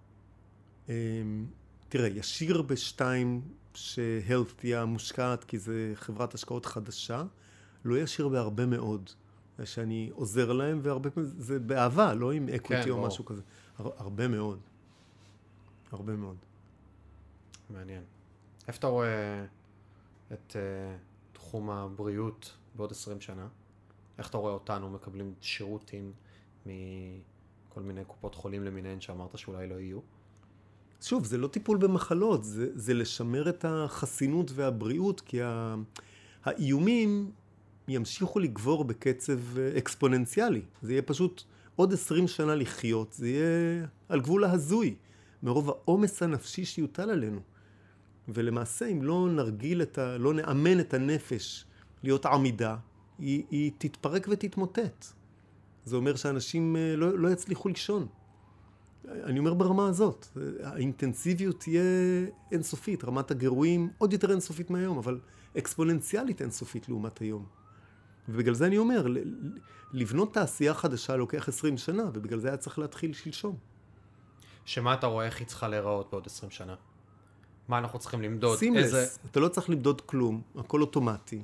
תראה, ישיר בשתיים שהלת תהיה מושקעת, כי זה חברת השקעות חדשה, לא ישיר בהרבה מאוד, שאני עוזר להם, והרבה פעמים זה באהבה, לא עם אקוויטי או משהו כזה. הרבה מאוד. הרבה מאוד. מעניין. איפה אתה רואה את תחום הבריאות בעוד 20 שנה? איך אתה רואה אותנו מקבלים שירותים מכל מיני קופות חולים למיניהן שאמרת שאולי לא יהיו? שוב, זה לא טיפול במחלות, זה לשמר את החסינות והבריאות, כי האיומים ימשיכו לגבור בקצב אקספוננציאלי. זה יהיה פשוט עוד 20 שנה לחיות, זה יהיה על גבול ההזוי, מרוב העומס הנפשי שיוטל עלינו. ולמעשה, אם לא נרגיל לא נאמן את הנפש להיות עמידה, היא תתפרק ותתמוטט. זה אומר שאנשים לא יצליחו לישון. אני אומר ברמה הזאת, האינטנסיביות תהיה אינסופית, רמת הגירויים עוד יותר אינסופית מהיום, אבל אקספוננציאלית אינסופית לעומת היום. ובגלל זה אני אומר, לבנות תעשייה חדשה לוקח 20 שנה, ובגלל זה היה צריך להתחיל שלשום. שמה אתה רואה איך היא צריכה להיראות בעוד 20 שנה? מה אנחנו צריכים למדוד? סימלס, אתה לא צריך למדוד כלום, הכל אוטומטי.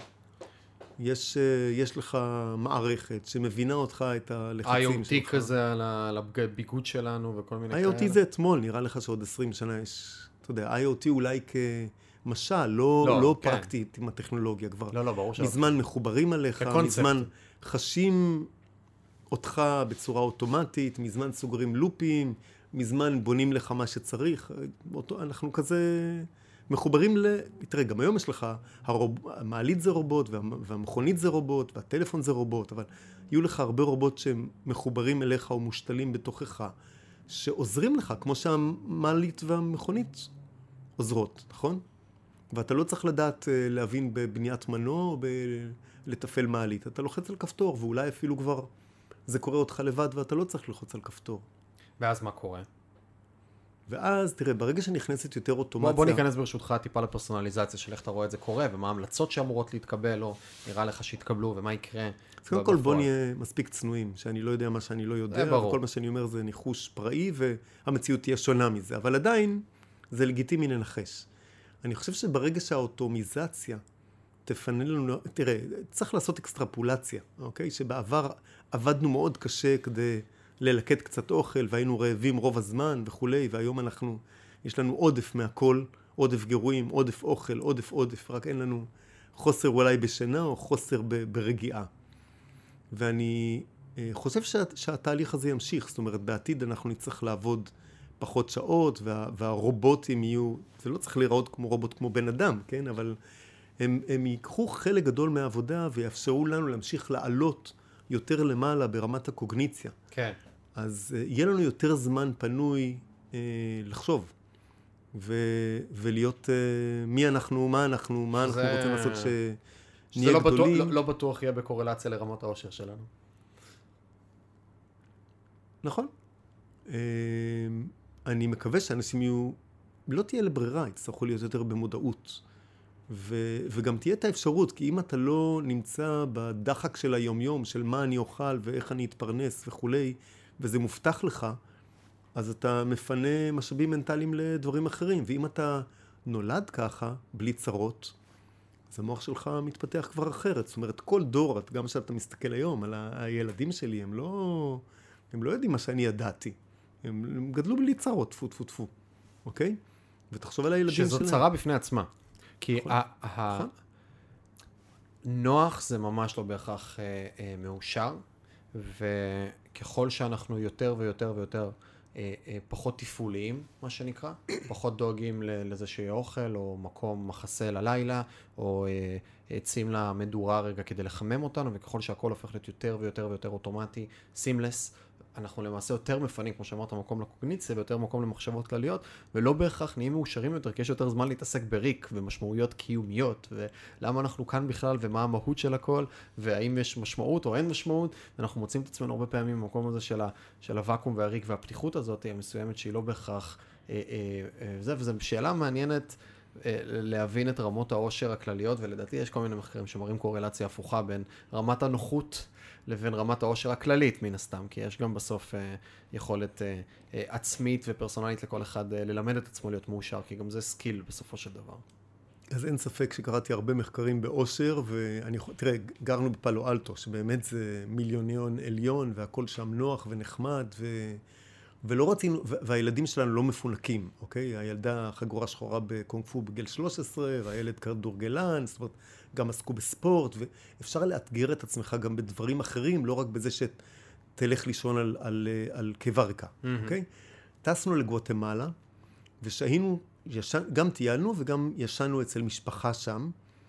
יש לך מערכת שמבינה אותך את הלחצים שלך. IoT כזה על הביגוד שלנו וכל מיני כאלה. IoT זה אתמול, נראה לך שעוד 20 שנה יש, אתה יודע, IoT אולי כמשל, לא כן. פרקטית עם הטכנולוגיה כבר. לא, ברור שלא. מזמן מחוברים עליך, מזמן חשים אותך בצורה אוטומטית, מזמן סוגרים לופים, מזמן בונים לך מה שצריך. אנחנו כזה מחוברים תראה, גם היום יש לך, המעלית זה רובוט, והמכונית זה רובוט, והטלפון זה רובוט, אבל יהיו לך הרבה רובוט שהם מחוברים אליך או מושתלים בתוכך, שעוזרים לך, כמו שהמעלית והמכונית עוזרות, נכון? ואתה לא צריך לדעת להבין בבניית מנוע או לתפעל מעלית. אתה לוחץ על כפתור, ואולי אפילו כבר זה קורה אותך לבד, ואתה לא צריך ללחוץ על כפתור. ואז מה קורה? ואז, תראה, ברגע שנכנסת יותר אוטומציה... בוא ניכנס ברשותך טיפה לפרסונליזציה של איך אתה רואה את זה קורה, ומה ההמלצות שאמורות להתקבל, או נראה לך שיתקבלו, ומה יקרה. אז קודם כל בוא נהיה מספיק צנועים, שאני לא יודע מה שאני לא יודע, וכל מה שאני אומר זה ניחוש פראי, והמציאות תהיה שונה מזה, אבל עדיין זה לגיטימי לנחש. אני חושב שברגע שהאוטומיזציה תפנה לנו, תראה, צריך לעשות אקסטרפולציה, אוקיי? שבעבר עבדנו מאוד קשה כדי ללקט קצת אוכל, והיינו רעבים רוב הזמן וכולי, והיום יש לנו עודף מהכל, עודף גירויים, עודף אוכל, עודף, רק אין לנו חוסר אולי בשינה או חוסר ברגיעה. ואני חושב שהתהליך הזה ימשיך, זאת אומרת, בעתיד אנחנו נצטרך לעבוד פחות שעות, והרובוטים יהיו, זה לא צריך להיראות כמו רובוט כמו בן אדם, כן? אבל הם ייקחו חלק גדול מהעבודה ויאפשרו לנו להמשיך לעלות יותר למעלה ברמת הקוגניציה. כן. אז יהיה לנו יותר זמן פנוי לחשוב, ולהיות מי אנחנו, מה אנחנו רוצים לעשות שנהיה גדולים. לא בטוח יהיה בקורלציה לרמות האושר שלנו. נכון. אני מקווה שאנשים לא תהיה לברירה, יצטרכו להיות יותר במודעות. וגם תהיה את האפשרות, כי אם אתה לא נמצא בדחק של היום-יום, של מה אני אוכל ואיך אני אתפרנס וכולי, וזה מובטח לך, אז אתה מפנה משאבים מנטליים לדברים אחרים. ואם אתה נולד ככה, בלי צרות, אז המוח שלך מתפתח כבר אחרת. זאת אומרת, כל דור, גם כשאתה מסתכל היום על הילדים שלי, הם לא יודעים מה שאני ידעתי. הם גדלו בלי צרות, טפו, אוקיי? ותחשוב על הילדים שלהם. שזו צרה בפני עצמה. כי נוח זה ממש לא בהכרח מאושר, וככל שאנחנו יותר ויותר ויותר פחות טיפוליים, מה שנקרא, פחות דואגים לזה שיהיה אוכל, או מקום מחסה ללילה, או עצים למדורה רגע כדי לחמם אותנו, וככל שהכל הופך להיות יותר ויותר ויותר אוטומטי, סימלס, אנחנו למעשה יותר מפנים, כמו שאמרת, מקום לקוגניציה, ויותר מקום למחשבות כלליות, ולא בהכרח נהיים מאושרים יותר, כי יש יותר זמן להתעסק בריק ומשמעויות קיומיות, ולמה אנחנו כאן בכלל, ומה המהות של הכל, והאם יש משמעות או אין משמעות, ואנחנו מוצאים את עצמנו הרבה פעמים במקום הזה של הוואקום והריק, והפתיחות הזאת המסוימת שהיא לא בהכרח וזו שאלה מעניינת להבין את רמות העושר הכלליות, ולדעתי יש כל מיני מחקרים שמראים קורלציה הפוכה בין רמת הנוחות לבין רמת העושר הכללית מן הסתם, כי יש גם בסוף יכולת עצמית ופרסונלית לכל אחד ללמד את עצמו להיות מאושר, כי גם זה סקיל בסופו של דבר. אז אין ספק שקראתי הרבה מחקרים בעושר, תראה, גרנו בפאלו אלטו, שבאמת זה מיליוניון עליון, והכל שם נוח ונחמד, ולא רצינו, והילדים שלנו לא מפונקים, אוקיי? הילדה חגורה שחורה בקונג פו בגיל 13, והילד כדורגלן, זאת אומרת, גם עסקו בספורט, ואפשר לאתגר את עצמך גם בדברים אחרים, לא רק בזה שתלך לישון על קיבה ריקה, אוקיי? טסנו לגואטמלה, ושהיינו, גם טיילנו וגם ישנו אצל משפחה שם,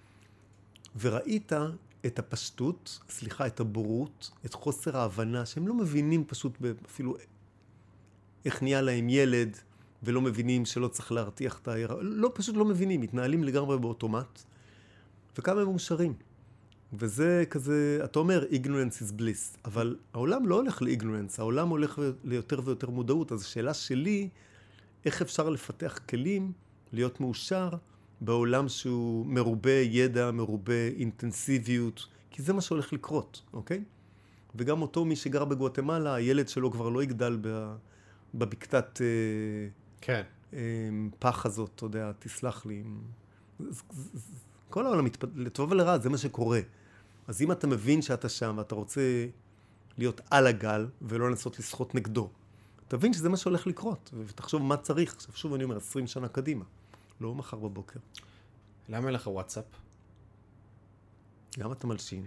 וראית את הפשטות, את הבורות, את חוסר ההבנה, שהם לא מבינים פשוט אפילו איך נהיה להם ילד, ולא מבינים שלא צריך להרתיח את לא, פשוט לא מבינים, מתנהלים לגמרי באוטומט, וכמה הם מאושרים. וזה כזה, אתה אומר, ignorance is bliss, אבל העולם לא הולך ל-ignorance, העולם הולך ליותר ויותר מודעות, אז השאלה שלי, איך אפשר לפתח כלים, להיות מאושר, בעולם שהוא מרובה ידע, מרובה אינטנסיביות, כי זה מה שהולך לקרות, אוקיי? וגם אותו מי שגר בגואטמלה, הילד שלו כבר לא יגדל בבקתת פח הזאת, אתה יודע, תסלח לי. כל העולם לטוב ולרע, זה מה שקורה. אז אם אתה מבין שאתה שם ואתה רוצה להיות על הגל ולא לנסות לשחות נגדו, תבין שזה מה שהולך לקרות, ותחשוב מה צריך. עכשיו שוב אני אומר, 20 שנה קדימה, לא מחר בבוקר. למה אין לך וואטסאפ? למה אתה מלשין?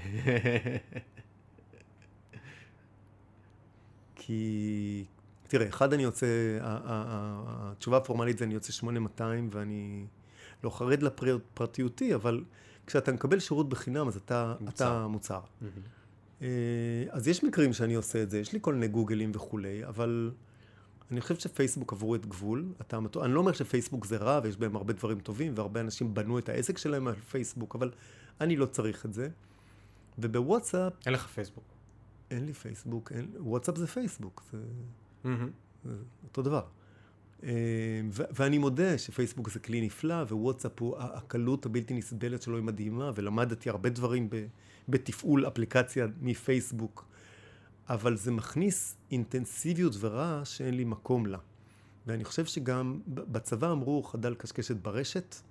כי תראה, אחד אני יוצא, התשובה הפורמלית זה אני יוצא 8200 ואני לא חרד לפרטיותי, אבל כשאתה מקבל שירות בחינם אז אתה מוצר. אז יש מקרים שאני עושה את זה, יש לי כל מיני גוגלים וכולי, אבל אני חושב שפייסבוק עברו את גבול. אני לא אומר שפייסבוק זה רע ויש בהם הרבה דברים טובים, והרבה אנשים בנו את העסק שלהם על פייסבוק, אבל אני לא צריך את זה. ובוואטסאפ... אין לך פייסבוק. אין לי פייסבוק, וואטסאפ זה פייסבוק, זה אותו דבר. ואני מודה שפייסבוק זה כלי נפלא, ווואטסאפ הוא הקלות הבלתי נסבלת שלו היא מדהימה, ולמדתי הרבה דברים בתפעול אפליקציה מפייסבוק, אבל זה מכניס אינטנסיביות ורעש שאין לי מקום לה. ואני חושב שגם בצבא אמרו חדל קשקשת ברשת,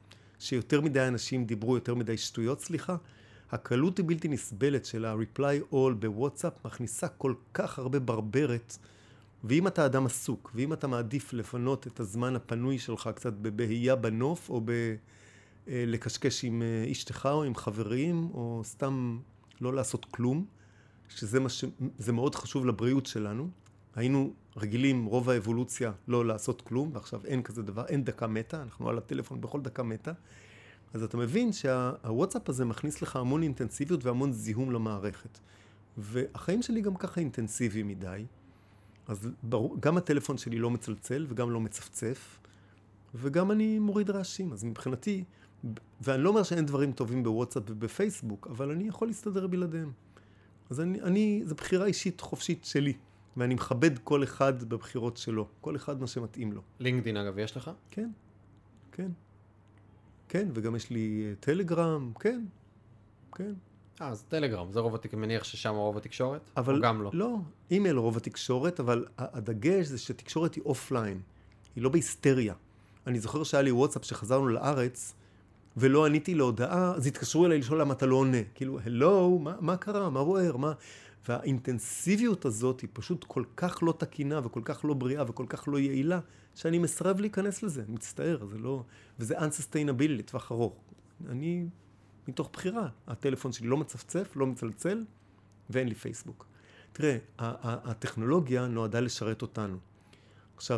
שיותר מדי אנשים דיברו יותר מדי שטויות, סליחה. הקלות היא בלתי נסבלת של ה-reply all בוואטסאפ מכניסה כל כך הרבה ברברת, ואם אתה אדם עסוק, ואם אתה מעדיף לפנות את הזמן הפנוי שלך קצת בבהייה בנוף, או לקשקש עם אשתך או עם חברים, או סתם לא לעשות כלום, זה מאוד חשוב לבריאות שלנו. היינו רגילים רוב האבולוציה לא לעשות כלום, ועכשיו אין כזה דבר, אין דקה מתה, אנחנו על הטלפון בכל דקה מתה. אז אתה מבין שהוואטסאפ הזה מכניס לך המון אינטנסיביות והמון זיהום למערכת. והחיים שלי גם ככה אינטנסיביים מדי, אז ברור, גם הטלפון שלי לא מצלצל וגם לא מצפצף, וגם אני מוריד רעשים. אז מבחינתי, ואני לא אומר שאין דברים טובים בוואטסאפ ובפייסבוק, אבל אני יכול להסתדר בלעדיהם. אז זו בחירה אישית חופשית שלי, ואני מכבד כל אחד בבחירות שלו, כל אחד מה שמתאים לו. לינקדין אגב, יש לך? כן, כן. כן, וגם יש לי טלגרם, כן, כן. אז טלגרם, זה רוב התקשורת, מניח ששם רוב התקשורת? אבל או גם לא? לא, אימייל רוב התקשורת, אבל הדגש זה שתקשורת היא אופליין, היא לא בהיסטריה. אני זוכר שהיה לי וואטסאפ שחזרנו לארץ, ולא עניתי להודעה, אז התקשרו אליי לשאול למה אתה לא עונה. כאילו, הלו, מה קרה? מה בוער? והאינטנסיביות הזאת היא פשוט כל כך לא תקינה וכל כך לא בריאה וכל כך לא יעילה, שאני מסרב להיכנס לזה, מצטער, זה לא, וזה unsustainable לטווח ארוך. אני, מתוך בחירה, הטלפון שלי לא מצפצף, לא מצלצל, ואין לי פייסבוק. תראה, הטכנולוגיה נועדה לשרת אותנו. עכשיו,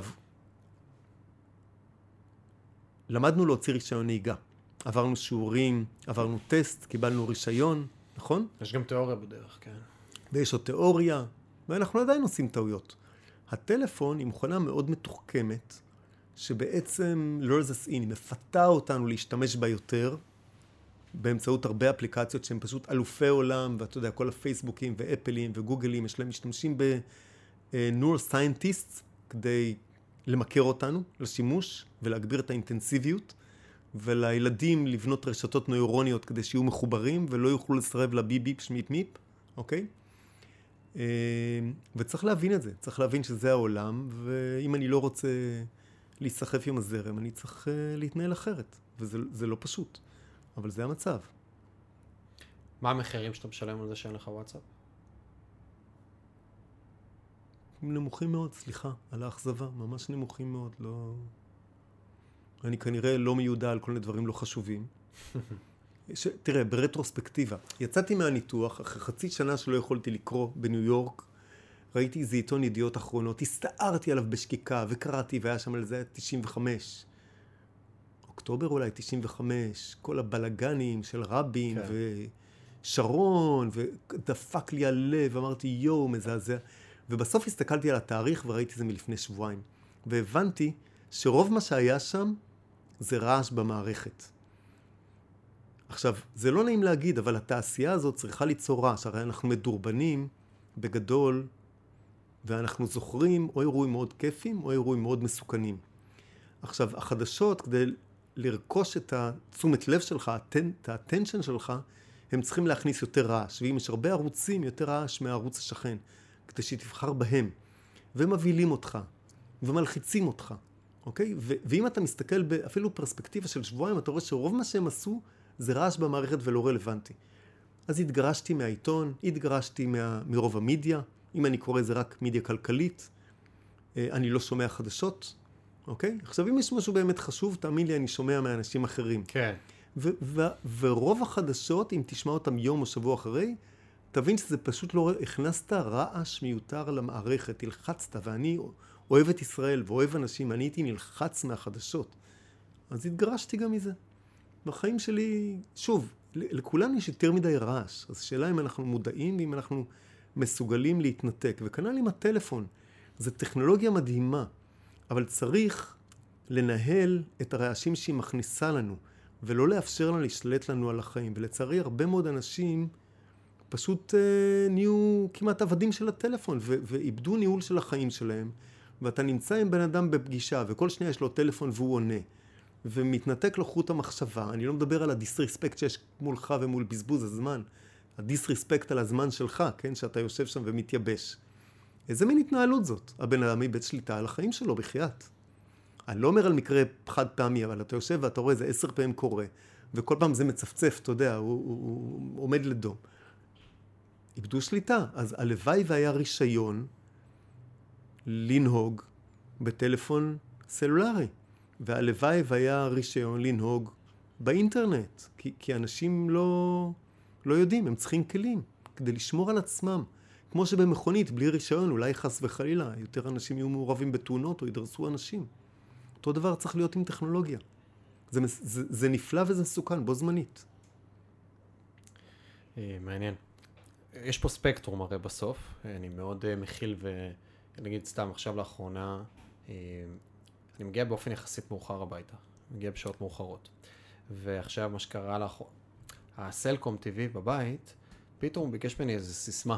למדנו להוציא רישיון נהיגה. עברנו שיעורים, עברנו טסט, קיבלנו רישיון, נכון? יש גם תיאוריה בדרך, כן. ויש עוד תיאוריה, ואנחנו עדיין עושים טעויות. הטלפון היא מכונה מאוד מתוחכמת, שבעצם lures us in, היא מפתה אותנו להשתמש בה יותר, באמצעות הרבה אפליקציות שהן פשוט אלופי עולם, ואתה יודע, כל הפייסבוקים ואפלים וגוגלים, יש להם משתמשים ב-neuroscientists, כדי למכר אותנו לשימוש, ולהגביר את האינטנסיביות, ולילדים לבנות רשתות נוירוניות כדי שיהיו מחוברים, ולא יוכלו לסרב לביפ ביפ שמיפ מיפ, אוקיי? וצריך להבין את זה, צריך להבין שזה העולם, ואם אני לא רוצה להיסחף עם הזרם, אני צריך להתנהל אחרת, וזה לא פשוט, אבל זה המצב. מה המחירים שאתה משלם על זה שאין לך וואטסאפ? נמוכים מאוד, סליחה, על האכזבה, ממש נמוכים מאוד, לא... אני כנראה לא מיודע על כל מיני דברים לא חשובים. תראה, ברטרוספקטיבה, יצאתי מהניתוח, אחרי חצי שנה שלא יכולתי לקרוא בניו יורק, ראיתי איזה עיתון ידיעות אחרונות, הסתערתי עליו בשקיקה וקראתי, והיה שם על זה 95. אוקטובר אולי 95, כל הבלגנים של רבין כן. ושרון, ודפק לי הלב, אמרתי יואו, מזעזע. ובסוף הסתכלתי על התאריך וראיתי זה מלפני שבועיים. והבנתי שרוב מה שהיה שם זה רעש במערכת. עכשיו, זה לא נעים להגיד, אבל התעשייה הזאת צריכה ליצור רעש. הרי אנחנו מדורבנים בגדול, ואנחנו זוכרים או אירועים מאוד כיפים או אירועים מאוד מסוכנים. עכשיו, החדשות, כדי לרכוש את התשומת לב שלך, את האטנשן שלך, הם צריכים להכניס יותר רעש. ואם יש הרבה ערוצים, יותר רעש מהערוץ השכן, כדי שתבחר בהם. ומבהילים אותך, ומלחיצים אותך. אוקיי? ואם אתה מסתכל אפילו פרספקטיבה של שבועיים, אתה רואה שרוב מה שהם עשו, זה רעש במערכת ולא רלוונטי. אז התגרשתי מהעיתון, התגרשתי מרוב המדיה, אם אני קורא זה רק מדיה כלכלית, אני לא שומע חדשות, אוקיי? עכשיו, אם יש משהו באמת חשוב, תאמין לי, אני שומע מאנשים אחרים. כן. ורוב החדשות, אם תשמע אותם יום או שבוע אחרי, תבין שזה פשוט לא... הכנסת רעש מיותר למערכת, הלחצת, ואני אוהב את ישראל ואוהב אנשים, אני הייתי נלחץ מהחדשות. אז התגרשתי גם מזה. בחיים שלי, שוב, לכולם יש יותר מדי רעש, אז שאלה אם אנחנו מודעים ואם אנחנו מסוגלים להתנתק, וכנ"ל עם הטלפון, זו טכנולוגיה מדהימה, אבל צריך לנהל את הרעשים שהיא מכניסה לנו, ולא לאפשר לה להשתלט לנו על החיים, ולצערי הרבה מאוד אנשים פשוט נהיו כמעט עבדים של הטלפון, ואיבדו ניהול של החיים שלהם, ואתה נמצא עם בן אדם בפגישה, וכל שנייה יש לו טלפון והוא עונה, ומתנתק לו חוט המחשבה. אני לא מדבר על הדיסרספקט שיש מולך ומול בזבוז הזמן, הדיסרספקט על הזמן שלך, כן, שאתה יושב שם ומתייבש. איזה מין התנהלות זאת? הבן אדם איבד שליטה על החיים שלו, בחייאת. אני לא אומר על מקרה חד פעמי, אבל אתה יושב ואתה רואה, זה 10 פעמים קורה, וכל פעם זה מצפצף, אתה יודע, הוא עומד לדום. איבדו שליטה, אז הלוואי והיה רישיון לנהוג בטלפון סלולרי, והלוואי והיה רישיון לנהוג באינטרנט, כי אנשים לא יודעים, הם צריכים כלים כדי לשמור על עצמם. כמו שבמכונית, בלי רישיון, אולי חס וחלילה, יותר אנשים יהיו מעורבים בתאונות או ידרסו אנשים. אותו דבר צריך להיות עם טכנולוגיה. זה נפלא וזה מסוכן, בו זמנית. מעניין. יש פה ספקטרום הרי בסוף, אני מאוד מכיל ונגיד סתם עכשיו לאחרונה, אני מגיע באופן יחסית מאוחר הביתה, מגיע בשעות מאוחרות. ועכשיו מה שקרה לאחרונה, הסלקום TV בבית, פתאום הוא ביקש ממני איזו סיסמה.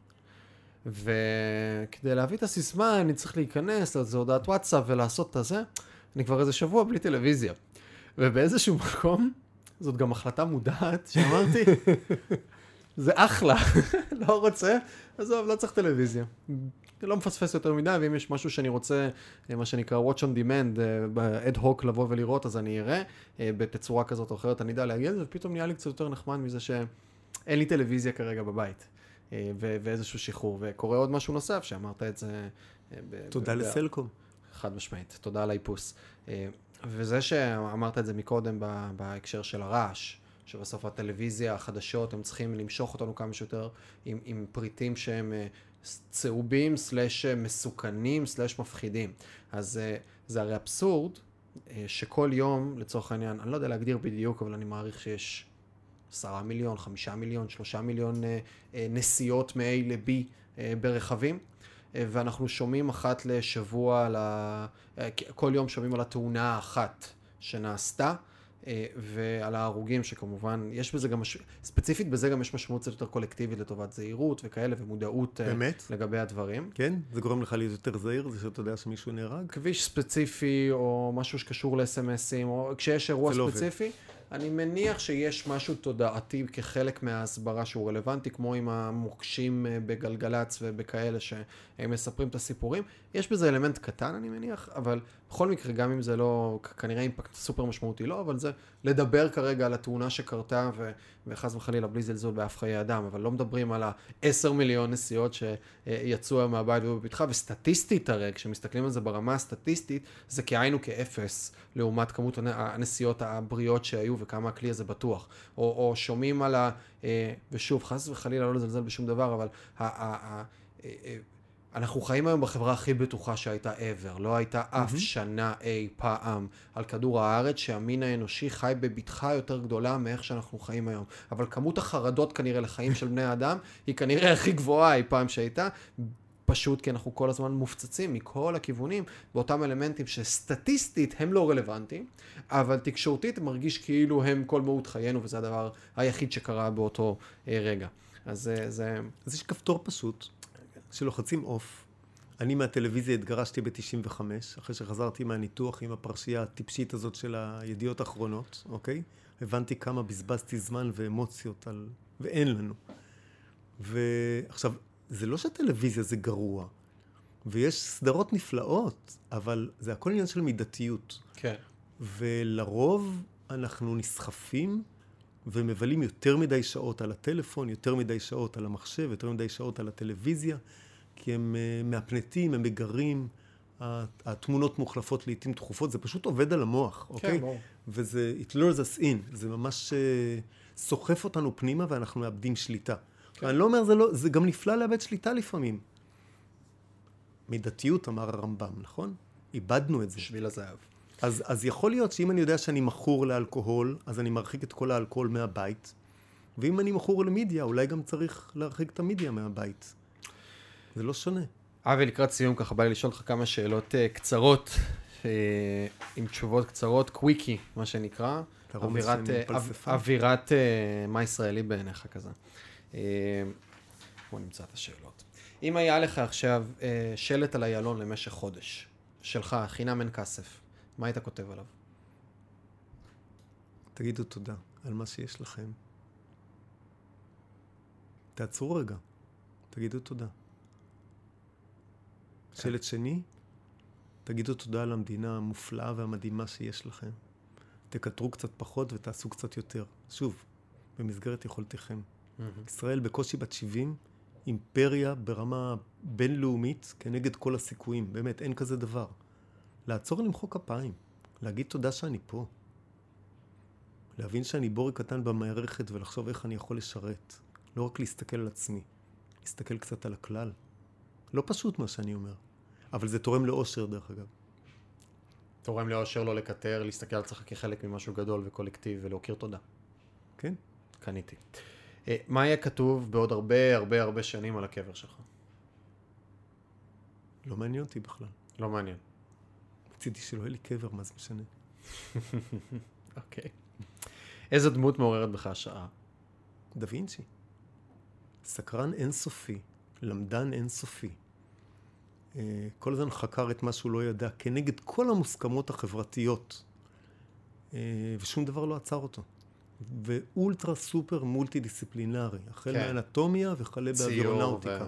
וכדי להביא את הסיסמה אני צריך להיכנס לאיזו הודעת וואטסאפ ולעשות את הזה. אני כבר איזה שבוע בלי טלוויזיה. ובאיזשהו מקום, זאת גם החלטה מודעת שאמרתי, זה אחלה, לא רוצה, עזוב, לא צריך טלוויזיה. לא מפספס יותר מדי, ואם יש משהו שאני רוצה, מה שנקרא watch on demand, ב-ad hoc לבוא ולראות, אז אני אראה, בתצורה כזאת או אחרת, אני יודע להגיע לזה, ופתאום נהיה לי קצת יותר נחמד מזה שאין לי טלוויזיה כרגע בבית, ואיזשהו שחרור. וקורה עוד משהו נוסף, שאמרת את זה... תודה לסלקום. חד משמעית, תודה על האיפוס. וזה שאמרת את זה מקודם בהקשר של הרעש, שבסוף הטלוויזיה, החדשות, הם צריכים למשוך אותנו כמה שיותר עם פריטים שהם צהובים, סלש מסוכנים, סלש מפחידים. אז זה הרי אבסורד שכל יום, לצורך העניין, אני לא יודע להגדיר בדיוק, אבל אני מעריך שיש 10 מיליון, 5 מיליון, 3 מיליון נסיעות מ-A ל-B ברכבים. ואנחנו שומעים אחת לשבוע, כל יום שומעים על התאונה האחת שנעשתה, ועל ההרוגים שכמובן, יש בזה גם, ספציפית בזה גם יש משמעות יותר קולקטיבית לטובת זהירות וכאלה, ומודעות באמת? לגבי הדברים. כן? זה גורם לך להיות יותר זהיר, זה שאתה יודע שמישהו נהרג? כביש ספציפי, או משהו שקשור ל-SMSים, או כשיש אירוע ספציפי, אני מניח שיש משהו תודעתי כחלק מההסברה שהוא רלוונטי, כמו עם המוקשים בגלגלץ ובכאלה שהם מספרים את הסיפורים. יש בזה אלמנט קטן, אני מניח, אבל בכל מקרה, גם אם זה לא, כנראה אימפקט סופר משמעותי לא, אבל זה לדבר כרגע על התאונה שקרתה, וחס וחלילה בלי זלזול באף חיי אדם, אבל לא מדברים על 10 מיליון נסיעות שיצאו מהבית ובפתחה, וסטטיסטית הרי, כשמסתכלים על זה ברמה הסטטיסטית, זה כעיינו כאפס, לעומת כמות הנסיעות הבריאות שהיו, וכמה הכלי הזה בטוח. או שומעים על ושוב, חס וחלילה לא לזלזל בשום דבר, אבל אנחנו חיים היום בחברה הכי בטוחה שהייתה ever. לא הייתה אף שנה אי פעם על כדור הארץ שהמין האנושי חי בבטחה יותר גדולה מאיך שאנחנו חיים היום. אבל כמות החרדות כנראה לחיים של בני האדם היא כנראה הכי גבוהה אי פעם שהייתה. פשוט כי אנחנו כל הזמן מופצצים מכל הכיוונים באותם אלמנטים שסטטיסטית הם לא רלוונטיים, אבל תקשורתית מרגיש כאילו הם כל מהות חיינו, וזה הדבר היחיד שקרה באותו רגע. אז יש כפתור פשוט. שלוחצים אוף. אני מהטלוויזיה התגרשתי ב-95, אחרי שחזרתי מהניתוח עם הפרשייה הטיפשית הזאת של הידיעות האחרונות, אוקיי? הבנתי כמה בזבזתי זמן ואמוציות ואין לנו. ועכשיו, זה לא שהטלוויזיה זה גרוע, ויש סדרות נפלאות, אבל זה הכל עניין של מידתיות. כן. ולרוב אנחנו נסחפים ומבלים יותר מדי שעות על הטלפון, יותר מדי שעות על המחשב, יותר מדי שעות על הטלוויזיה, כי הם מהפנטים, הם מגרים, התמונות מוחלפות לעתים תכופות, זה פשוט עובד על המוח, אוקיי? כן, ברור. וזה, it lures us in, זה ממש סוחף אותנו פנימה ואנחנו מאבדים שליטה. כן. אני לא אומר, זה גם נפלא לאבד שליטה לפעמים. מידתיות, אמר הרמב"ם, נכון? איבדנו את זה. שביל הזהב. אז יכול להיות שאם אני יודע שאני מכור לאלכוהול, אז אני מרחיק את כל האלכוהול מהבית, ואם אני מכור למדיה, אולי גם צריך להרחיק את המדיה מהבית. זה לא שונה. אבי, לקראת סיום, ככה בא לי לשאול לך כמה שאלות קצרות, עם תשובות קצרות, קוויקי, מה שנקרא. אווירת מה ישראלי בעיניך כזה. בוא נמצא את השאלות. אם היה לך עכשיו שלט על איילון למשך חודש, שלך, חינם אין כסף, מה היית כותב עליו? תגידו תודה על מה שיש לכם. תעצרו רגע. תגידו תודה. שלט שני, תגידו תודה על המדינה המופלאה והמדהימה שיש לכם. תקטרו קצת פחות ותעשו קצת יותר. שוב, במסגרת יכולתכם. ישראל בקושי בת 70, אימפריה ברמה בינלאומית כנגד כל הסיכויים. באמת, אין כזה דבר. לעצור למחוא כפיים. להגיד תודה שאני פה. להבין שאני בורג קטן במערכת ולחשוב איך אני יכול לשרת. לא רק להסתכל על עצמי. להסתכל קצת על הכלל. לא פשוט מה שאני אומר. אבל זה תורם לאושר דרך אגב. תורם לאושר לא לקטר, להסתכל על עצמך כחלק ממשהו גדול וקולקטיב ולהוקיר תודה. כן. קניתי. מה יהיה כתוב בעוד הרבה הרבה הרבה שנים על הקבר שלך? לא מעניין אותי בכלל. לא מעניין. רציתי שלא יהיה לי קבר, מה זה משנה? אוקיי. איזו דמות מעוררת בך השראה? דה וינצ'י. סקרן אינסופי, למדן אינסופי. כל הזמן חקר את מה שהוא לא ידע, כנגד כל המוסכמות החברתיות. ושום דבר לא עצר אותו. ואולטרה סופר מולטי דיסציפלינרי. החל מהאנטומיה וכלה באווירונאוטיקה.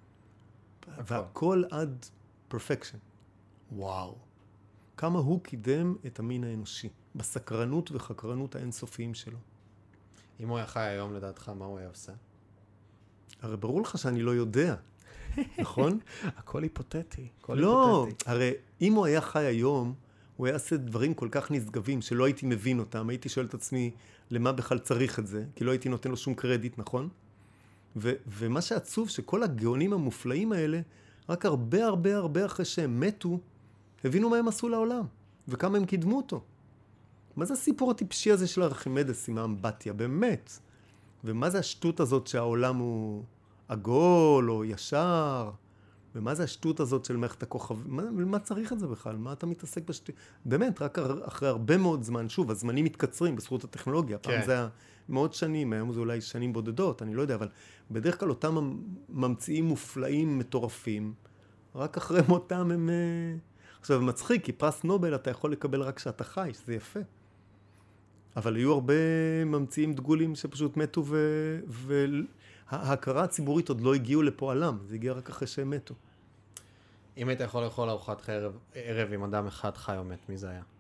והכל עד פרפקשן. וואו. כמה הוא קידם את המין האנושי. בסקרנות וחקרנות האינסופיים שלו. אם הוא היה חי היום לדעתך, מה הוא היה עושה? הרי ברור לך שאני לא יודע. נכון? הכל היפותטי. לא, הרי אם הוא היה חי היום, הוא היה עושה דברים כל כך נשגבים, שלא הייתי מבין אותם. הייתי שואל את עצמי, למה בכלל צריך את זה? כי לא הייתי נותן לו שום קרדיט, נכון? ומה שעצוב, שכל הגאונים המופלאים האלה, רק הרבה הרבה הרבה אחרי שהם מתו, הבינו מה הם עשו לעולם, וכמה הם קידמו אותו. מה זה הסיפור הטיפשי הזה של ארכימדס עם האמבטיה? באמת. ומה זה השטות הזאת שהעולם הוא עגול או ישר? ומה זה השטות הזאת של מערכת הכוכב? מה צריך את זה בכלל? מה אתה מתעסק בשטות? באמת, רק אחרי הרבה מאוד זמן, שוב, הזמנים מתקצרים בזכות הטכנולוגיה. פעם זה היה מאות שנים, היום זה אולי שנים בודדות, אני לא יודע, אבל בדרך כלל אותם ממציאים מופלאים מטורפים, רק אחרי מותם הם... עכשיו, מצחיק, כי פרס נובל אתה יכול לקבל רק כשאתה חי, שזה יפה. אבל היו הרבה ממציאים דגולים שפשוט מתו וההכרה הציבורית עוד לא הגיעו לפועלם, זה הגיע רק אחרי שהם מתו. אם היית יכול לאכול ארוחת ערב עם אדם אחד חי או מת, מי זה היה?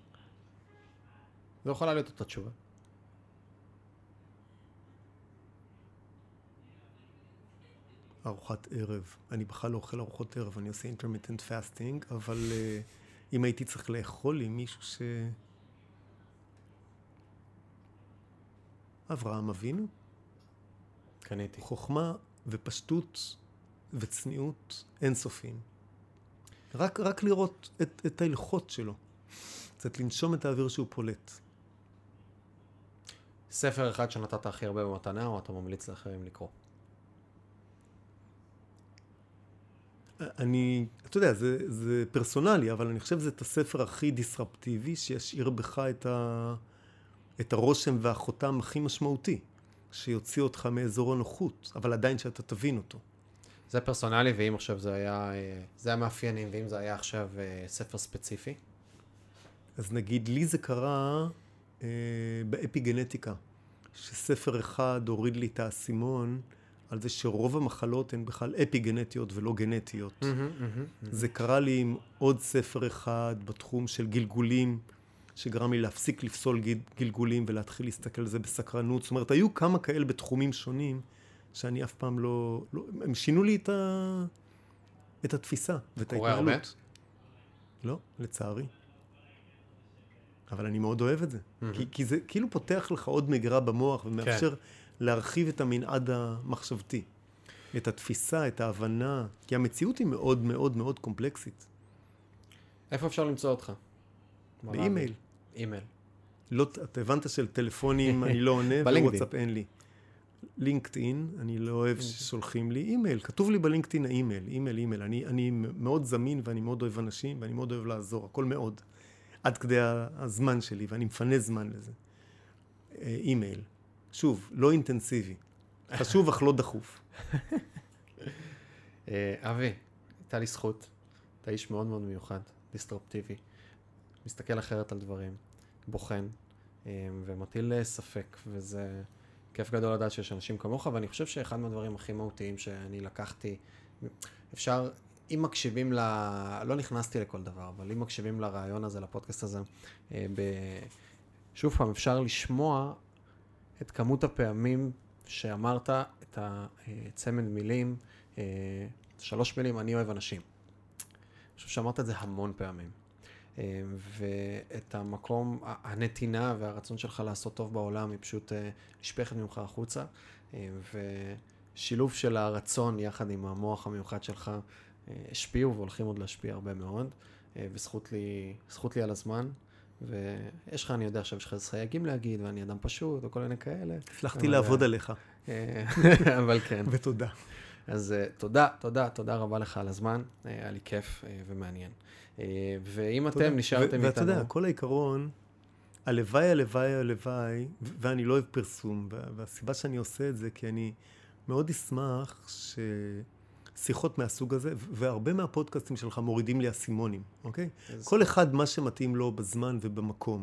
זו יכולה להיות אותה תשובה. ארוחת ערב. אני בכלל לא אוכל ארוחות ערב, אני עושה intermittent fasting, אבל אם הייתי צריך לאכול עם מישהו אברהם אבינו? קניתי. חוכמה ופשטות וצניעות אינסופיים. רק לראות את ההלכות שלו. קצת לנשום את האוויר שהוא פולט. ספר אחד שנתת הכי הרבה במתנה, או אתה ממליץ לאחרים לקרוא? אתה יודע, זה פרסונלי, אבל אני חושב שזה את הספר הכי דיסרפטיבי, שישאיר בך את הרושם והחותם הכי משמעותי, שיוציא אותך מאזור הנוחות, אבל עדיין שאתה תבין אותו. זה פרסונלי, ואם עכשיו זה המאפיינים, ואם זה היה עכשיו ספר ספציפי? אז נגיד, לי זה קרה באפיגנטיקה, שספר אחד הוריד לי את האסימון, על זה שרוב המחלות הן בכלל אפיגנטיות ולא גנטיות. זה קרה לי עם עוד ספר אחד בתחום של גלגולים, שגרם לי להפסיק לפסול גלגולים ולהתחיל להסתכל על זה בסקרנות. זאת אומרת, היו כמה כאלה בתחומים שונים, שאני אף פעם לא הם שינו לי את התפיסה ואת ההתנהלות. קורה הרבה? לא, לצערי. אבל אני מאוד אוהב את זה. כי זה כאילו פותח לך עוד מגירה במוח ומאפשר להרחיב את המנעד המחשבתי. את התפיסה, את ההבנה. כי המציאות היא מאוד מאוד מאוד קומפלקסית. איפה אפשר למצוא אותך? באימייל. אימייל. לא, אתה הבנת של טלפונים אני לא עונה, ווואטסאפ אין לי. לינקדאין, אני לא אוהב ששולחים לי אימייל. כתוב לי בלינקדאין האימייל, אימייל. אני מאוד זמין ואני מאוד אוהב אנשים ואני מאוד אוהב לעזור, הכל מאוד. עד כדי הזמן שלי, ואני מפנה זמן לזה. אימייל. שוב, לא אינטנסיבי. חשוב אך לא דחוף. אבי, הייתה לי זכות. אתה איש מאוד מאוד מיוחד, דיסטרפטיבי. מסתכל אחרת על דברים, בוחן, ומטיל ספק, וזה כיף גדול לדעת שיש אנשים כמוך, ואני חושב שאחד מהדברים הכי מהותיים שאני לקחתי, אפשר, אם מקשיבים לא נכנסתי לכל דבר, אבל אם מקשיבים לרעיון הזה, לפודקאסט הזה, שוב פעם, אפשר לשמוע את כמות הפעמים שאמרת את הצמד מילים, 3 מילים, אני אוהב אנשים. אני חושב שאמרת את זה המון פעמים. ואת המקום, הנתינה והרצון שלך לעשות טוב בעולם, היא פשוט נשפכת ממך החוצה, ושילוב של הרצון יחד עם המוח המיוחד שלך השפיעו והולכים עוד להשפיע הרבה מאוד, וזכות לי על הזמן, ויש לך, אני יודע, עכשיו יש לך סייגים להגיד, ואני אדם פשוט, וכל מיני כאלה. הצלחתי לעבוד עליך. אבל כן. ותודה. אז תודה רבה לך על הזמן, היה לי כיף ומעניין. ואם אתם נשארתם איתנו... ואתה יודע, כל העיקרון, הלוואי, ואני לא אוהב פרסום, והסיבה שאני עושה את זה, כי אני מאוד אשמח שיחות מהסוג הזה, והרבה מהפודקאסטים שלך מורידים לי אסימונים, אוקיי? כל אחד מה שמתאים לו בזמן ובמקום.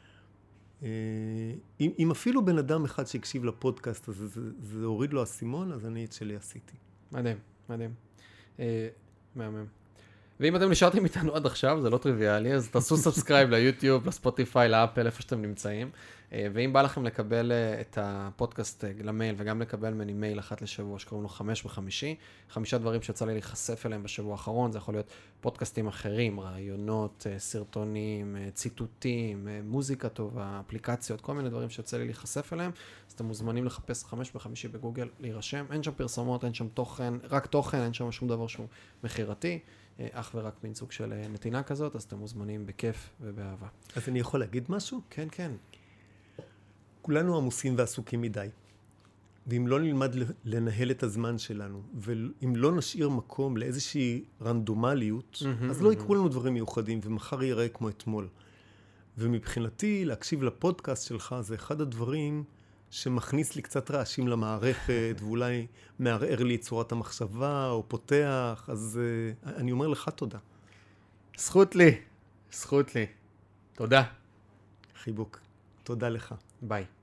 אם אפילו בן אדם אחד שהקשיב לפודקאסט הזה, זה הוריד לו אסימון, אז אני את שלי עשיתי. מדהים. מהמם. ואם אתם נשארתם איתנו עד עכשיו, זה לא טריוויאלי, אז תעשו סאבסקרייב ליוטיוב, לספוטיפיי, לאפל, איפה שאתם נמצאים. ואם בא לכם לקבל את הפודקאסט למייל, וגם לקבל ממני מייל אחת לשבוע, שקוראים לו 5 ב-5, 5 דברים שיצא לי להיחשף אליהם בשבוע האחרון, זה יכול להיות פודקאסטים אחרים, רעיונות, סרטונים, ציטוטים, מוזיקה טובה, אפליקציות, כל מיני דברים שיוצא לי להיחשף אליהם, אז אתם מוזמנים לחפש 5 ב-5 בגוגל, להירשם. אין שם פרסומות, אין שם תוכן, רק תוכן, אין שם שום דבר שהוא מחירתי. אך ורק מן סוג של נתינה כזאת, אז אתם מוזמנים בכיף ובאהבה. אז אני יכול להגיד משהו? כן. כולנו עמוסים ועסוקים מדי. ואם לא נלמד לנהל את הזמן שלנו, ואם לא נשאיר מקום לאיזושהי רנדומליות, אז לא יקרו לנו דברים מיוחדים, ומחר ייראה כמו אתמול. ומבחינתי, להקשיב לפודקאסט שלך, זה אחד הדברים שמכניס לי קצת רעשים למערכת, ואולי מערער לי את צורת המחשבה, או פותח, אז אני אומר לך תודה. זכות לי. תודה. חיבוק. תודה לך. ביי.